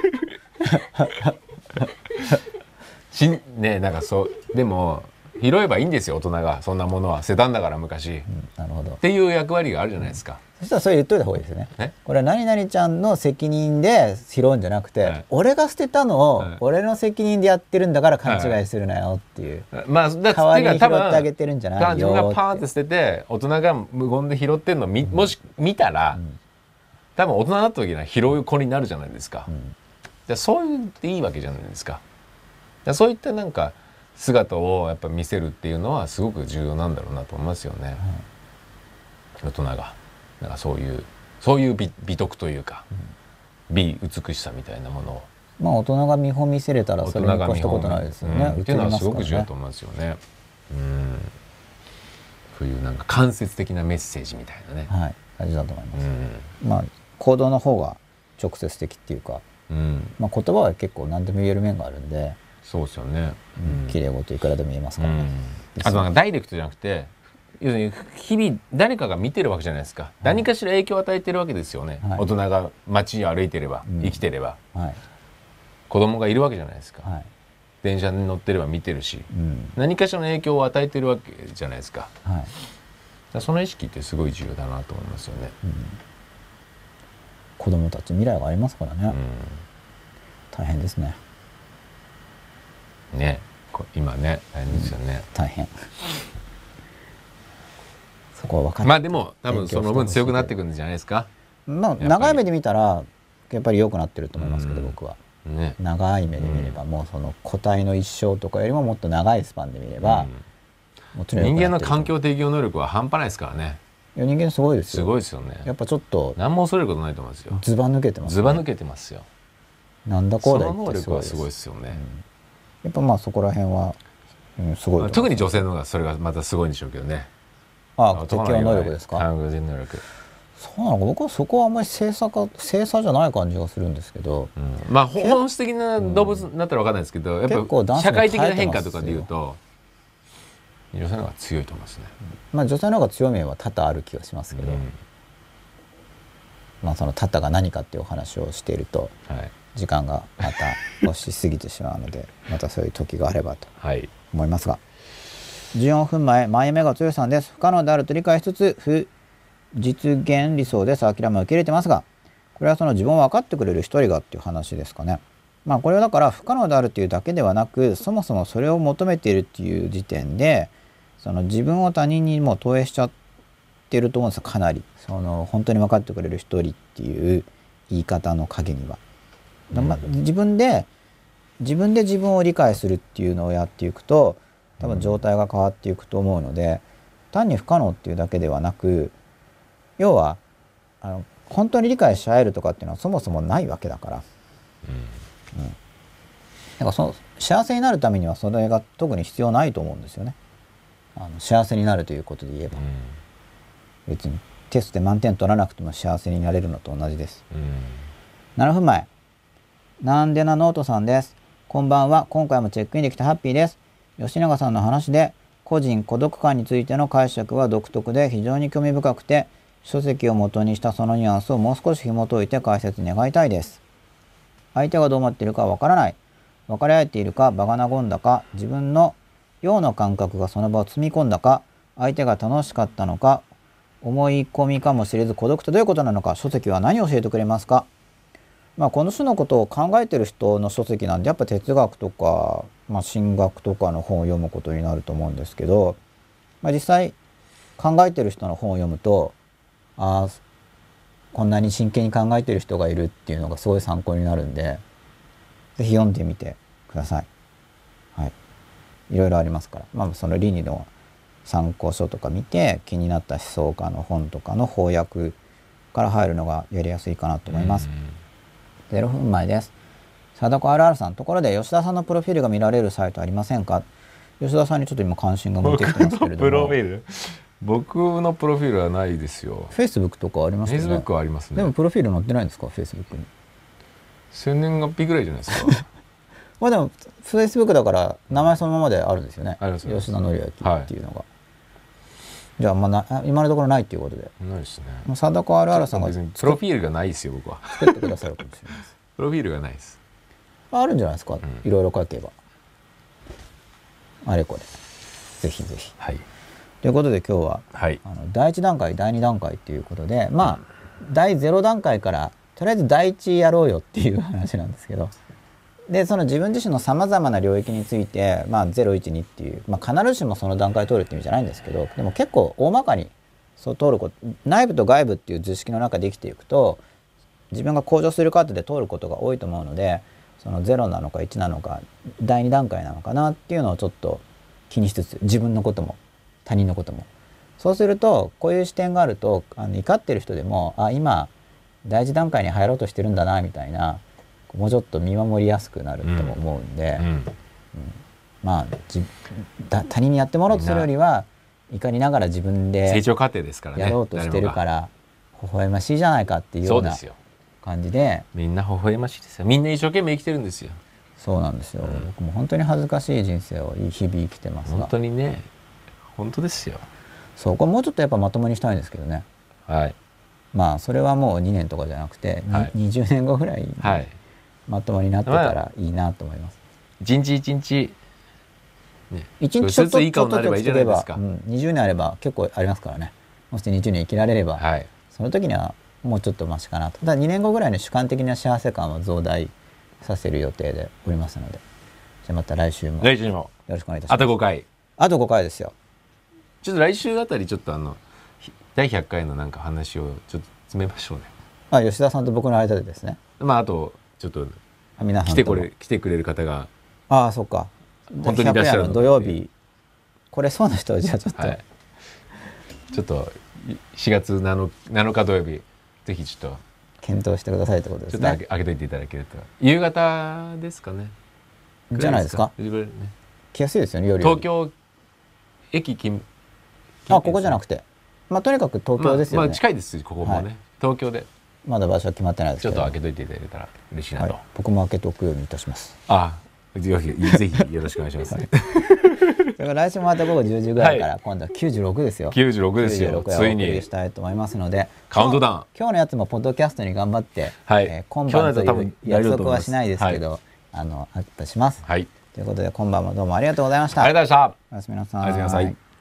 ね。なんかそうでも拾えばいいんですよ、大人が。そんなものは捨てたんだから昔、 なるほどっていう役割があるじゃないですか。 そしたらそれ言っといた方がいいですよね。これは何々ちゃんの責任で拾うんじゃなくて、俺が捨てたのを俺の責任でやってるんだから勘違いするなよっていう、 まあ代わりに拾ってあげてるんじゃないよって。 自分がパーンって捨てて大人が無言で拾ってるのもし見たら、多分大人だった時には拾う子になるじゃないですか。じゃそういうっていいわけじゃないですか。そういったなんか姿をやっぱ見せるっていうのはすごく重要なんだろうなと思いますよね。大人がなんかそういう美徳というか、美しさみたいなものを、 まあ大人が見本見せれたらそれに越したことないですよね。 っていうのはすごく重要だと思いますよね。そういうなんか間接的なメッセージみたいなね、 はい、大事だと思います。まあ行動の方が直接的っていうか、まあ言葉は結構何でも言える面があるんで、 そうですよね。 綺麗事いくらでも言えますからね。 あとなんかダイレクトじゃなくて、要するに日々誰かが見てるわけじゃないですか。何かしら影響を与えてるわけですよね。大人が街を歩いてれば、生きてれば、子供がいるわけじゃないですか。電車に乗ってれば見てるし、何かしらの影響を与えてるわけじゃないですか。その意識ってすごい重要だなと思いますよね。 子供たち未来がありますからね。大変ですね。 ね、今ね大変ですよね。 大変。そこは分かって。 まあでも多分その分強くなっていくんじゃないですか。 まあ長い目で見たらやっぱり良くなってると思いますけど、僕は。長い目で見れば、もうその個体の一生とかよりももっと長いスパンで見れば、 もちろん人間の環境適応能力は半端ないですからね。 いや人間すごいですよ。 すごいですよね。 やっぱちょっと何も恐れることないと思いますよ。 ずば抜けてます。 ずば抜けてますよ。 なんだこうだ言ってその能力はすごいですよね。 やっぱまあそこら辺はすごい。 特に女性の方がそれがまたすごいんでしょうけどね。 適応能力ですか。 適応能力。 そうなのか、僕はそこはあんまり精査じゃない感じがするんですけど、 まあ本質的な動物になったら分かんないですけど、やっぱ社会的な変化とかでいうと女性の方が強いと思いますね。 まあ女性の方が強い面は多々ある気がしますけど、まあその多々が何かっていうお話をしていると、時間がまた押し過ぎてしまうので、またそういう時があればと思いますが、14分前、前目が強さんです。不可能であると理解しつつ不実現理想です。諦めを受け入れてますが、これはその自分を分かってくれる一人がっていう話ですかね。まあこれはだから不可能であるというだけではなく、そもそもそれを求めているっていう時点で、その自分を他人にも投影しちゃってると思うんですよ。かなりその本当に分かってくれる一人っていう言い方の陰には、自分で自分を理解するっていうのをやっていくと、多分状態が変わっていくと思うので、単に不可能っていうだけではなく、要は本当に理解し合えるとかっていうのはそもそもないわけだから、だからその幸せになるためにはそれが特に必要ないと思うんですよね。幸せになるということで言えば、別にテストで満点取らなくても幸せになれるのと同じです。7分前、なんでなノートさんです。こんばんは。今回もチェックインできてハッピーです。吉永さんの話で個人孤独感についての解釈は独特で非常に興味深くて、書籍を元にしたそのニュアンスをもう少し紐解いて解説願いたいです。相手がどう思っているかわからない、分かり合えているか場が和んだか、自分の陽の感覚がその場を包み込んだか、相手が楽しかったのか、思い込みかもしれず孤独とどういうことなのか、書籍は何を教えてくれますか。まあこの種のことを考えている人の書籍なんで、やっぱ哲学とか、神学とかの本を読むことになると思うんですけど、実際考えている人の本を読むと、こんなに真剣に考えている人がいるっていうのがすごい参考になるんで、ぜひ読んでみてください。いろいろありますから、その倫理の参考書とか見て、気になった思想家の本とかの翻訳から入るのがやりやすいかなと思います。0分前です。貞子 RR さん、ところで吉田さんのプロフィールが見られるサイトありませんか。吉田さんにちょっと今関心が向いてきてますけれども。 僕のプロフィールはないですよ。 Facebook とかありますよね。 Facebook はありますね。 でもプロフィール載ってないんですか、Facebook に。 生年月日ぐらいじゃないですか。 でも Facebook だから名前そのままであるんですよね。 あります。 吉田紀明っていうのが。 じゃあ、今のところないっていうことで。 ないですね。 もう貞子あるあるさんが別にプロフィールがないですよ僕は。 作ってくださるかもしれないです。 プロフィールがないです。 あるんじゃないですか。いろいろ書けば。あれこれ。ぜひぜひ。 はい。 ということで今日は、 はい、 第1段階第2段階っていうことで、まあ第0段階からとりあえず第1やろうよっていう話なんですけど、でその自分自身のさまざまな領域について、012っていう、必ずしもその段階を通るって意味じゃないんですけど、でも結構大まかにそう通ること、内部と外部っていう図式の中で生きていくと自分が向上する過程で通ることが多いと思うので、その0なのか1なのか第2段階なのかなっていうのをちょっと気にしつつ、自分のことも他人のことも、そうするとこういう視点があると怒ってる人でも今第1段階に入ろうとしてるんだなみたいな、もうちょっと見守りやすくなるとも思うんで、他人にやってもらおうとするよりは怒りながら自分で成長過程ですからね、 やろうとしてるから微笑ましいじゃないかっていうような感じで、 みんな微笑ましいですよ。みんな一生懸命生きてるんですよ。 そうなんですよ、僕も本当に恥ずかしい人生を日々生きてますが、 本当にね、本当ですよ。 そう、これもうちょっとやっぱまともにしたいんですけどね。 はい。 それはもう2年とかじゃなくて、20年後ぐらいにまともになってたらいいなと思います。 一日一日一日ちょっといい顔になればいいじゃないですか。20年あれば結構ありますからね。もし20年生きられれば、その時にはもうちょっとマシかなと。ただ2年後ぐらいの主観的な幸せ感は増大させる予定でおりますので、じゃあまた来週もよろしくお願いいたします。 あと5回。 あと5回ですよ。 ちょっと来週あたりちょっと第100回のなんか話をちょっと詰めましょうね。 吉田さんと僕の間でですね。 あとちょっと来てくれる方が、 そっか。 本当にいらっしゃるの土曜日これそうな人はじゃあちょっと、 ちょっと4月7日土曜日ぜひちょっと検討してくださいってことですね。 ちょっと開けといていただけると。夕方ですかね。 じゃないですか。来やすいですよね。 東京駅ここじゃなくて、とにかく東京ですよね。 近いですここもね、東京で。 まだ場所は決まってないですけど、 ちょっと開けといていただけたら嬉しいなと。 僕も開けておくようにいたします。 ぜひよろしくお願いします。 来週もまた午後10時ぐらいから今度は96ですよ。 96ですよ。 ついにしたいと思いますので、 カウントダウン。 今日のやつもポッドキャストに頑張って、今晩という約束はしないですけど、アップします。ということで今晩もどうもありがとうございました。 ありがとうございました。 おやすみなさい。 おやすみなさい。